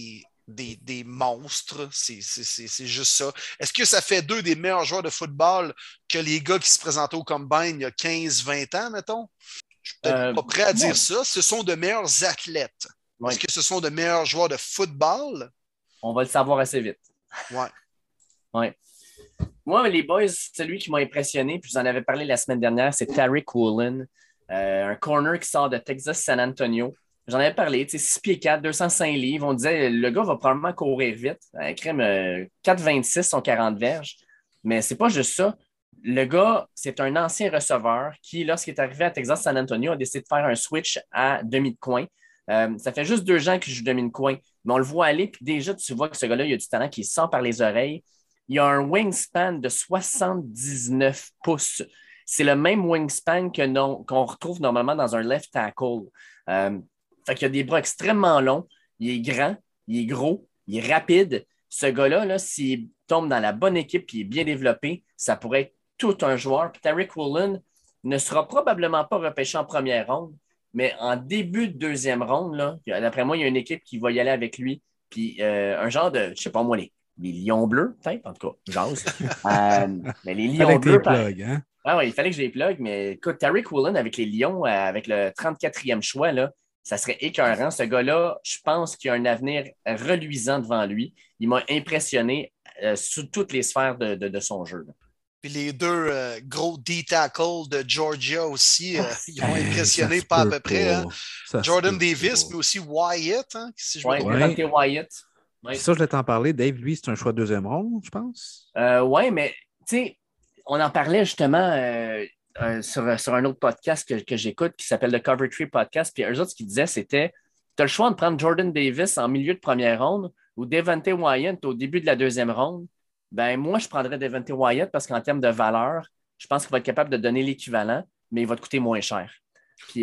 des monstres. C'est juste ça. Est-ce que ça fait 2 des meilleurs joueurs de football que les gars qui se présentaient au Combine il y a 15-20 ans, mettons? Je suis peut-être pas prêt à dire ça. Ce sont de meilleurs athlètes. Est-ce que ce sont de meilleurs joueurs de football? On va le savoir assez vite. Ouais. Moi, les boys, celui qui m'a impressionné, puis vous en avez parlé la semaine dernière, c'est Tariq Woolen, un corner qui sort de Texas San Antonio. J'en avais parlé, 6'4", 205 livres. On disait, le gars va probablement courir vite. Crème 4,26, son 40 verges. Mais c'est pas juste ça. Le gars, c'est un ancien receveur qui, lorsqu'il est arrivé à Texas San Antonio, a décidé de faire un switch à demi de coin. Ça fait juste 2 ans qu'il joue demi de coin. Mais on le voit aller, puis déjà, tu vois que ce gars-là, il a du talent qui sort par les oreilles. Il a un wingspan de 79 pouces. C'est le même wingspan qu'on retrouve normalement dans un left tackle. Fait qu'il a des bras extrêmement longs. Il est grand, il est gros, il est rapide. Ce gars-là, là, s'il tombe dans la bonne équipe et il est bien développé, ça pourrait être tout un joueur. Puis Tariq Woolen ne sera probablement pas repêché en première ronde, mais en début de deuxième ronde, là, d'après moi, il y a une équipe qui va y aller avec lui. Puis un genre de, je sais pas moi, les Lions bleus, peut-être, en tout cas, j'ose. Mais les Lions bleus. Hein? Ah oui, il fallait que je les plug, mais écoute, Tariq Woolen avec les Lions, avec le 34e choix, là, ça serait écœurant. Ce gars-là, je pense qu'il a un avenir reluisant devant lui. Il m'a impressionné sur toutes les sphères de son jeu. Là. Puis les 2 gros D-tackles de Georgia aussi, ils ont impressionné pas à peu près. Hein? Jordan Davis, mais aussi Wyatt, hein, si je me trompe. Oui, Wyatt. Ouais. Ça, je voulais t'en parler. Dave, lui, c'est un choix de 2e ronde, je pense. Oui, mais tu sais, on en parlait justement sur un autre podcast que j'écoute qui s'appelle The Cover Tree Podcast. Puis eux autres, ce qu'ils disaient, c'était tu as le choix de prendre Jordan Davis en milieu de première ronde ou Devonte Wyatt au début de la 2e ronde. Ben moi, je prendrais Devonte Wyatt parce qu'en termes de valeur, je pense qu'il va être capable de donner l'équivalent, mais il va te coûter moins cher. Puis,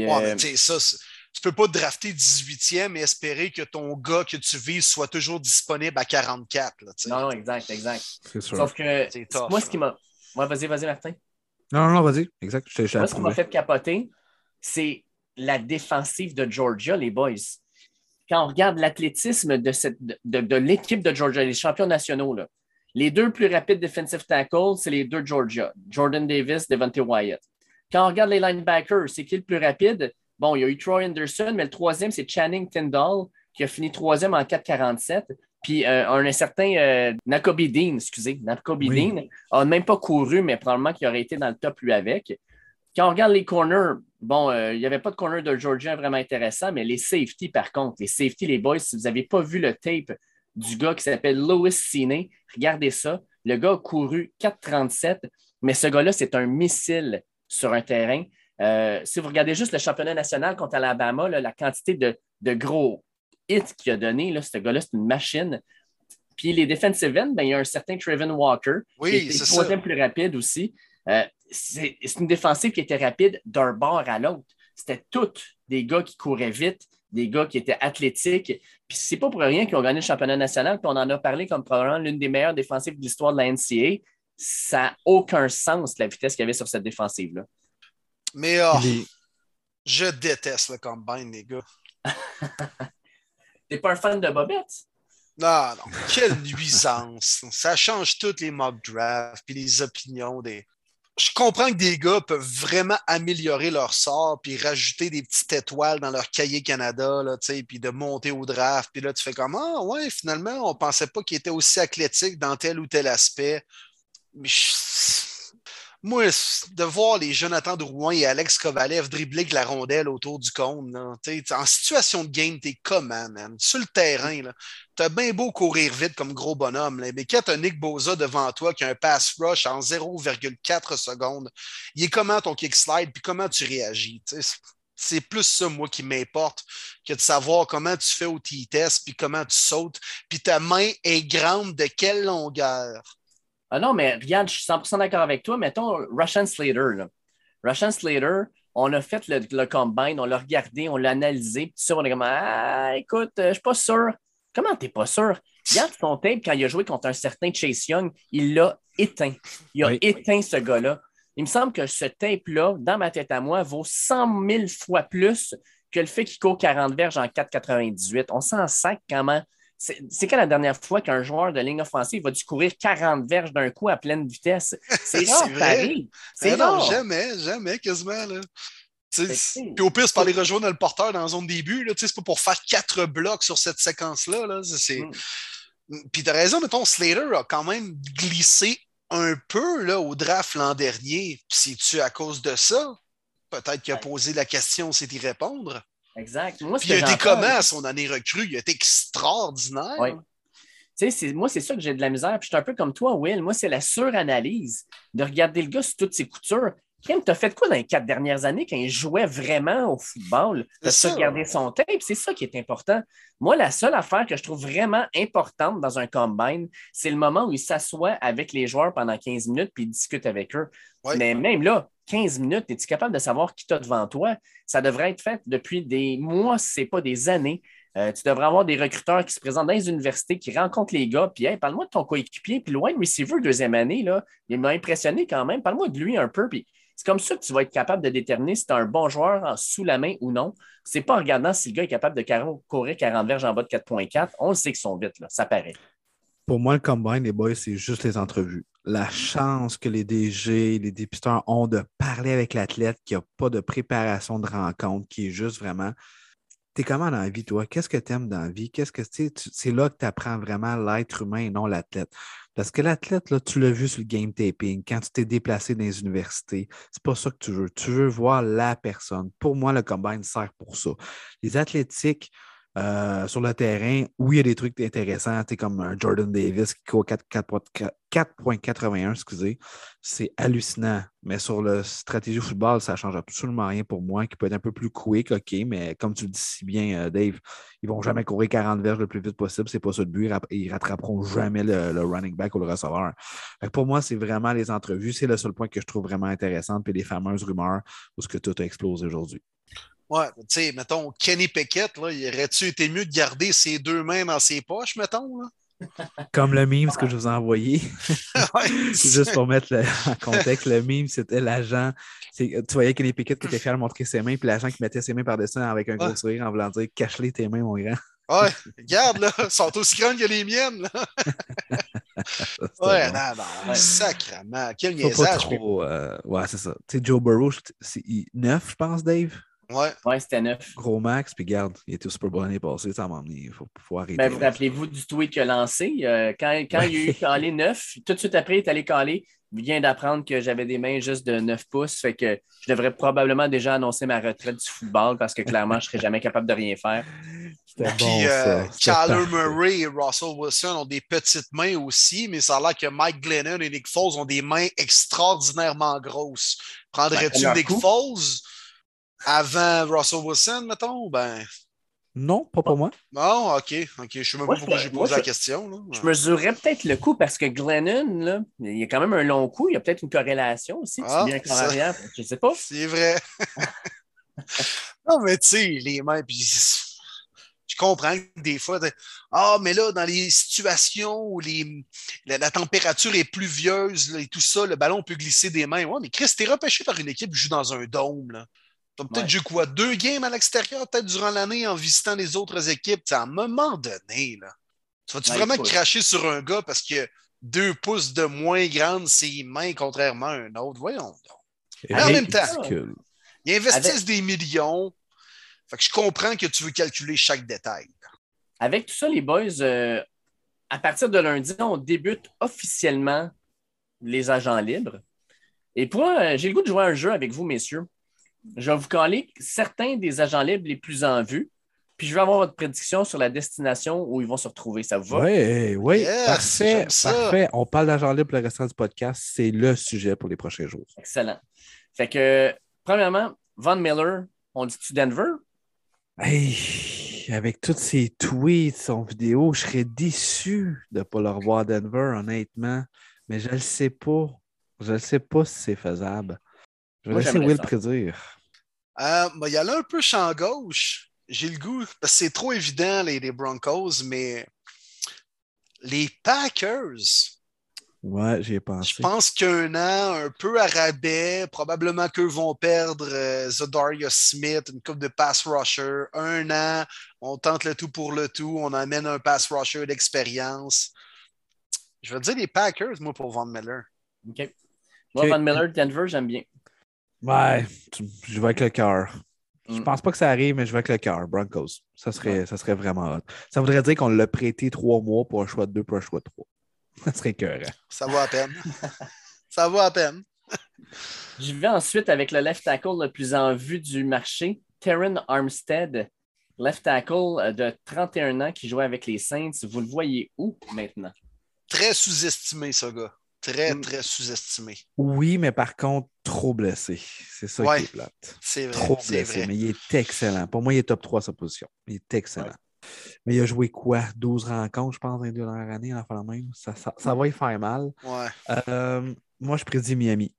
tu peux pas drafter 18e et espérer que ton gars que tu vises soit toujours disponible à 44. Là, non, exact. C'est sûr. Sauf que tough, moi, ce qui m'a... Ouais, vas-y, Martin. Non, vas-y. Exact. Moi, ce qui m'a fait capoter, c'est la défensive de Georgia, les boys. Quand on regarde l'athlétisme de l'équipe de Georgia, les champions nationaux, là, les 2 plus rapides defensive tackles, c'est les 2 de Georgia, Jordan Davis, Devonte Wyatt. Quand on regarde les linebackers, c'est qui le plus rapide? Bon, il y a eu Troy Anderson, mais le 3e, c'est Channing Tindall, qui a fini 3e en 4,47. Puis un certain Nakobe Dean, Dean n'a même pas couru, mais probablement qu'il aurait été dans le top lui avec. Quand on regarde les corners, bon, il n'y avait pas de corner de Georgia vraiment intéressant, mais les safety, par contre, les boys, si vous n'avez pas vu le tape du gars qui s'appelle Louis Cine, regardez ça. Le gars a couru 4,37, mais ce gars-là, c'est un missile sur un terrain. Si vous regardez juste le championnat national contre Alabama, là, la quantité de gros hits qu'il a donné, là, ce gars-là, c'est une machine. Puis les defensive ends, ben, il y a un certain Trevin Walker, qui est le 3e plus rapide aussi. C'est une défensive qui était rapide d'un bord à l'autre. C'était tous des gars qui couraient vite, des gars qui étaient athlétiques. Puis c'est pas pour rien qu'ils ont gagné le championnat national, puis on en a parlé comme probablement l'une des meilleures défensives de l'histoire de la NCAA. Ça n'a aucun sens, la vitesse qu'il y avait sur cette défensive-là. Mais je déteste le combine, les gars. T'es pas un fan de Bobette? Non. Quelle nuisance. Ça change tous les mock drafts puis les opinions des... Je comprends que des gars peuvent vraiment améliorer leur sort puis rajouter des petites étoiles dans leur cahier Canada, là, puis de monter au draft. Puis là, tu fais comme « Ah ouais, finalement, on pensait pas qu'il était aussi athlétique dans tel ou tel aspect. » Mais moi, de voir les Jonathan Drouin et Alex Kovalev dribbler avec la rondelle autour du cône, là, en situation de game, t'es comment, man? Sur le terrain, là, t'as bien beau courir vite comme gros bonhomme, là, mais quand t'as Nick Bosa devant toi qui a un pass rush en 0,4 secondes, il est comment ton kick slide puis comment tu réagis? C'est plus ça, moi, qui m'importe que de savoir comment tu fais au T-test puis comment tu sautes, puis ta main est grande de quelle longueur? Ah non, mais regarde, je suis 100% d'accord avec toi. Mettons Rashawn Slater. Là. Rashawn Slater, on a fait le combine, on l'a regardé, on l'a analysé. Puis ça, on est comme, écoute, je suis pas sûr. Comment t'es pas sûr? Regarde son tape quand il a joué contre un certain Chase Young, il l'a éteint. Il a éteint ce gars-là. Il me semble que ce tape-là, dans ma tête à moi, vaut 100 000 fois plus que le fait qu'il court 40 verges en 4,98. On s'en sac comment C'est quand la dernière fois qu'un joueur de ligne offensive va dû courir 40 verges d'un coup à pleine vitesse? C'est rare, ça arrive. C'est rare. Non, jamais, quasiment. Là. Puis au pire, c'est pas aller rejoindre le porteur dans la zone début. C'est pas pour faire 4 blocs sur cette séquence-là. Là. Puis t'as raison, mettons, Slater a quand même glissé un peu là, au draft l'an dernier. Puis c'est-tu à cause de ça? Peut-être qu'il a posé la question, c'est d'y répondre. Exact. Puis il a été comment à son année recrue? Il a été extraordinaire. Oui. Moi, c'est ça que j'ai de la misère. Puis je suis un peu comme toi, Will. Moi, c'est la suranalyse de regarder le gars sur toutes ses coutures. Kim, t'as fait quoi dans les 4 dernières années quand il jouait vraiment au football? T'as regardé son tape, c'est ça qui est important. Moi, la seule affaire que je trouve vraiment importante dans un combine, c'est le moment où il s'assoit avec les joueurs pendant 15 minutes puis il discute avec eux. Ouais. Mais même là, 15 minutes, es-tu capable de savoir qui t'as devant toi? Ça devrait être fait depuis des mois, si ce n'est pas des années. Tu devrais avoir des recruteurs qui se présentent dans les universités, qui rencontrent les gars, puis hey, parle-moi de ton coéquipier, puis le wide receiver deuxième année, là, il m'a impressionné quand même. Parle-moi de lui un peu, puis c'est comme ça que tu vas être capable de déterminer si tu as un bon joueur sous la main ou non. C'est pas en regardant si le gars est capable de courir 40 verges en bas de 4.4. On le sait qu'ils sont vite, là. Ça paraît. Pour moi, le combine, les boys, c'est juste les entrevues. La chance que les DG, les dépisteurs ont de parler avec l'athlète qui n'a pas de préparation de rencontre, qui est juste vraiment... T'es comment dans la vie, toi? Qu'est-ce que tu aimes dans la vie? C'est là que tu apprends vraiment l'être humain et non l'athlète. Parce que l'athlète, là, tu l'as vu sur le game taping, quand tu t'es déplacé dans les universités, c'est pas ça que tu veux. Tu veux voir la personne. Pour moi, le combine sert pour ça. Les athlétiques, sur le terrain, oui, il y a des trucs intéressants, comme un Jordan Davis qui court 4.81, excusez. C'est hallucinant. Mais sur la stratégie football, ça ne change absolument rien pour moi, qui peut être un peu plus quick, OK, mais comme tu le dis si bien, Dave, ils ne vont jamais courir 40 verges le plus vite possible. Ce n'est pas ça le but. Ils ne rattraperont jamais le running back ou le receveur. Pour moi, c'est vraiment les entrevues. C'est le seul point que je trouve vraiment intéressant. Puis les fameuses rumeurs où ce que tout a explosé aujourd'hui. Ouais, tu sais, mettons, Kenny Pickett, là, il aurait-tu été mieux de garder ses 2 mains dans ses poches, mettons? Là? Comme le meme, ce que je vous ai envoyé. Ouais, juste pour mettre en contexte, le meme, c'était l'agent. Tu voyais Kenny Pickett qui était fier de montrer ses mains, puis l'agent qui mettait ses mains par-dessus avec un gros sourire en voulant dire « Cache-les tes mains, mon grand ». Ouais, regarde, là, elles sont aussi grandes que les miennes. Là. Ouais, non, sacrément. Quel niaisage. Ouais, c'est ça. Tu sais, Joe Burrow, c'est 9, je pense, Dave. Ouais, c'était 9. Gros max, puis garde, il était au Super Bowl l'année passée, ça m'a emmené. Il faut arrêter. Ben, vous rappelez-vous du tweet qu'il a lancé? Quand il y a eu calé 9, tout de suite après, il est allé caler. Il vient d'apprendre que j'avais des mains juste de 9 pouces. Fait que je devrais probablement déjà annoncer ma retraite du football parce que clairement, je ne serais jamais capable de rien faire. Puis Kyler Murray et Russell Wilson ont des petites mains aussi, mais ça a l'air que Mike Glennon et Nick Foles ont des mains extraordinairement grosses. Prendrais-tu Nick Foles avant Russell Wilson, mettons? Ben... Non, pas pour moi. Non, OK. Je sais même pas pourquoi j'ai posé la question. Là. Je mesurerais peut-être le coup parce que Glennon, là, il y a quand même un long coup. Il y a peut-être une corrélation aussi. Bien qu'en arrière. Je sais pas. C'est vrai. Non, mais tu sais, les mains, puis je comprends que des fois, mais là, dans les situations où la température est pluvieuse là, et tout ça, le ballon peut glisser des mains. Ouais, mais Chris, t'es repêché par une équipe qui joue dans un dôme, là. Tu as peut-être joué 2 games à l'extérieur, peut-être durant l'année en visitant les autres équipes. T'sais, à un moment donné, là, tu vas-tu vraiment cracher sur un gars parce qu'il a 2 pouces de moins grandes ses mains contrairement à un autre? Voyons donc. Mais en même temps, ils investissent des millions. Fait que je comprends que tu veux calculer chaque détail. Avec tout ça, les boys, à partir de lundi, on débute officiellement les agents libres. Et pour moi, j'ai le goût de jouer à un jeu avec vous, messieurs. Je vais vous caler certains des agents libres les plus en vue, puis je vais avoir votre prédiction sur la destination où ils vont se retrouver. Ça vous va? Oui, yes, parfait. On parle d'agents libres le restant du podcast. C'est le sujet pour les prochains jours. Excellent. Fait que, premièrement, Von Miller, on dit-tu Denver? Hey, avec tous ces tweets, son vidéo, je serais déçu de ne pas le revoir à Denver, honnêtement. Mais je ne le sais pas. Je ne sais pas si c'est faisable. Je vais laisser Will prédire. Il y a là un peu champ gauche. J'ai le goût, parce que c'est trop évident, les Broncos, mais les Packers. Ouais, j'y ai pensé. Je pense qu'un an, un peu à rabais, probablement qu'eux vont perdre Zadarius Smith, une coupe de pass rusher. Un an, on tente le tout pour le tout, on amène un pass rusher d'expérience. Je vais dire les Packers, moi, pour Von Miller. OK. Moi, Von Miller, Denver, j'aime bien. Ouais, je vais avec le cœur. Je pense pas que ça arrive, mais je vais avec le cœur. Broncos. Ça serait vraiment hot. Ça voudrait dire qu'on l'a prêté 3 mois pour un choix de 2 pour un choix de 3. Ça serait écœurant. Ça vaut à peine. Ça vaut à peine. Je vais ensuite avec le left tackle le plus en vue du marché, Terran Armstead, left tackle de 31 ans qui jouait avec les Saints. Vous le voyez où maintenant? Très sous-estimé, ce gars. Très, très sous-estimé. Oui, mais par contre, trop blessé. C'est ça qui est plate. C'est vrai. Trop blessé, mais il est excellent. Pour moi, il est top 3 à sa position. Il est excellent. Ouais. Mais il a joué quoi? 12 rencontres, je pense, dans les 2 dernières années, à faire la même. Ça va y faire mal. Ouais. Moi, je prédis Miami.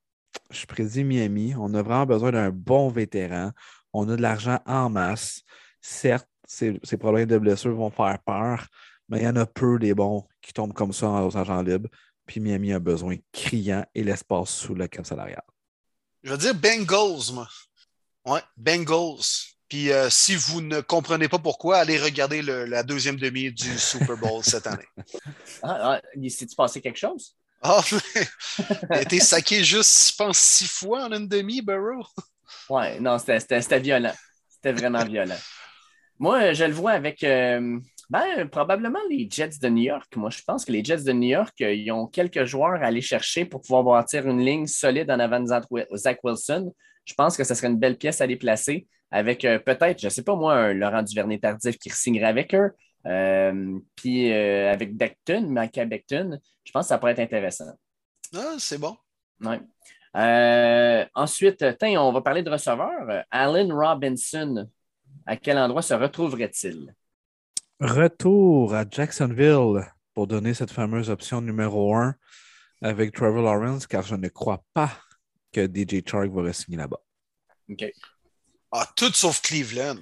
On a vraiment besoin d'un bon vétéran. On a de l'argent en masse. Certes, ces problèmes de blessure vont faire peur, mais il y en a peu des bons qui tombent comme ça aux agents libres. Puis Miami a besoin criant et l'espace sous le cap salarial. Je veux dire Bengals, moi. Ouais, Bengals. Puis si vous ne comprenez pas pourquoi, allez regarder la deuxième demi du Super Bowl cette année. S'est-tu passé quelque chose? Ah, il a été saqué juste, je pense, 6 fois en une demi, Burrow. Ouais, non, c'était violent. C'était vraiment violent. Moi, je le vois avec... probablement les Jets de New York. Moi, je pense que les Jets de New York, ils ont quelques joueurs à aller chercher pour pouvoir bâtir une ligne solide en avant de Zach Wilson. Je pense que ce serait une belle pièce à les placer avec peut-être, je ne sais pas moi, un Laurent Duvernay-Tardif qui signerait avec eux. Puis avec Michael Becton, je pense que ça pourrait être intéressant. Ah, c'est bon. Ouais. Ensuite, on va parler de receveur. Allen Robinson, à quel endroit se retrouverait-il? Retour à Jacksonville pour donner cette fameuse option numéro 1 avec Trevor Lawrence, car je ne crois pas que DJ Chark va re-signer là-bas. OK. Ah, tout sauf Cleveland.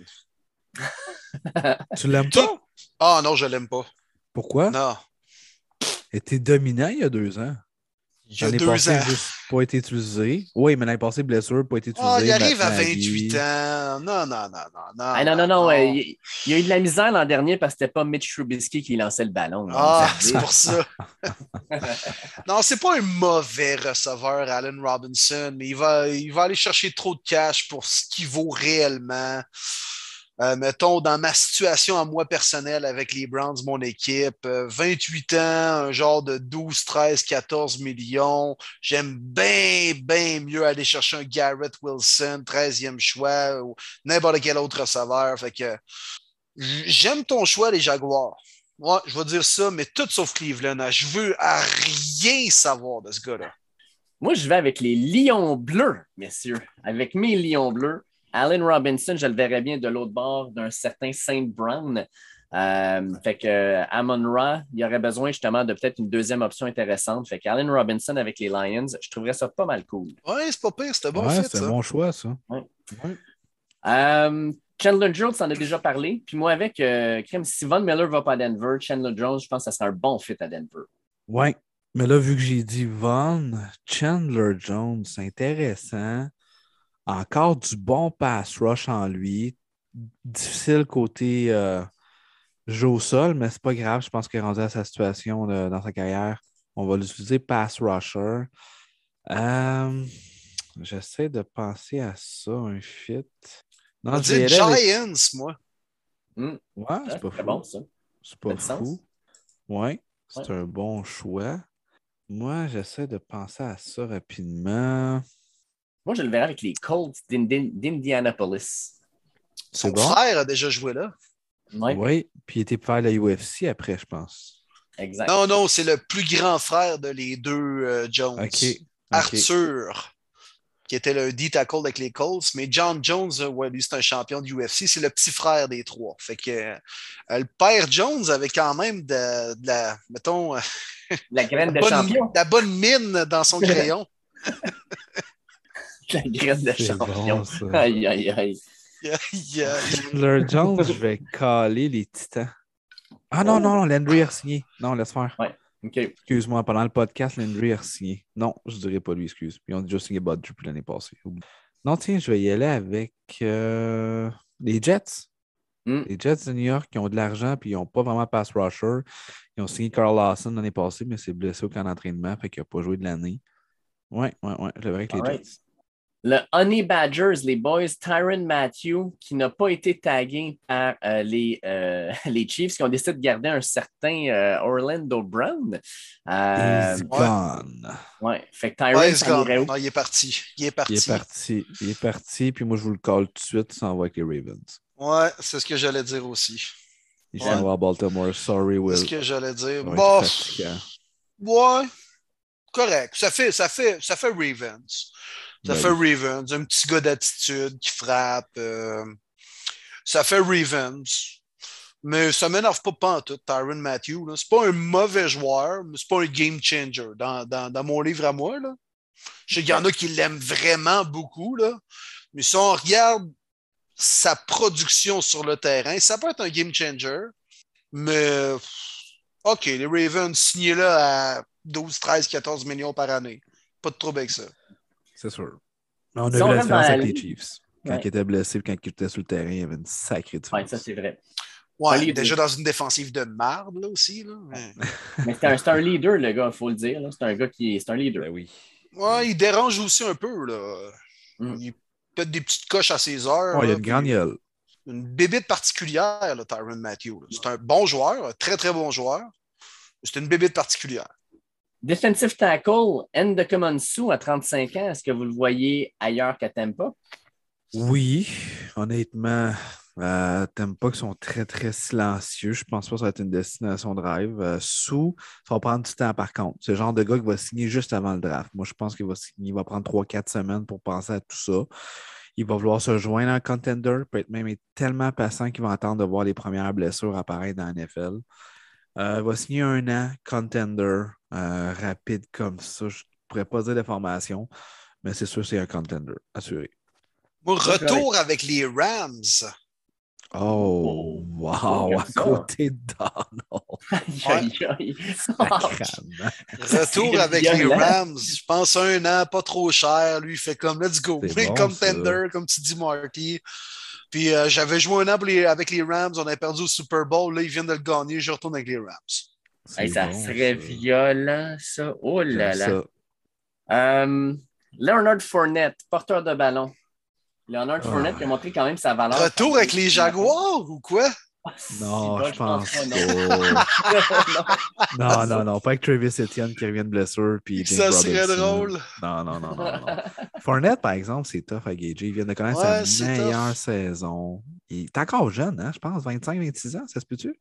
Tu l'aimes pas? Ah non, je l'aime pas. Pourquoi? Non. Il était dominant il y a 2 ans. Il y a 2 ans. Juste pas été utilisé. Oui, mais l'année passée, blessure, pas été utilisé. Ah, il arrive à 28 ans. Non. Non. Il y a eu de la misère l'an dernier parce que c'était pas Mitch Trubisky qui lançait le ballon. Ah, c'est pour ça. Non, c'est pas un mauvais receveur, Allen Robinson, mais il va aller chercher trop de cash pour ce qu'il vaut réellement. Mettons, dans ma situation à moi personnelle avec les Browns, mon équipe, 28 ans, un genre de 12, 13, 14 millions. J'aime bien mieux aller chercher un Garrett Wilson, 13e choix, ou n'importe quel autre receveur. Fait que j'aime ton choix, les Jaguars. Ouais, je vais dire ça, mais tout sauf Cleveland. Je veux à rien savoir de ce gars-là. Moi, je vais avec les Lions bleus, messieurs. Avec mes Lions bleus. Allen Robinson, je le verrais bien de l'autre bord d'un certain Saint Brown. Fait que Amon-Ra, il y aurait besoin justement de peut-être une deuxième option intéressante. Fait que Allen Robinson avec les Lions, je trouverais ça pas mal cool. Ouais, c'est pas pire, c'était bon fit, c'est un bon choix, ça. Ouais. Chandler Jones, on en a déjà parlé. Puis moi, avec si Von Miller va pas à Denver, Chandler Jones, je pense que ça serait un bon fit à Denver. Oui, mais là, vu que j'ai dit Von, Chandler Jones, c'est intéressant. Encore du bon pass rush en lui. Difficile côté jeu au sol, mais c'est pas grave. Je pense qu'il est rendu à sa situation dans sa carrière. On va l'utiliser pass rusher. J'essaie de penser à ça, un fit. Non, on va dire Giants, moi. Ouais, c'est pas fou. Bon, ça. C'est pas fou. Ouais, c'est un bon choix. Moi, j'essaie de penser à ça rapidement. Moi, je le verrai avec les Colts d'Indianapolis. Son frère a déjà joué là. Oui, puis il était pour faire la UFC après, je pense. Exact. Non, c'est le plus grand frère de les deux Jones. Okay. Arthur, qui était le D-tackle avec les Colts. Mais John Jones, lui, c'est un champion de UFC. C'est le petit frère des trois. Fait que le père Jones avait quand même de la, mettons... la graine de champion. La bonne mine dans son crayon. La graine de champion. Bon, aïe. Chandler Jones, je vais caler les Titans. Ah non, Landry a signé. Non, laisse faire. Ouais. OK. Excuse-moi, pendant le podcast, Landry a signé. Non, je dirais pas lui, excuse. Ils ont déjà signé Bud depuis l'année passée. Non, tiens, je vais y aller avec les Jets. Les Jets de New York qui ont de l'argent puis ils n'ont pas vraiment pass rusher. Ils ont signé Carl Lawson l'année passée, mais c'est blessé au camp d'entraînement, fait qu'il n'a pas joué de l'année. Ouais. Je le verrai avec les Jets. Le Honey Badgers, les boys, Tyrann Mathieu, qui n'a pas été tagué par les Chiefs, qui ont décidé de garder un certain Orlando Brown. He's gone. Ouais, fait que Tyrann, non, il est parti. Il est parti, puis moi, je vous le colle tout de suite, ça s'en va avec les Ravens. Ouais, c'est ce que j'allais dire aussi. Il s'en va à Baltimore. Sorry, Will. C'est ce que j'allais dire. Bon, ouais, correct. Ça fait Ravens. Ça fait Ravens. Un petit gars d'attitude qui frappe. Ça fait Ravens. Mais ça ne m'énerve pas en tout, Tyrann Mathieu. C'est pas un mauvais joueur, mais c'est pas un game changer dans mon livre à moi. Là. Je sais qu'il y en a qui l'aiment vraiment beaucoup. Là. Mais si on regarde sa production sur le terrain, ça peut être un game changer. Mais OK, les Ravens signés là à 12, 13, 14 millions par année. Pas de trouble avec ça. C'est sûr. On a vu la différence avec les Chiefs. Quand il était blessé et quand il était sur le terrain, il y avait une sacrée différence. Oui, ça c'est vrai. Ouais, déjà dans une défensive de marde là aussi. Là. Mais c'est un leader, le gars, il faut le dire. Là. C'est un gars c'est un leader. Ben oui. Ouais, il dérange aussi un peu. Là. Il pète des petites coches à ses heures. Il y a une grande gueule. Une bébite particulière, là, Tyrann Mathieu. C'est un bon joueur, un très très bon joueur. C'est une bébite particulière. Defensive tackle, Ndamukong à 35 ans, est-ce que vous le voyez ailleurs qu'à Tampa? Oui, honnêtement, Tampa qui sont très, très silencieux. Je pense pas que ça va être une destination de rêve. Ça va prendre du temps par contre. C'est le genre de gars qui va signer juste avant le draft. Moi, je pense qu'il va prendre 3-4 semaines pour penser à tout ça. Il va vouloir se joindre en contender, peut-être même être tellement patient qu'il va attendre de voir les premières blessures apparaître dans la NFL. Il va signer 1 an, contender, rapide comme ça. Je ne pourrais pas dire de formation, mais c'est sûr que c'est un contender, assuré. Retour avec les Rams. Oh, wow, à côté de Donald. Retour avec les Rams. Je pense 1 an, pas trop cher. Lui, il fait comme let's go. Bon, contender, comme tu dis, Marty. Puis j'avais joué 1 an avec les Rams. On a perdu au Super Bowl. Là, ils viennent de le gagner. Je retourne avec les Rams. Hey, ça serait violent, ça. Oh là là. Leonard Fournette, porteur de ballon. Leonard Fournette qui a montré quand même sa valeur. Retour avec les Jaguars ou quoi? Non, je pense pas. Non, pas avec Travis Etienne qui revient de blessure. Ça serait drôle. Non. Fournette, par exemple, c'est tough à gager. Il vient de connaître sa meilleure saison. Il est encore jeune, hein, je pense, 25-26 ans, ça se peut-tu?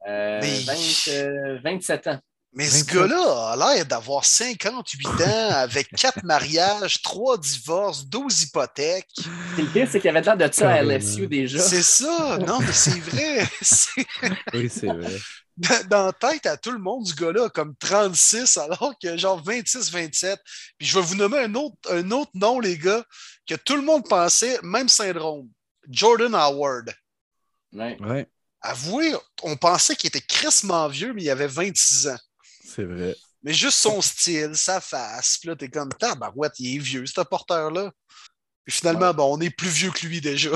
27 ans. Mais ce gars-là a l'air d'avoir 58 ans avec 4 mariages, 3 divorces, 12 hypothèques. Le pire, c'est qu'il avait l'air de ça à LSU déjà. C'est ça. Non, mais c'est vrai. Oui, c'est vrai. Dans la tête à tout le monde, ce gars-là, comme 36, alors que genre 26-27. Puis je vais vous nommer un autre nom, les gars, que tout le monde pensait, même syndrome. Jordan Howard. Ouais. Avouez, on pensait qu'il était crissement vieux, mais il avait 26 ans. C'est vrai. Mais juste son style, sa face, puis là, t'es comme, tabarouette, il est vieux, ce porteur-là. Puis finalement, on est plus vieux que lui déjà.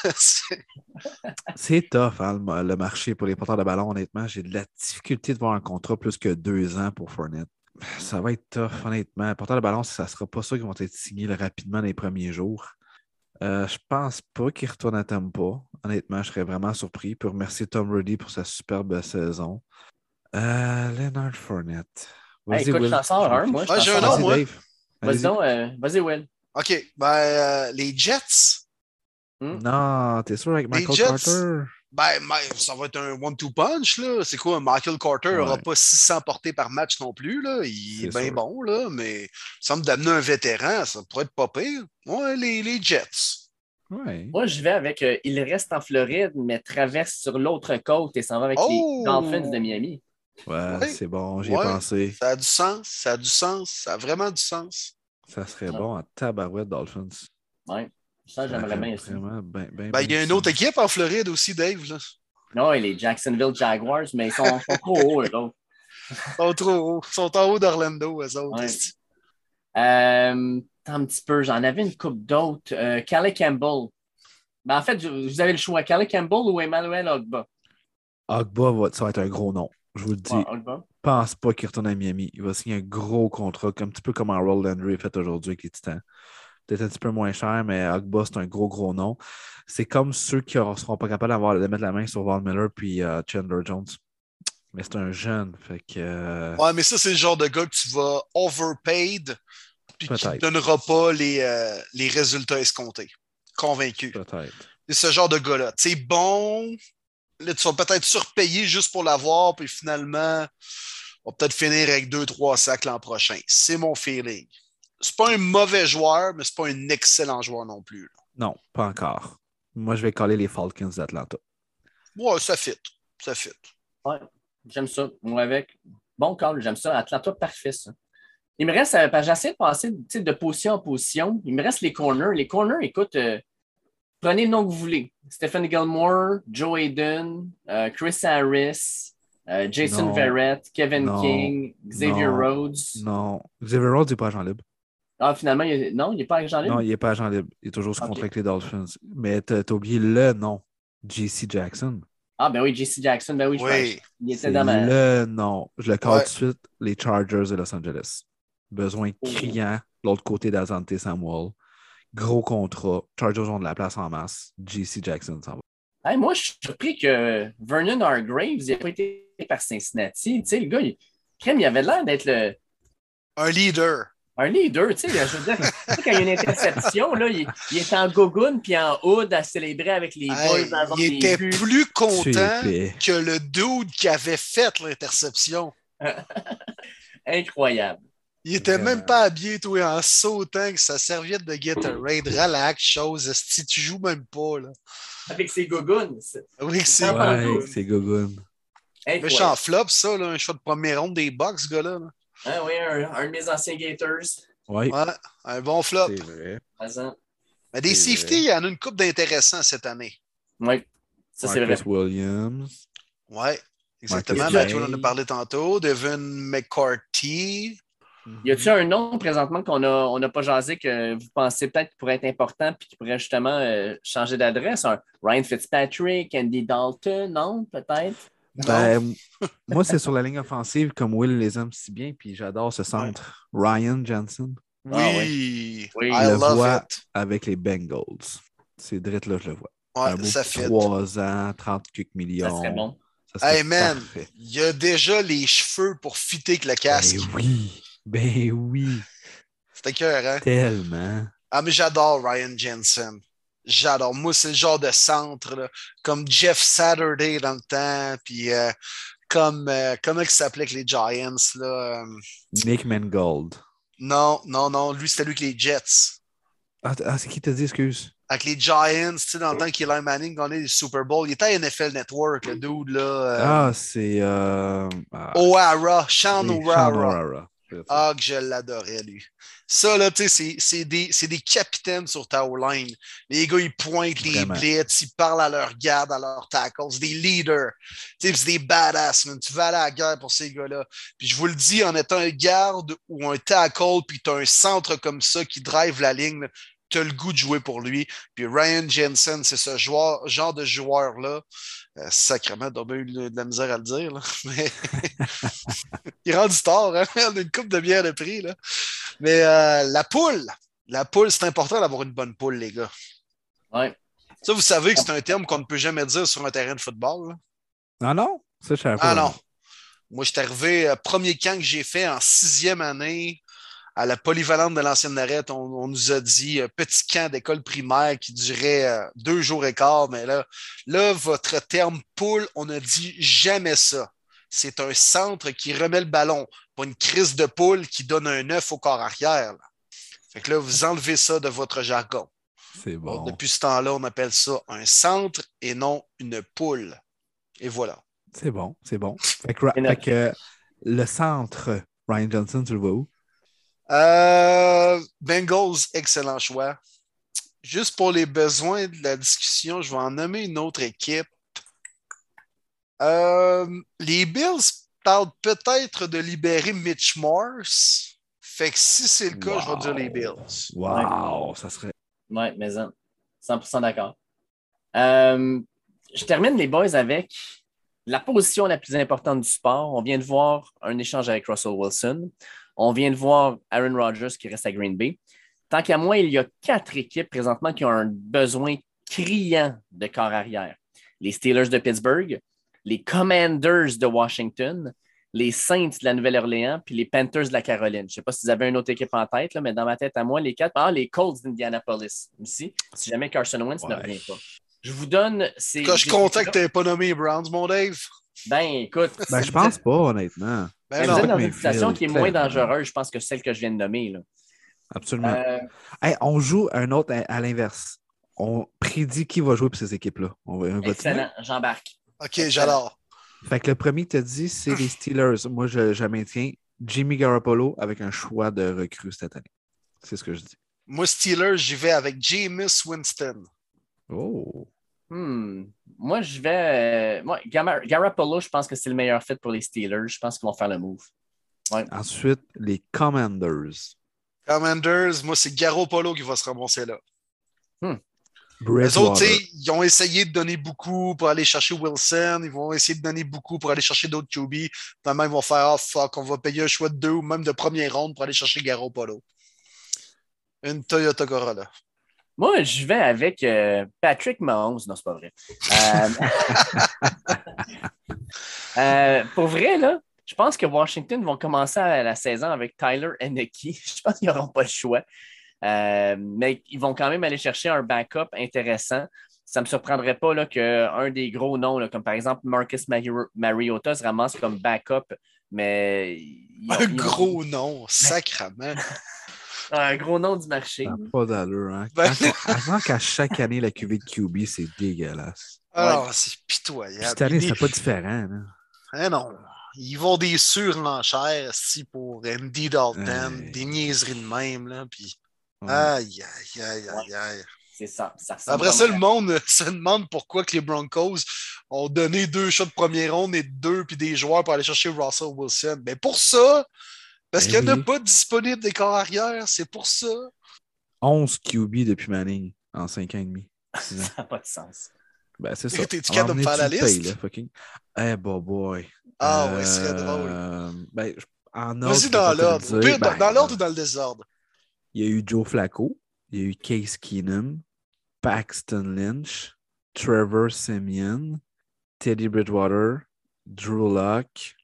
C'est tough, hein, le marché pour les porteurs de ballon, honnêtement. J'ai de la difficulté de voir un contrat plus que 2 ans pour Fournette. Ça va être tough, honnêtement. Les porteurs de ballon, ça ne sera pas ça qui vont être signés rapidement les premiers jours. Je pense pas qu'il retourne à Tampa. Honnêtement, je serais vraiment surpris. Puis remercier Tom Brady pour sa superbe saison. Leonard Fournette. Vas-y, écoute, Will. J'en sors un, moi. J'ai un nom, moi. Vas-y, Will. OK. Les Jets. Non, t'es sûr avec Michael Carter? Ça va être un 1-2 punch, là. C'est quoi, Michael Carter n'aura pas 600 portées par match non plus, là. Il est bien bon, là, mais il semble d'amener un vétéran, ça pourrait être pas pire. Ouais, les Jets. Ouais. Moi, je vais avec il reste en Floride, mais traverse sur l'autre côte et s'en va avec les Dolphins de Miami. Ouais, c'est bon, j'y ai pensé. Ça a du sens, ça a vraiment du sens. Ça serait bon en tabarouette, Dolphins. Ouais, ça, j'aimerais bien ça. Il y a une autre équipe en Floride aussi, Dave. Là. Non, les Jacksonville Jaguars, mais ils sont trop hauts, eux autres. Ils sont trop hauts. Ils sont en haut d'Orlando, eux autres. Ouais. Un petit peu, j'en avais une coupe d'autres. Calais Campbell. Ben, en fait, vous avez le choix. Calais Campbell ou Emmanuel Ogba? Ogba, ça va être un gros nom. Je vous le dis. Ouais, Ogba. Pense pas qu'il retourne à Miami. Il va signer un gros contrat, un petit peu comme Harold Landry a fait aujourd'hui avec les Titans. Peut-être un petit peu moins cher, mais Ogba, c'est un gros nom. C'est comme ceux qui ne seront pas capables de mettre la main sur Von Miller puis Chandler Jones. Mais c'est un jeune, fait que... Ouais, mais ça, c'est le genre de gars que tu vas overpaid puis qui ne donnera pas les résultats escomptés. Convaincu. Peut-être. C'est ce genre de gars-là. Tu sais, bon, là, tu vas peut-être surpayer juste pour l'avoir, puis finalement, on va peut-être finir avec 2-3 sacs l'an prochain. C'est mon feeling. C'est pas un mauvais joueur, mais c'est pas un excellent joueur non plus. Là. Non, pas encore. Moi, je vais coller les Falcons d'Atlanta. Ouais, ça fit. Ça fit. Ouais, j'aime ça. Moi, avec. Bon call, j'aime ça. Atlanta, parfait, ça. Il me reste, j'essaie de passer de position en position. Il me reste les corners. Les corners, écoute, prenez le nom que vous voulez. Stephen Gilmore, Joe Hayden, Chris Harris, Jason Verrett, Kevin King, Xavier Rhodes. Non, Xavier Rhodes n'est pas agent libre. Ah, finalement, il n'est pas agent libre? Non, il n'est pas agent libre. Il est toujours sous contrat avec les Dolphins. Mais tu as oublié le nom. JC Jackson. Ah, ben oui, JC Jackson. Ben oui, je pense. Il était dans le nom. Je le call tout de suite. Les Chargers de Los Angeles. Besoin criant. L'autre côté d'Azante Samuel. Gros contrat. Chargers ont de la place en masse. JC Jackson s'en va. Hey, moi, je suis surpris que Vernon Hargraves n'ait pas été par Cincinnati. Tu sais, le gars, il avait l'air d'être un leader. Un leader, tu sais, je veux dire, quand il y a une interception, là, il est en gogoune puis en hood à célébrer avec les boys avant il était plus content que le dude qui avait fait l'interception. Incroyable. Il était même pas habillé, toi, en sautant que sa serviette de Gatorade, relax, chose, si tu joues même pas, là. Avec ses gogoons. Oui, c'est ses gogoons. Méchant flop, ça, là, un choix de première ronde des Bucks, ce gars-là. Là. Ah oui, un de mes anciens Gators. Ouais, un bon flop. C'est vrai. Mais des safeties, il y en a une couple d'intéressants cette année. Oui, ça c'est vrai. Marcus Williams. Oui, exactement. Mathieu, on en a parlé tantôt. Devin McCarthy. Y a-t-il un nom présentement qu'on n'a pas jasé que vous pensez peut-être qu'il pourrait être important et qui pourrait justement changer d'adresse? Un Ryan Fitzpatrick, Andy Dalton, non, peut-être? Ben, moi, c'est sur la ligne offensive comme Will les aime si bien, puis j'adore ce centre. Ouais. Ryan Jensen. Oui, je le vois avec les Bengals. C'est direct là, je le vois. Ouais, ça fait 3 ans, 30 quelques millions. Ça serait bon. Hey man, il y a déjà les cheveux pour fitter avec le casque. Ben oui. C'était cœur, hein? Tellement. Ah, mais j'adore Ryan Jensen. J'adore. Moi, c'est le genre de centre, là, comme Jeff Saturday dans le temps, puis comment il s'appelait avec les Giants, là? Nick Mangold. Non, lui, c'était lui avec les Jets. Ah, c'est qui t'a dit, excuse? Avec les Giants, tu sais, dans le temps qu'Eli Manning gagnait les Super Bowl. Il était à NFL Network, le dude, là. C'est... O'Hara, Sean O'Hara. Ah, que je l'adorais, lui. Ça, là, tu sais, c'est des capitaines sur ta O-line. Les gars, ils pointent les blitz, ils parlent à leur garde, à leurs tackles. C'est des leaders. Tu sais, c'est des badass, man. Tu vas aller à la guerre pour ces gars-là. Puis je vous le dis, en étant un garde ou un tackle, puis tu as un centre comme ça qui drive la ligne, tu as le goût de jouer pour lui. Puis Ryan Jensen, c'est ce genre de joueur-là. Sacrément, on a eu de la misère à le dire. Là. Mais il est rendu tard. Hein? On a une coupe de bière de prix. Là. Mais la poule, c'est important d'avoir une bonne poule, les gars. Ouais. Ça, vous savez que c'est un terme qu'on ne peut jamais dire sur un terrain de football. Là. Ah non? Ça, je savais pas. Ah non. Moi, je suis arrivé, premier camp que j'ai fait en 6e année, à la polyvalente de l'ancienne Narette, on nous a dit petit camp d'école primaire qui durait 2 jours et quart, mais là, votre terme poule, on n'a dit jamais ça. C'est un centre qui remet le ballon, pas une crise de poule qui donne un œuf au corps arrière. Là. Fait que là, vous enlevez ça de votre jargon. C'est bon. Alors, depuis ce temps-là, on appelle ça un centre et non une poule. Et voilà. C'est bon. Fait que le centre, Ryan Johnson, tu le vois où? Bengals, excellent choix. Juste pour les besoins de la discussion, je vais en nommer une autre équipe. Les Bills, parle peut-être de libérer Mitch Morse. Fait que si c'est le cas, je vais dire les Bills. Wow, ça serait... Oui, mais 100% d'accord. Je termine les boys avec la position la plus importante du sport. On vient de voir un échange avec Russell Wilson. On vient de voir Aaron Rodgers qui reste à Green Bay. Tant qu'à moi, il y a 4 équipes présentement qui ont un besoin criant de corps arrière. Les Steelers de Pittsburgh, les Commanders de Washington, les Saints de la Nouvelle-Orléans, puis les Panthers de la Caroline. Je ne sais pas si vous avez une autre équipe en tête, là, mais dans ma tête à moi, les 4. Les Colts d'Indianapolis aussi, si jamais Carson Wentz ne revient pas. Je vous donne ces... Quand je suis content que tu n'aies pas nommé les Browns, mon Dave. Ben, écoute... je pense pas, honnêtement. Vous êtes dans une situation qui est moins dangereuse, je pense, que celle que je viens de nommer. Là. Absolument. On joue un autre à l'inverse. On prédit qui va jouer pour ces équipes-là. Excellent, j'embarque. OK, j'adore. Fait que le premier que tu as dit, c'est les Steelers. Moi, je maintiens Jimmy Garoppolo avec un choix de recrue cette année. C'est ce que je dis. Moi, Steelers, j'y vais avec Jameis Winston. Oh. Moi, je vais... Garoppolo, je pense que c'est le meilleur fit pour les Steelers. Je pense qu'ils vont faire le move. Ouais. Ensuite, les Commanders. Moi, c'est Garoppolo qui va se ramasser là. Les autres, ils ont essayé de donner beaucoup pour aller chercher Wilson. Ils vont essayer de donner beaucoup pour aller chercher d'autres QB. Finalement, ils vont faire fuck, on va payer un choix de 2 ou même de première ronde pour aller chercher Garoppolo. Une Toyota Corolla. Moi, je vais avec Patrick Mahomes. Non, c'est pas vrai. Pour vrai, là, je pense que Washington vont commencer la saison avec Tyler Henneke. Je pense qu'ils n'auront pas le choix. Mais ils vont quand même aller chercher un backup intéressant. Ça ne me surprendrait pas qu'un des gros noms, là, comme par exemple Marcus Mariota, se ramasse comme backup. Mais gros nom, sacrement. Un gros nom du marché. Ça n'a pas d'allure. Hein? Avant qu'à chaque année, la QV de QB, c'est dégueulasse. Alors, c'est pitoyable. Cette année, c'est pas différent. Non. Ils vont des surenchères pour Andy Dalton, des niaiseries de même. Là, puis... Aïe. C'est ça. Après ça, le monde se demande pourquoi que les Broncos ont donné 2 shots de première ronde et 2 puis des joueurs pour aller chercher Russell Wilson. Mais pour ça, parce qu'il n'y en a pas disponible des corps arrière, c'est pour ça. 11 QB depuis Manning en 5 ans et demi. Ça n'a pas de sens. Ben, c'est ça. T'es-tu capable de me faire la liste? Boy. Ouais, ce serait drôle. Vas-y dans l'ordre. Dans l'ordre ou dans le désordre? Il y a eu Joe Flacco, il y a eu Case Keenum, Paxton Lynch, Trevor Siemian, Teddy Bridgewater, Drew Lock,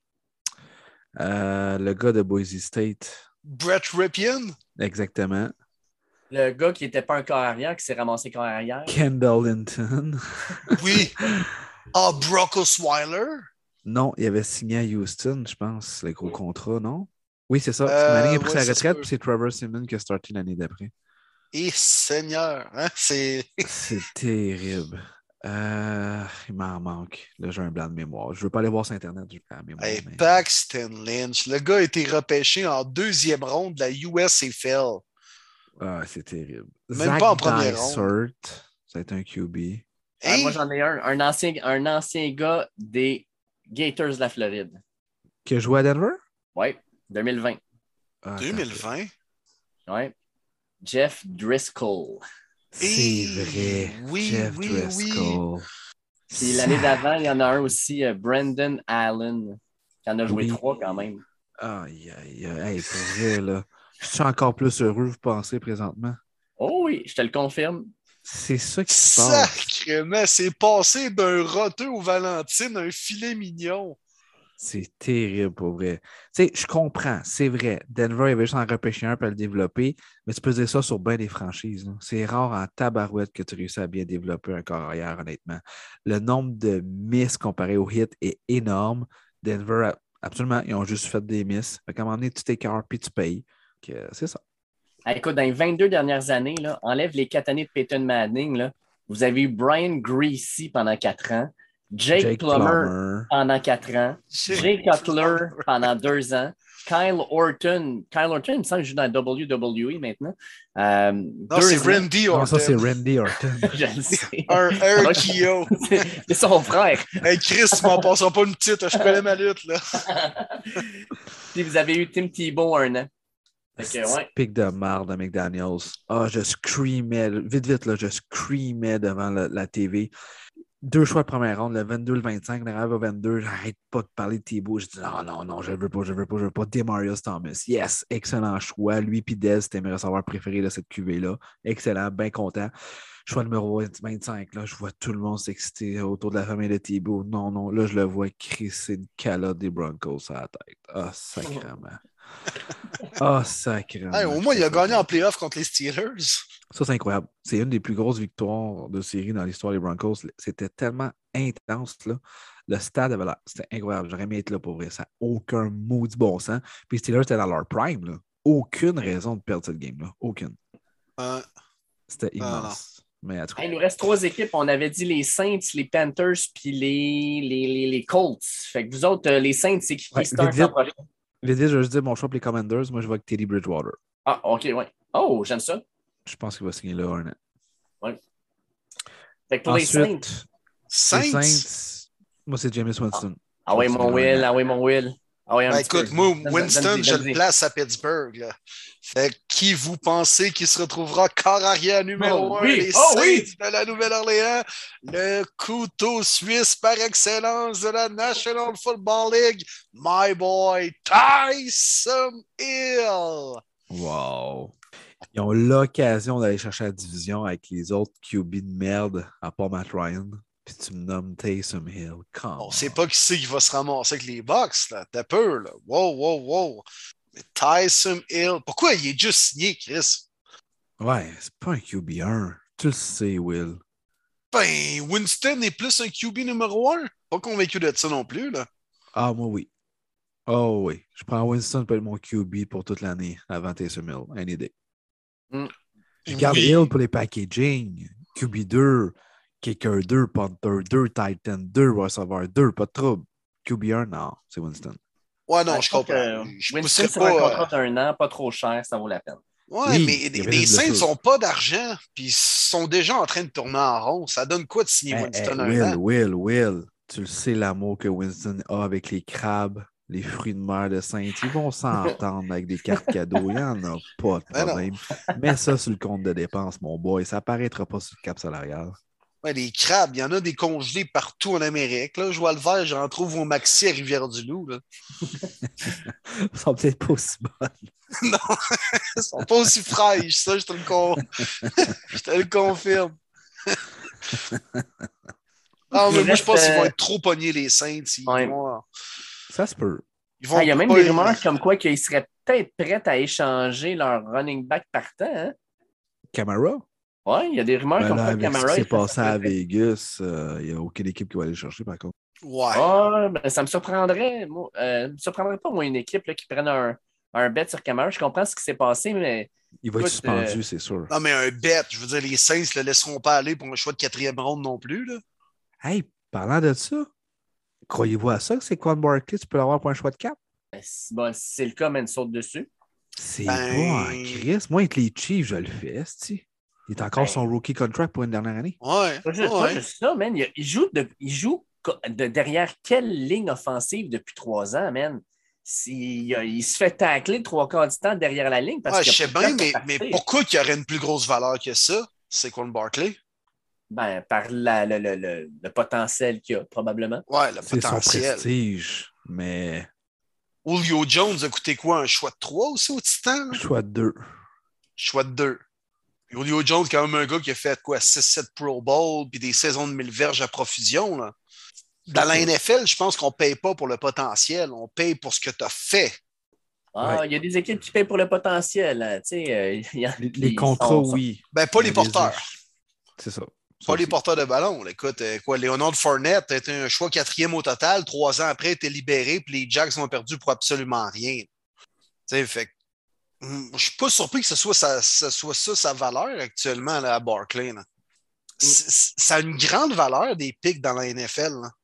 le gars de Boise State. Brett Ripien? Exactement. Le gars qui n'était pas un corps arrière, qui s'est ramassé corps arrière. Kendall Hinton. Oui. Brock Osweiler? Non, il avait signé à Houston, je pense, le gros contrat, non? Oui, c'est ça. Manning a pris sa retraite, puis c'est Trevor Siemian qui a starté l'année d'après. Et Seigneur, hein? C'est terrible. Il m'en manque. Là, j'ai un blanc de mémoire. Je ne veux pas aller voir sur Internet. Paxton Lynch. Le gars a été repêché en 2e ronde de la USFL. C'est terrible. Même Zach pas en première ronde. Ça a été un QB. Moi, j'en ai un ancien gars des Gators de la Floride. Qui a joué à Denver? Oui, 2020. 2020? Oui. Jeff Driscoll. C'est vrai. Jeff Driscoll. Puis l'année d'avant, il y en a un aussi, Brandon Allen, qui en a joué 3 quand même. Aïe. Pour vrai, là. Je suis encore plus heureux, vous pensez, présentement? Oh oui, je te le confirme. C'est ça qui se passe. Sacrément, c'est passé d'un roteux au Valentine à un filet mignon. C'est terrible, pour vrai. Tu sais, je comprends, c'est vrai. Denver, il avait juste en repêcher un pour le développer, mais tu peux dire ça sur bien des franchises. Là. C'est rare en tabarouette que tu réussis à bien développer un corps arrière, honnêtement. Le nombre de misses comparé au hit est énorme. Denver, absolument, ils ont juste fait des misses. Fait qu'à un moment donné, tu t'écartes puis tu payes. C'est ça. Écoute, dans les 22 dernières années, là, enlève les 4 années de Peyton Manning, là, vous avez eu Brian Greasy pendant 4 ans, Jake Plummer pendant 4 ans. Jay Cutler pendant 2 ans. Kyle Orton, il me semble qu'il joue dans la WWE maintenant. Non, c'est Randy Orton. Non, ça, c'est Randy Orton. Je le sais. Un RKO. C'est son frère. Hey, Chris, tu m'en passeras pas une petite. Je connais ma lutte, là. Puis vous avez eu Tim Tebow 1 an. Pic de marde de McDaniels. Je screamais. Vite, là, je screamais devant la TV. 2 choix de première ronde, le 22, le 25, le rêve au 22. J'arrête pas de parler de Thibault. Je dis non, je veux pas. Demarius Thomas. Yes, excellent choix. Lui et Dez, c'était mes receveurs préférés de cette QV-là. Excellent, bien content. Choix numéro 25, là, je vois tout le monde s'exciter autour de la famille de Thibault. Non, là, je le vois crisser une calotte des Broncos à la tête. Sacrément. Hey, au moins, il a gagné en playoff contre les Steelers. Ça, c'est incroyable. C'est une des plus grosses victoires de série dans l'histoire des Broncos. C'était tellement intense, là. Le stade avait l'air... C'était incroyable. J'aurais aimé être là pour vrai. Ça n'a aucun maudit bon sens. Puis les Steelers étaient dans leur prime, là. Aucune raison de perdre cette game-là. Aucune. C'était immense. Mais en tout cas... Il nous reste 3 équipes. On avait dit les Saints, les Panthers, puis les Colts. Fait que vous autres, les Saints, c'est qui start en prochain? Vite, je vais juste dire mon choix pour les Commanders. Moi, je vais avec Teddy Bridgewater. Ah, OK, ouais. Oh, j'aime ça. Je pense qu'il va signer là un an. Oui. Fait que pour ensuite, les Saints, moi, c'est Jameis Winston. Ah oui, mon Will. Ah oui, écoute, moi, Winston, je le place à Pittsburgh. Là. Fait qui vous pensez qui se retrouvera corps arrière numéro 1 les Saints de la Nouvelle-Orléans? Le couteau suisse par excellence de la National Football League, my boy Taysom Hill. Wow. Ils ont l'occasion d'aller chercher la division avec les autres QB de merde, à part Matt Ryan. Puis tu me nommes Taysom Hill. On ne sait pas qui c'est qui va se ramasser avec les Bucks. Là. T'as peur. Là. Wow. Mais Taysom Hill, pourquoi il est juste signé, Chris? Ouais, c'est pas un QB1. Tu le sais, Will. Ben, Winston est plus un QB numéro 1. Pas convaincu de ça non plus. Là. Ah, moi, oui. Oh, oui. Je prends Winston pour être mon QB pour toute l'année avant Taysom Hill. Any day. Je garde Hill pour les packaging. QB2, Kicker 2, Punter 2, Titan 2, Receiver 2, pas de trouble. QB1, non, c'est Winston. Ouais, non, je comprends. Winston, c'est un contrat d'1 an, pas trop cher, ça vaut la peine. Ouais, mais les Saints n'ont pas d'argent, puis ils sont déjà en train de tourner en rond. Ça donne quoi de signer Winston un an? Will, tu le sais l'amour que Winston a avec les crabes, les fruits de mer de Saints. Ils vont s'entendre avec des cartes cadeaux. Il n'y en a pas de problème. Mets ça sur le compte de dépenses, mon boy. Ça apparaîtra pas sur le cap salarial. Ouais, les crabes, il y en a des congelés partout en Amérique. Là. Je vois le vert, j'en trouve au Maxi à Rivière-du-Loup. Là. Ils sont peut-être pas aussi bonnes. Non, ils sont pas aussi fraîches. Ça, je te le confirme. Non, mais moi, je pense qu'ils vont être trop pognés, les Saints. Ça se peut. Il y a même des rumeurs comme quoi qu'ils seraient peut-être prêts à échanger leur running back partant. Hein? Camara? Oui, il y a des rumeurs comme quoi Camara. Ce qui s'est passé à Vegas, il n'y a aucune équipe qui va aller le chercher, par contre. Ouais. Ben, ça me surprendrait. Me surprendrait pas, moi, une équipe là, qui prenne un bet sur Camara. Je comprends ce qui s'est passé, mais. Il va être suspendu, c'est sûr. Non, mais un bet, je veux dire, les Saints ne le laisseront pas aller pour un choix de 4e ronde non plus. Là. Hey, parlant de ça, croyez-vous à ça que c'est Quan Barkley, tu peux l'avoir pour un choix de 4? Ben, si c'est le cas, mais saute dessus. C'est bon, Chris. Moi, avec les Chiefs, je le fais, c'ti. Il est encore son rookie contract pour une dernière année. Ouais. Pas juste ça, man. Il joue de derrière quelle ligne offensive depuis 3 ans, man? Il se fait tacler 3/4 du temps derrière la ligne. Parce je sais bien, mais pourquoi il y aurait une plus grosse valeur que ça? C'est Quan Barkley? Ben, par le potentiel qu'il a, probablement. Ouais, le potentiel. C'est son prestige, mais... Julio Jones a coûté quoi? Un choix de 3 aussi au Titan? Choix de 2. Choix de 2. Julio Jones, quand même un gars qui a fait quoi, 6-7 Pro Bowl puis des saisons de 1000 verges à profusion. Là. Dans la NFL, je pense qu'on ne paye pas pour le potentiel, on paye pour ce que tu as fait. Il y a des équipes qui payent pour le potentiel. Hein. Les contrats, oui. Ben, pas les porteurs. C'est ça. Pas les porteurs de ballon. Là. Écoute, Leonard Fournette a été un choix 4e au total. 3 ans après, il était libéré, puis les Jacks ont perdu pour absolument rien. Fait je ne suis pas surpris que ce soit ça sa valeur actuellement là, à Barkley. Là. Ça a une grande valeur des pics dans la NFL. Là.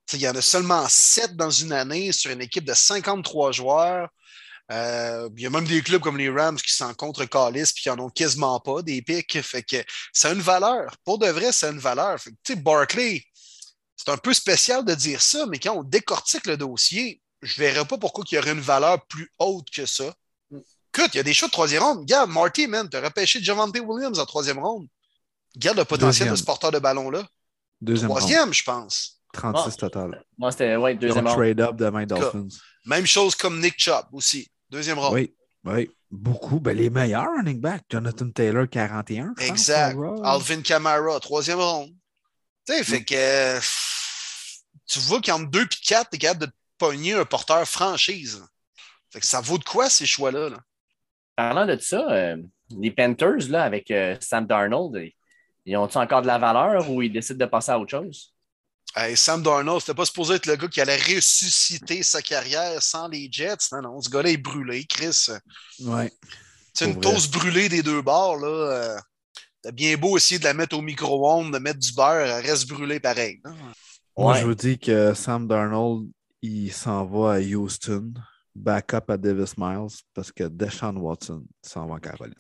Il y en a seulement 7 dans une année sur une équipe de 53 joueurs. Il y a même des clubs comme les Rams qui s'en contre-calissent et qui n'en ont quasiment pas des pics. Fait que ça a une valeur. Pour de vrai, ça a une valeur. Fait que, Barkley, c'est un peu spécial de dire ça, mais quand on décortique le dossier, je ne verrais pas pourquoi il y aurait une valeur plus haute que ça. Écoute, il y a des choix de troisième ronde. Regarde, Marty, man, tu as repêché Javonte Williams en troisième ronde. Regarde le potentiel de ce porteur de ballon-là. Troisième, je pense. 36 total. Moi, c'était deuxième round. Trade-up demain Dolphins. Même chose comme Nick Chubb aussi. Deuxième round. Oui. Beaucoup. Ben, les meilleurs running backs. Jonathan Taylor, 41. Exact. Alvin Kamara, troisième round. Tu sais, fait que tu vois qu'entre 2 et 4, tu es capable de pogner un porteur franchise. Fait que ça vaut de quoi ces choix-là? Là? Parlant de ça, les Panthers, là, avec Sam Darnold, ils ont-ils encore de la valeur ou ils décident de passer à autre chose? Hey, Sam Darnold, c'était pas supposé être le gars qui allait ressusciter sa carrière sans les Jets. Non, ce gars-là est brûlé, Chris. Ouais. C'est une toast brûlée des deux bords. Là. T'as bien beau essayer de la mettre au micro-ondes, de mettre du beurre, elle reste brûlée pareil. Moi, je vous dis que Sam Darnold, il s'en va à Houston, backup à Davis Miles, parce que Deshaun Watson s'en va en Caroline.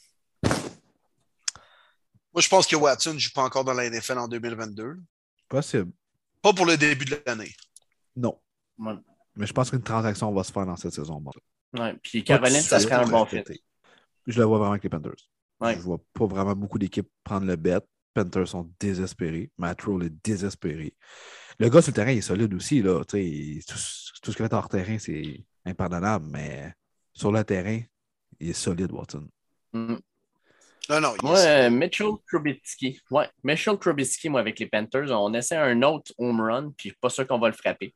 Moi, je pense que Watson ne joue pas encore dans la NFL en 2022. Possible. Pas pour le début de l'année. Non. Ouais. Mais je pense qu'une transaction va se faire dans cette saison. Ouais, puis Caroline, ça serait un bon fit. Je le vois vraiment avec les Panthers. Ouais. Je vois pas vraiment beaucoup d'équipes prendre le bet. Les Panthers sont désespérés. Matt Rhule est désespéré. Le gars sur le terrain il est solide aussi. Là. Tout ce qu'il fait hors terrain, c'est impardonnable. Mais sur le terrain, il est solide, Watson. Mm. Non, Mitchell Trubisky. Ouais, Mitchell Trubisky, moi, avec les Panthers, on essaie un autre home run, puis je suis pas sûr qu'on va le frapper.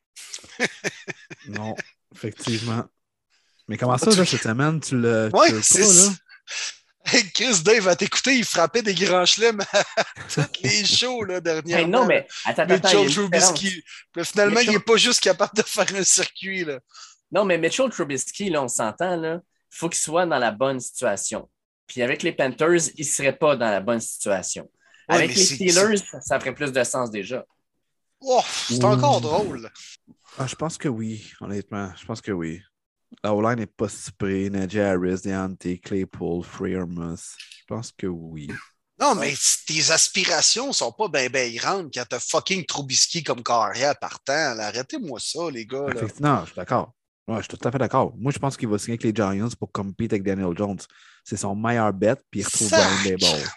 Non, effectivement. Mais comment ça, là, cette semaine, tu le c'est pas, là? Hey, Chris Dave va t'écouter, il frappait des grands chelems à tous les shows là, dernièrement. Hey, non, mais attends, Mitchell Trubisky. Finalement, il n'est pas juste capable de faire un circuit. Là. Non, mais Mitchell Trubisky, là, on s'entend, là, il faut qu'il soit dans la bonne situation. Puis avec les Panthers, il ne serait pas dans la bonne situation. Ouais, avec les Steelers, ça ferait plus de sens déjà. Oh, c'est encore drôle. Ah, je pense que oui, honnêtement. Je pense que oui. La O-line n'est pas si près. Najee Harris, Deontay, Claypool, Freiermuth. Je pense que oui. Non, mais tes aspirations sont pas bien grandes quand t'as fucking Trubisky comme carrière partant. Là. Arrêtez-moi ça, les gars. Là. Non, je suis d'accord. Ouais, je suis tout à fait d'accord. Moi, je pense qu'il va signer avec les Giants pour compete avec Daniel Jones. C'est son meilleur bet, puis il retrouve Brian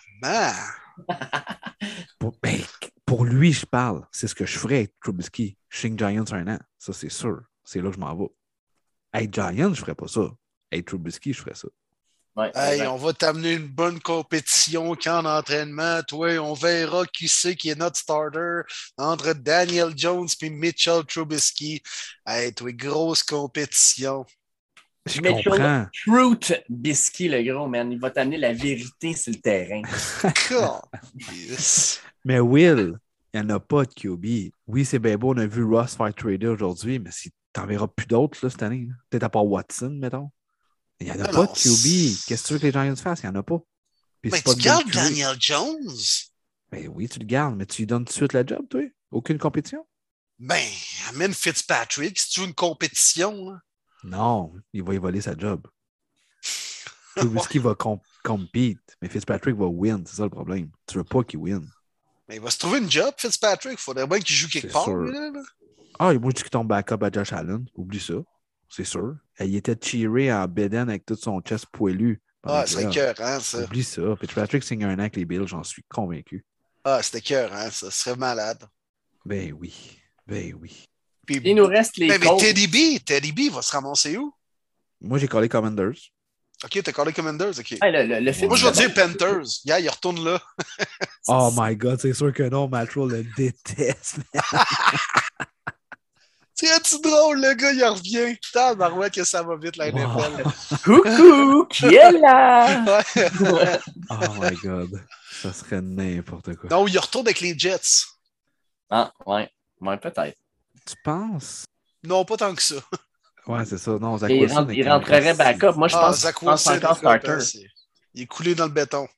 Daboll. Pour lui, je parle. C'est ce que je ferais avec Trubisky. Je signe Giants un an. Ça, c'est sûr. C'est là que je m'en vais. Avec Giants, je ferais pas ça. Avec Trubisky, je ferais ça. Ouais, hey, on va t'amener une bonne compétition qu'en entraînement. Toi, on verra qui c'est qui est notre starter entre Daniel Jones et Mitchell Trubisky. Hey, toi, grosse compétition. Je comprends. Trubisky, le gros, man. Il va t'amener la vérité sur le terrain. Yes. Mais Will, il n'y en a pas de QB. Oui, c'est bien beau. On a vu Ross faire trader aujourd'hui, mais si tu n'en verras plus d'autres là, cette année. Peut-être à part Watson, mettons. Il n'y en a pas de QB. Qu'est-ce que tu veux que les Giants fassent? Il n'y en a pas. Puis mais tu gardes Daniel Jones? Ben oui, tu le gardes, mais tu lui donnes tout de suite la job, toi? Aucune compétition? Ben, amène Fitzpatrick si tu veux une compétition. Hein. Non, il va y voler sa job. Trubisky va compete, mais Fitzpatrick va win, c'est ça le problème. Tu veux pas qu'il win. Mais il va se trouver une job, Fitzpatrick. Il faudrait bien qu'il joue quelque part. Là. Ah, moi, je dis qu'il tombe backup à Josh Allen. Oublie ça. C'est sûr. Il était cheeré en bédaine avec tout son chest poilu. Ah, c'est écœurant, ça. Oublie ça. Fitzpatrick signe un an avec les Bills, j'en suis convaincu. Ah, c'était écœurant, ça. Ce serait malade. Ben oui. Ben oui. Puis, il nous reste les mais Teddy B va se ramasser où? Moi, j'ai collé Commanders. OK, t'as collé Commanders, OK. Hey, moi, je vais dire Panthers. Yeah, il retourne là. Oh my God, c'est sûr que non, Matt Rhule le déteste. C'est drôle, le gars, il revient. Tabarouette que ça va vite, la NFL. Coucou, qui est là? Oh my God, ça serait n'importe quoi. Non, il retourne avec les Jets. Ah, ouais, peut-être. Tu penses? Non, pas tant que ça. Ouais, c'est ça. Non, Zach Wilson. Il rentrerait backup. Moi, je pense Zach Wilson encore starter. Il est coulé dans le béton.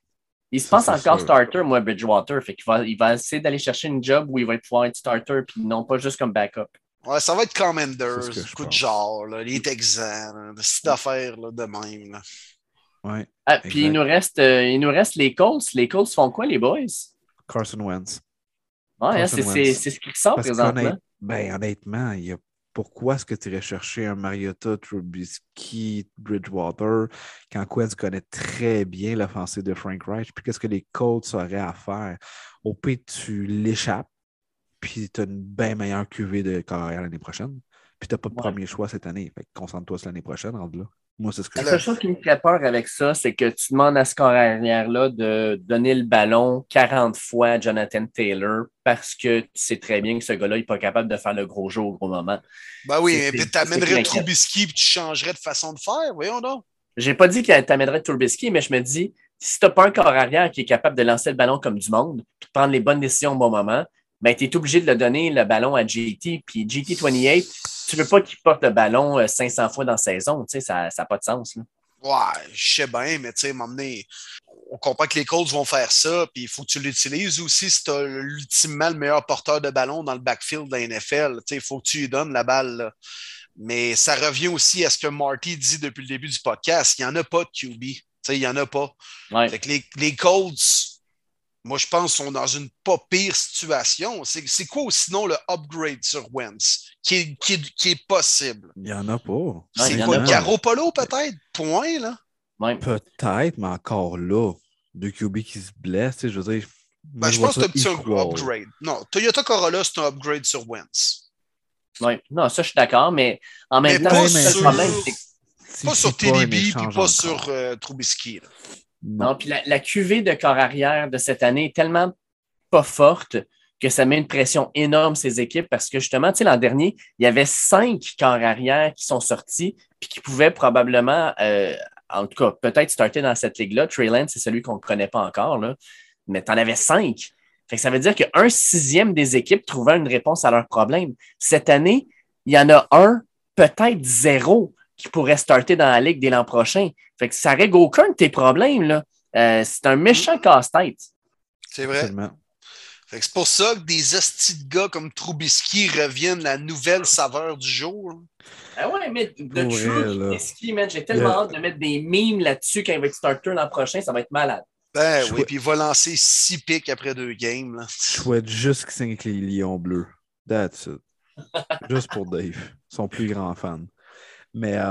Il se pense encore starter, moi, Bridgewater. Fait qu'il va essayer d'aller chercher une job où il va pouvoir être starter, puis non pas juste comme backup. Ouais, ça va être Commanders, coup de genre, là, les Texans, des petites affaires là, de même. Là. Ouais, puis il nous reste les Colts. Les Colts font quoi, les boys? Carson Wentz. Ouais, c'est ce qui ressort présentement. Honnêtement, pourquoi est-ce que tu irais chercher un Mariota, Trubisky, Bridgewater, quand Wentz connaît très bien l'offensive de Frank Reich? Puis qu'est-ce que les Colts auraient à faire? Au pire, tu l'échappes, puis tu as une bien meilleure QV de carrière l'année prochaine. Puis tu n'as pas de premier choix cette année. Fait que concentre-toi sur l'année prochaine, rendu là. Moi, c'est ce que La seule chose qui me fait peur avec ça, c'est que tu demandes à ce carrière-là de donner le ballon 40 fois à Jonathan Taylor parce que tu sais très bien que ce gars-là n'est pas capable de faire le gros jeu au gros moment. Ben oui, mais tu amènerais Trubisky et tu changerais de façon de faire, voyons donc. J'ai pas dit que tu amènerais Trubisky, mais je me dis, si tu n'as pas un carrière qui est capable de lancer le ballon comme du monde et de prendre les bonnes décisions au bon moment, ben, tu es obligé de le donner le ballon à JT. Puis JT28, tu ne veux pas qu'il porte le ballon 500 fois dans la saison. Tu sais, ça n'a pas de sens. Là. Ouais, je sais bien, mais tu sais, m'emmener. On comprend que les Colts vont faire ça, puis il faut que tu l'utilises aussi si tu as ultimement le meilleur porteur de ballon dans le backfield de la NFL. Il faut que tu lui donnes la balle. Là. Mais ça revient aussi à ce que Marty dit depuis le début du podcast. Il n'y en a pas de QB. Il n'y en a pas. Ouais. Fait que les Colts, moi, je pense, sont dans une pas pire situation. C'est quoi sinon le upgrade sur Wentz qui est possible? Il n'y en a pas. C'est quoi, Garoppolo peut-être? Point, là? Ouais. Peut-être, mais encore là, deux QB qui se blessent, je veux dire. Ben, je pense que c'est un petit upgrade. Non, Toyota Corolla, c'est un upgrade sur Wentz. Oui, non, ça, je suis d'accord, mais en même temps, le problème, c'est pas sur TDB puis pas sur Trubisky. Là. Non, puis la QV de corps arrière de cette année est tellement pas forte que ça met une pression énorme ces équipes parce que justement, tu sais, l'an dernier, il y avait 5 corps arrière qui sont sortis puis qui pouvaient probablement, en tout cas, peut-être starter dans cette ligue-là. Trey Lance, c'est celui qu'on ne connaît pas encore, là, mais tu en avais 5. Fait que ça veut dire qu'un sixième des équipes trouvait une réponse à leurs problèmes. Cette année, il y en a un, peut-être 0, qui pourrait starter dans la ligue dès l'an prochain. Fait que ça règle aucun de tes problèmes, là. C'est un méchant casse-tête. C'est vrai. Fait que c'est pour ça que des hosties de gars comme Trubisky reviennent la nouvelle saveur du jour. Ah ouais, mais Trubisky, man, j'ai tellement hâte de mettre des memes là-dessus quand il va être starter l'an prochain, ça va être malade. Ben oui, puis il va lancer 6 pics après 2 games. Là. Je souhaite juste qu'il signe avec les Lions bleus. That's it. Juste pour Dave, son plus grand fan. Mais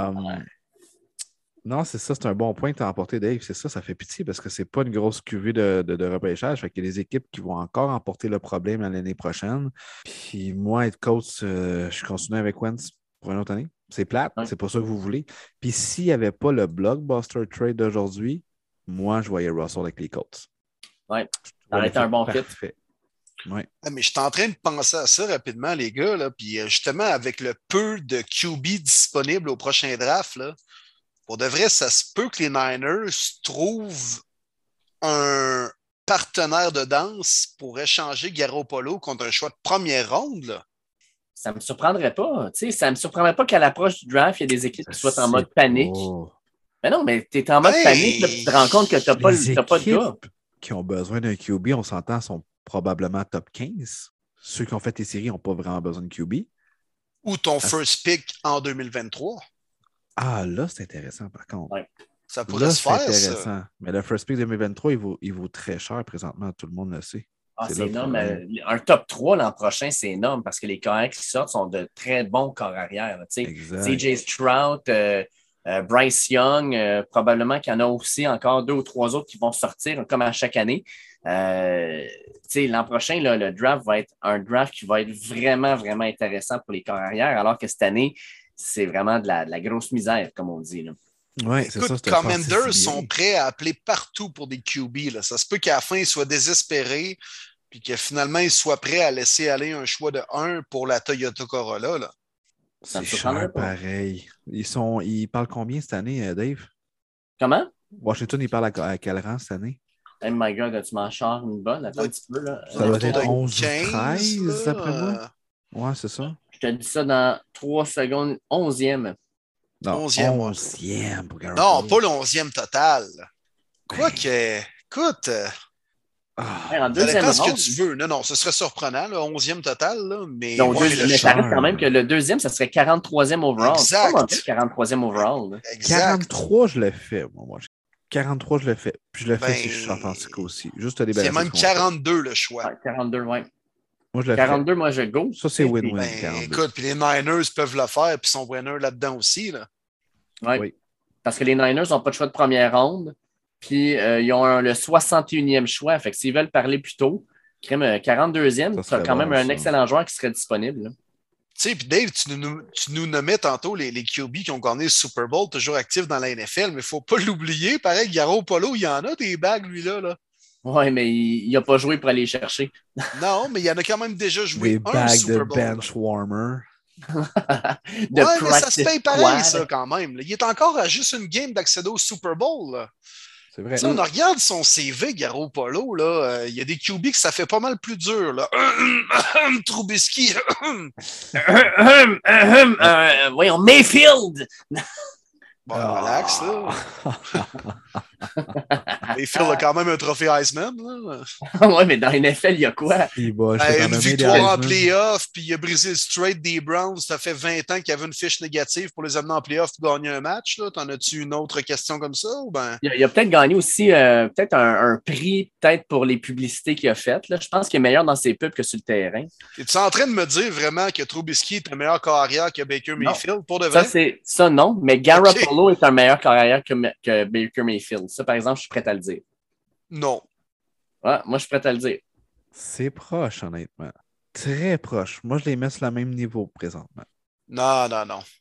non, c'est ça, c'est un bon point que tu as emporté, Dave. C'est ça fait pitié parce que c'est pas une grosse cuvée de repêchage. Fait qu'il y a des équipes qui vont encore emporter le problème l'année prochaine. Puis moi, être coach, je continue avec Wentz pour une autre année. C'est plate, c'est pas ça que vous voulez. Puis s'il n'y avait pas le blockbuster trade d'aujourd'hui, moi, je voyais Russell avec les Colts. Oui, ça aurait été un bon fit. Ouais. Ah, mais je suis en train de penser à ça rapidement, les gars. Là, puis justement, avec le peu de QB disponibles au prochain draft, là, pour de vrai, ça se peut que les Niners trouvent un partenaire de danse pour échanger Garoppolo contre un choix de première ronde. Là. Ça ne me surprendrait pas. Ça ne me surprendrait pas qu'à l'approche du draft, il y a des équipes qui soient en mode panique. Mais non, mais tu es en mode panique, là, tu te rends compte que tu n'as pas de gars. Qui ont besoin d'un QB, on s'entend, sont probablement top 15. Ceux qui ont fait les séries n'ont pas vraiment besoin de QB. Ou ton first pick en 2023. Ah, là, c'est intéressant, par contre. Ouais. Ça pourrait se faire, intéressant. ça. Mais le first pick 2023, il vaut très cher présentement. Tout le monde le sait. Ah, c'est énorme. Un top 3 l'an prochain, c'est énorme parce que les carrières qui sortent sont de très bons corps arrière. CJ Stroud, Bryce Young, probablement qu'il y en a aussi encore 2 ou 3 autres qui vont sortir comme à chaque année. L'an prochain, là, le draft va être un draft qui va être vraiment, vraiment intéressant pour les corps arrière, alors que cette année, c'est vraiment de la grosse misère, comme on dit. Oui, c'est ça. Les Commanders sont prêts à appeler partout pour des QB. Là. Ça se peut qu'à la fin, ils soient désespérés puis que finalement, ils soient prêts à laisser aller un choix de 1 pour la Toyota Corolla. Là. C'est cher, pareil. Ils parlent combien cette année, Dave? Comment? Washington, ils parlent à quel rang cette année? Oh my God, tu m'en charges une bonne. Attends un petit peu. Là. Ça doit être 11 13, d'après moi. Ouais, c'est ça. Je te dis ça dans 3 secondes. 11e. Non, 11e. Non, pas le 11e total. Écoute, en deuxième ça dépend round, ce que tu veux. Non, ce serait surprenant, le 11e total. Là, mais ça reste quand même que le deuxième, ça serait 43e overall. Exact. C'est pas mauvais, 43e overall. Exact. 43, je le fais, moi. 43, je le fais. Puis je le fais si je suis authentique aussi. Juste des c'est même 42 le choix. Ouais, 42, ouais. Moi, je le 42, fais. moi, je go. Ça, c'est win-win. Écoute, puis les Niners peuvent le faire, puis sont winners là-dedans aussi. Là. Ouais. Oui. Parce que les Niners n'ont pas de choix de première ronde, puis ils ont le 61e choix. Fait que s'ils veulent parler plus tôt, 42e, c'est quand même un excellent joueur qui serait disponible. Tu sais, puis Dave, tu nous nommais tantôt les QB qui ont gagné le Super Bowl, toujours actifs dans la NFL, mais il ne faut pas l'oublier. Pareil, Garoppolo, il y en a des bagues, lui-là. Oui, mais il n'a pas joué pour aller chercher. Non, mais il y en a quand même déjà joué un Super Bowl. Des bagues de bench warmer. Mais ça se paye pareil, ça, quand même. Il est encore à juste une game d'accéder au Super Bowl. Là. C'est vrai. On regarde son CV, Garoppolo, là. Il y a des QB que ça fait pas mal plus dur. Là. Trubisky. Voyons, Mayfield. Bon, relax, là. Mayfield a quand même un trophée Heisman. Oui, mais dans NFL, il y a quoi? Une victoire en playoff, puis il a brisé le straight des Browns. Ça fait 20 ans qu'il y avait une fiche négative pour les amener en playoff pour gagner un match. T'en as-tu une autre question comme ça? Ou ben... Il a peut-être gagné aussi peut-être un prix peut-être pour les publicités qu'il a faites. Là. Je pense qu'il est meilleur dans ses pubs que sur le terrain. Es-tu en train de me dire vraiment que Trubisky est un meilleur carrière que Baker Mayfield, pour de vrai? Ça, non. Mais Garoppolo est un meilleur carrière que Baker Mayfield. Ça, par exemple, je suis prêt à le dire. Non. Ouais, moi, je suis prêt à le dire. C'est proche, honnêtement. Très proche. Moi, je les mets sur le même niveau présentement. Non.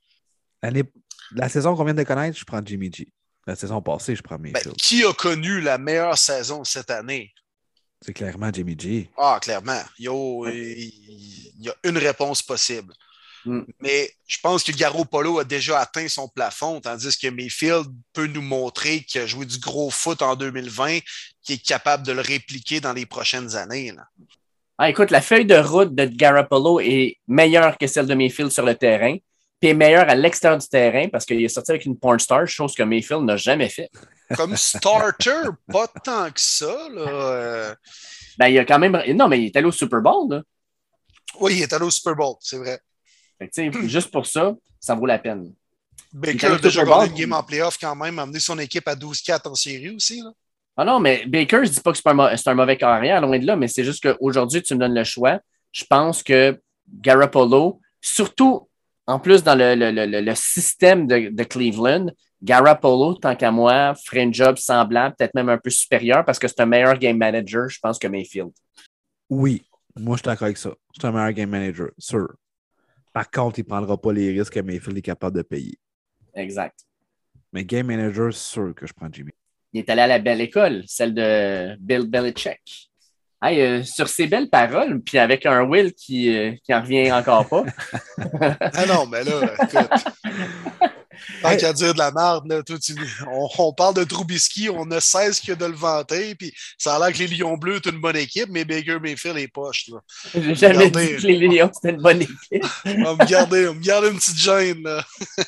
La saison qu'on vient de connaître, je prends Jimmy G. La saison passée, je prends Mayfield. Qui a connu la meilleure saison cette année? C'est clairement Jimmy G. Ah, clairement. Il y a une réponse possible. Mais je pense que Garoppolo a déjà atteint son plafond, tandis que Mayfield peut nous montrer qu'il a joué du gros foot en 2020, qu'il est capable de le répliquer dans les prochaines années. Là. Ah, écoute, la feuille de route de Garoppolo est meilleure que celle de Mayfield sur le terrain, puis est meilleure à l'extérieur du terrain parce qu'il est sorti avec une porn star, chose que Mayfield n'a jamais fait. Comme starter, pas tant que ça. Là. Ben, il a quand même... Non, mais il est allé au Super Bowl. Là. Oui, il est allé au Super Bowl, c'est vrai. Fait que, juste pour ça, ça vaut la peine. Baker a déjà gagné une game en playoff quand même, amené son équipe à 12-4 en série aussi. Là. Ah non, mais Baker, je ne dis pas que c'est un mauvais carrière, loin de là, mais c'est juste qu'aujourd'hui, tu me donnes le choix. Je pense que Garoppolo, surtout en plus dans le système de Cleveland, Garoppolo, tant qu'à moi, ferait un job semblable, peut-être même un peu supérieur, parce que c'est un meilleur game manager, je pense, que Mayfield. Oui, moi, je suis d'accord avec ça. C'est un meilleur game manager, sûr. Par contre, il ne prendra pas les risques que Mayfield est capable de payer. Exact. Mais game manager, sûr que je prends Jimmy. Il est allé à la belle école, celle de Bill Belichick. Hey, sur ces belles paroles, puis avec un Will qui en revient encore pas. Ah non, mais là, écoute. Tant qu'à dire de la merde, là, on parle de Trubisky, on ne cesse que de le vanter, puis ça a l'air que les Lions Bleus sont une bonne équipe, mais Baker Mayfield est poche. Là. J'ai jamais dit que les Lions c'était une bonne équipe. On me garder une petite gêne. Là.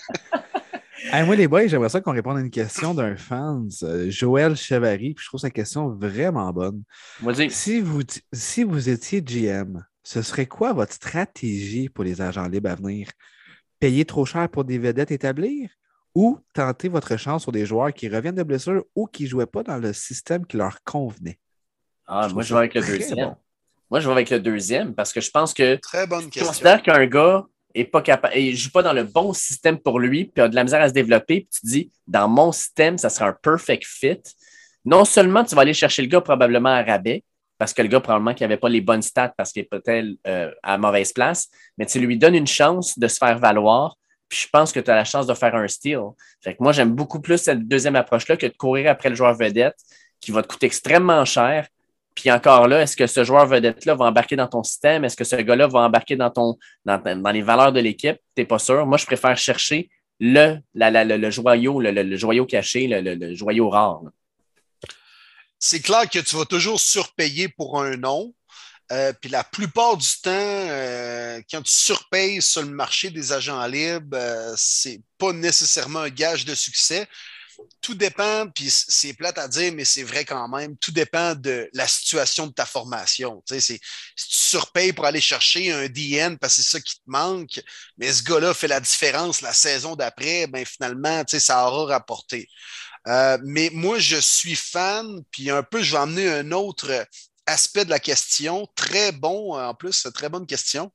Hey, moi, les boys, j'aimerais ça qu'on réponde à une question d'un fan, Joël Chevary, puis je trouve sa question vraiment bonne. Vas-y. Si vous étiez GM, ce serait quoi votre stratégie pour les agents libres à venir? Payer trop cher pour des vedettes établir ou tenter votre chance sur des joueurs qui reviennent de blessure ou qui ne jouaient pas dans le système qui leur convenait? Moi, je vais avec le deuxième. Bon. Moi, je vais avec le deuxième parce que je pense que très bonne question. Je considère qu'un gars n'est pas capable, il ne joue pas dans le bon système pour lui, puis a de la misère à se développer, puis tu te dis, dans mon système, ça sera un perfect fit. Non seulement tu vas aller chercher le gars probablement à rabais, parce que le gars, probablement qu'il n'avait pas les bonnes stats parce qu'il est peut-être à mauvaise place, mais tu lui donnes une chance de se faire valoir, puis je pense que tu as la chance de faire un steal. Fait que moi, j'aime beaucoup plus cette deuxième approche-là que de courir après le joueur vedette qui va te coûter extrêmement cher. Puis encore là, est-ce que ce joueur vedette-là va embarquer dans ton système? Est-ce que ce gars-là va embarquer dans les valeurs de l'équipe? Tu n'es pas sûr. Moi, je préfère chercher le joyau, le joyau caché, le joyau rare. Là. C'est clair que tu vas toujours surpayer pour un nom. Puis la plupart du temps, quand tu surpayes sur le marché des agents libres, c'est pas nécessairement un gage de succès. tout dépend, puis c'est plate à dire, mais c'est vrai quand même, tout dépend de la situation de ta formation. Si tu surpayes pour aller chercher un DN parce que c'est ça qui te manque, mais ce gars-là fait la différence la saison d'après, ben finalement, ça aura rapporté. Mais moi, je suis fan, puis un peu, je vais emmener un autre aspect de la question. Très bon, en plus, très bonne question.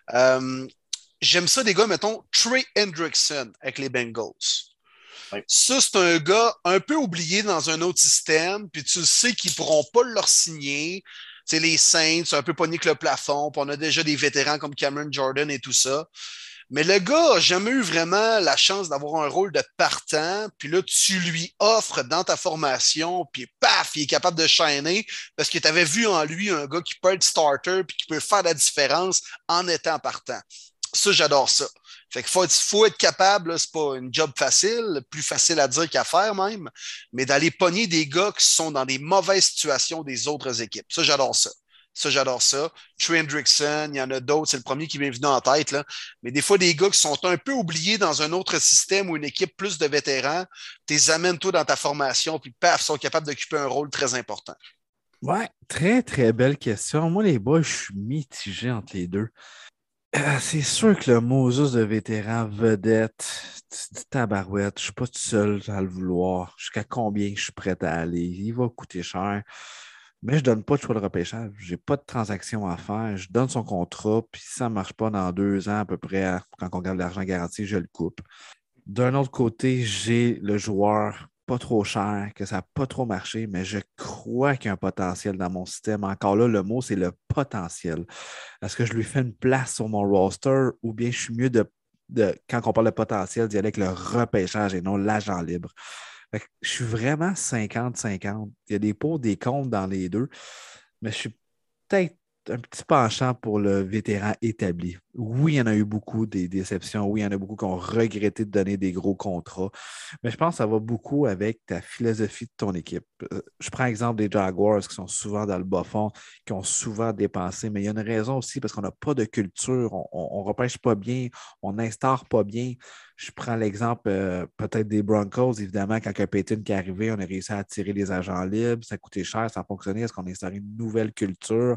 J'aime ça des gars, mettons, Trey Hendrickson avec les Bengals. Oui. Ça, c'est un gars un peu oublié dans un autre système, puis tu sais qu'ils ne pourront pas leur signer. C'est les Saints, un peu pogné que le plafond, puis on a déjà des vétérans comme Cameron Jordan et tout ça. Mais le gars n'a jamais eu vraiment la chance d'avoir un rôle de partant, puis là, tu lui offres dans ta formation, puis paf, il est capable de shiner parce que tu avais vu en lui un gars qui peut être starter, puis qui peut faire la différence en étant partant. Ça, j'adore ça. Fait qu'il faut être capable, c'est pas une job facile, plus facile à dire qu'à faire même, mais d'aller pogner des gars qui sont dans des mauvaises situations des autres équipes. Ça, j'adore ça. Ça, j'adore ça. Trey Hendrickson, il y en a d'autres, c'est le premier qui m'est venu en tête, là. Mais des fois, des gars qui sont un peu oubliés dans un autre système ou une équipe plus de vétérans, tu les amènes toi dans ta formation, puis paf, sont capables d'occuper un rôle très important. Ouais, très, très belle question. Moi, les boys, je suis mitigé entre les deux. C'est sûr que le Moses de vétéran vedette, tu dis tabarouette, je suis pas tout seul à le vouloir. Jusqu'à combien je suis prêt à aller? Il va coûter cher. Mais je donne pas de choix de repêchage. J'ai pas de transaction à faire. Je donne son contrat, puis si ça ne marche pas dans 2 ans à peu près, quand on regarde l'argent garanti, je le coupe. D'un autre côté, j'ai le joueur pas trop cher, que ça n'a pas trop marché, mais je crois qu'il y a un potentiel dans mon système. Encore là, le mot, c'est le potentiel. Est-ce que je lui fais une place sur mon roster ou bien je suis mieux quand on parle de potentiel, d'y aller avec le repêchage et non l'agent libre? Je suis vraiment 50-50. Il y a des pour, des contre dans les deux, mais je suis peut-être un petit penchant pour le vétéran établi. Oui, il y en a eu beaucoup des déceptions. Oui, il y en a beaucoup qui ont regretté de donner des gros contrats. Mais je pense que ça va beaucoup avec ta philosophie de ton équipe. Je prends l'exemple des Jaguars qui sont souvent dans le bas fond, qui ont souvent dépensé. Mais il y a une raison aussi parce qu'on n'a pas de culture. On ne repêche pas bien. On n'instaure pas bien. Je prends l'exemple peut-être des Broncos. Évidemment, quand un Peyton qui est arrivé, on a réussi à attirer les agents libres. Ça coûtait cher, ça a fonctionné. Est-ce qu'on a instauré une nouvelle culture?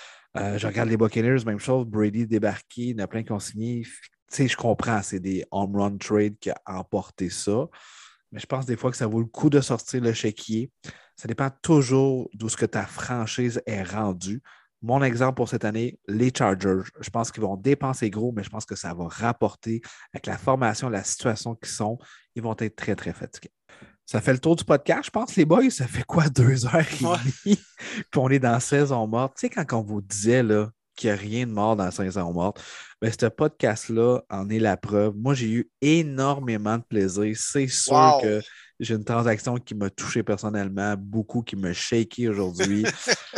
Je regarde les Buccaneers, même chose. Brady débarqué, il y en a plein qui ont signé. Tu sais, je comprends, c'est des home run trade qui a emporté ça. Mais je pense des fois que ça vaut le coup de sortir le chéquier. Ça dépend toujours d'où ce que ta franchise est rendue. Mon exemple pour cette année, les Chargers. Je pense qu'ils vont dépenser gros, mais je pense que ça va rapporter avec la formation, la situation qu'ils sont. Ils vont être très, très fatigués. Ça fait le tour du podcast, je pense, les boys. Ça fait quoi, 2h30? Puis on est dans la saison morte. Tu sais, quand on vous disait là, qu'il n'y a rien de mort dans la saison morte, bien, ce podcast-là en est la preuve. Moi, j'ai eu énormément de plaisir. C'est sûr que j'ai une transaction qui m'a touché personnellement, beaucoup qui m'a shaké aujourd'hui.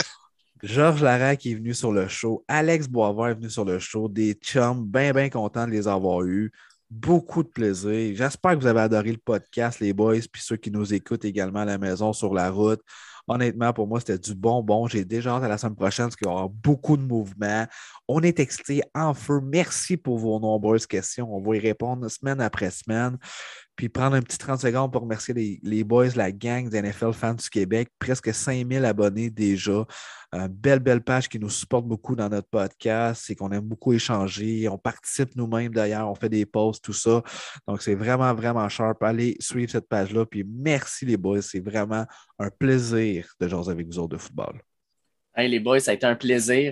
Georges Larac est venu sur le show. Alex Boisvert est venu sur le show. Des chums, bien, bien contents de les avoir eus. Beaucoup de plaisir. J'espère que vous avez adoré le podcast, les boys, puis ceux qui nous écoutent également à la maison, sur la route. Honnêtement, pour moi, c'était du bonbon. J'ai déjà hâte à la semaine prochaine parce qu'il va y avoir beaucoup de mouvements. On est excités en feu. Merci pour vos nombreuses questions. On va y répondre semaine après semaine. Puis prendre un petit 30 secondes pour remercier les boys, la gang des NFL fans du Québec. Presque 5000 abonnés déjà. Belle page qui nous supporte beaucoup dans notre podcast. C'est qu'on aime beaucoup échanger. On participe nous-mêmes d'ailleurs. On fait des posts, tout ça. Donc, c'est vraiment, vraiment sharp. Allez suivre cette page-là. Puis merci les boys. C'est vraiment un plaisir de jaser avec vous autres de football. Hey, les boys, ça a été un plaisir.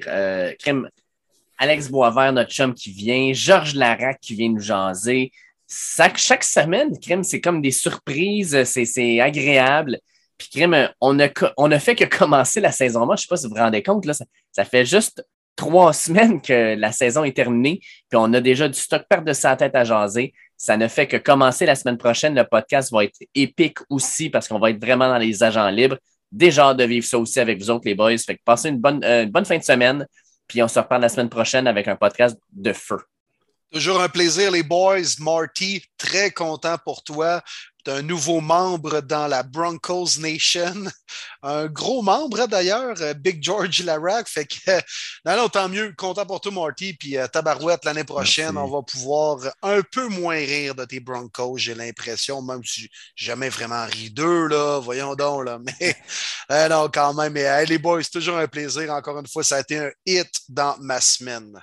Alex Boisvert, notre chum qui vient. Georges Larac qui vient nous jaser. Chaque semaine, Crème, c'est comme des surprises, c'est agréable. Puis Crème, on a fait que commencer la saison. Moi, je ne sais pas si vous vous rendez compte, là, ça fait juste 3 semaines que la saison est terminée. Puis on a déjà du stock par-dessus la tête à jaser. Ça ne fait que commencer la semaine prochaine. Le podcast va être épique aussi parce qu'on va être vraiment dans les agents libres. Déjà hâte de vivre ça aussi avec vous autres, les boys. Fait que passez une bonne fin de semaine. Puis on se reparle la semaine prochaine avec un podcast de feu. Toujours un plaisir, les boys. Marty, très content pour toi. d'un nouveau membre dans la Broncos Nation. Un gros membre, d'ailleurs, Big George Larac. Fait que, non, tant mieux. Content pour toi, Marty. Puis, tabarouette, l'année prochaine, merci. On va pouvoir un peu moins rire de tes Broncos, j'ai l'impression, même si j'ai jamais vraiment ri d'eux, là. Voyons donc, là. Mais, non, quand même. Mais, les boys, c'est toujours un plaisir. Encore une fois, ça a été un hit dans ma semaine.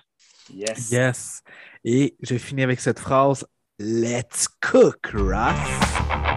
Yes. Et je finis avec cette phrase. Let's cook, Russ.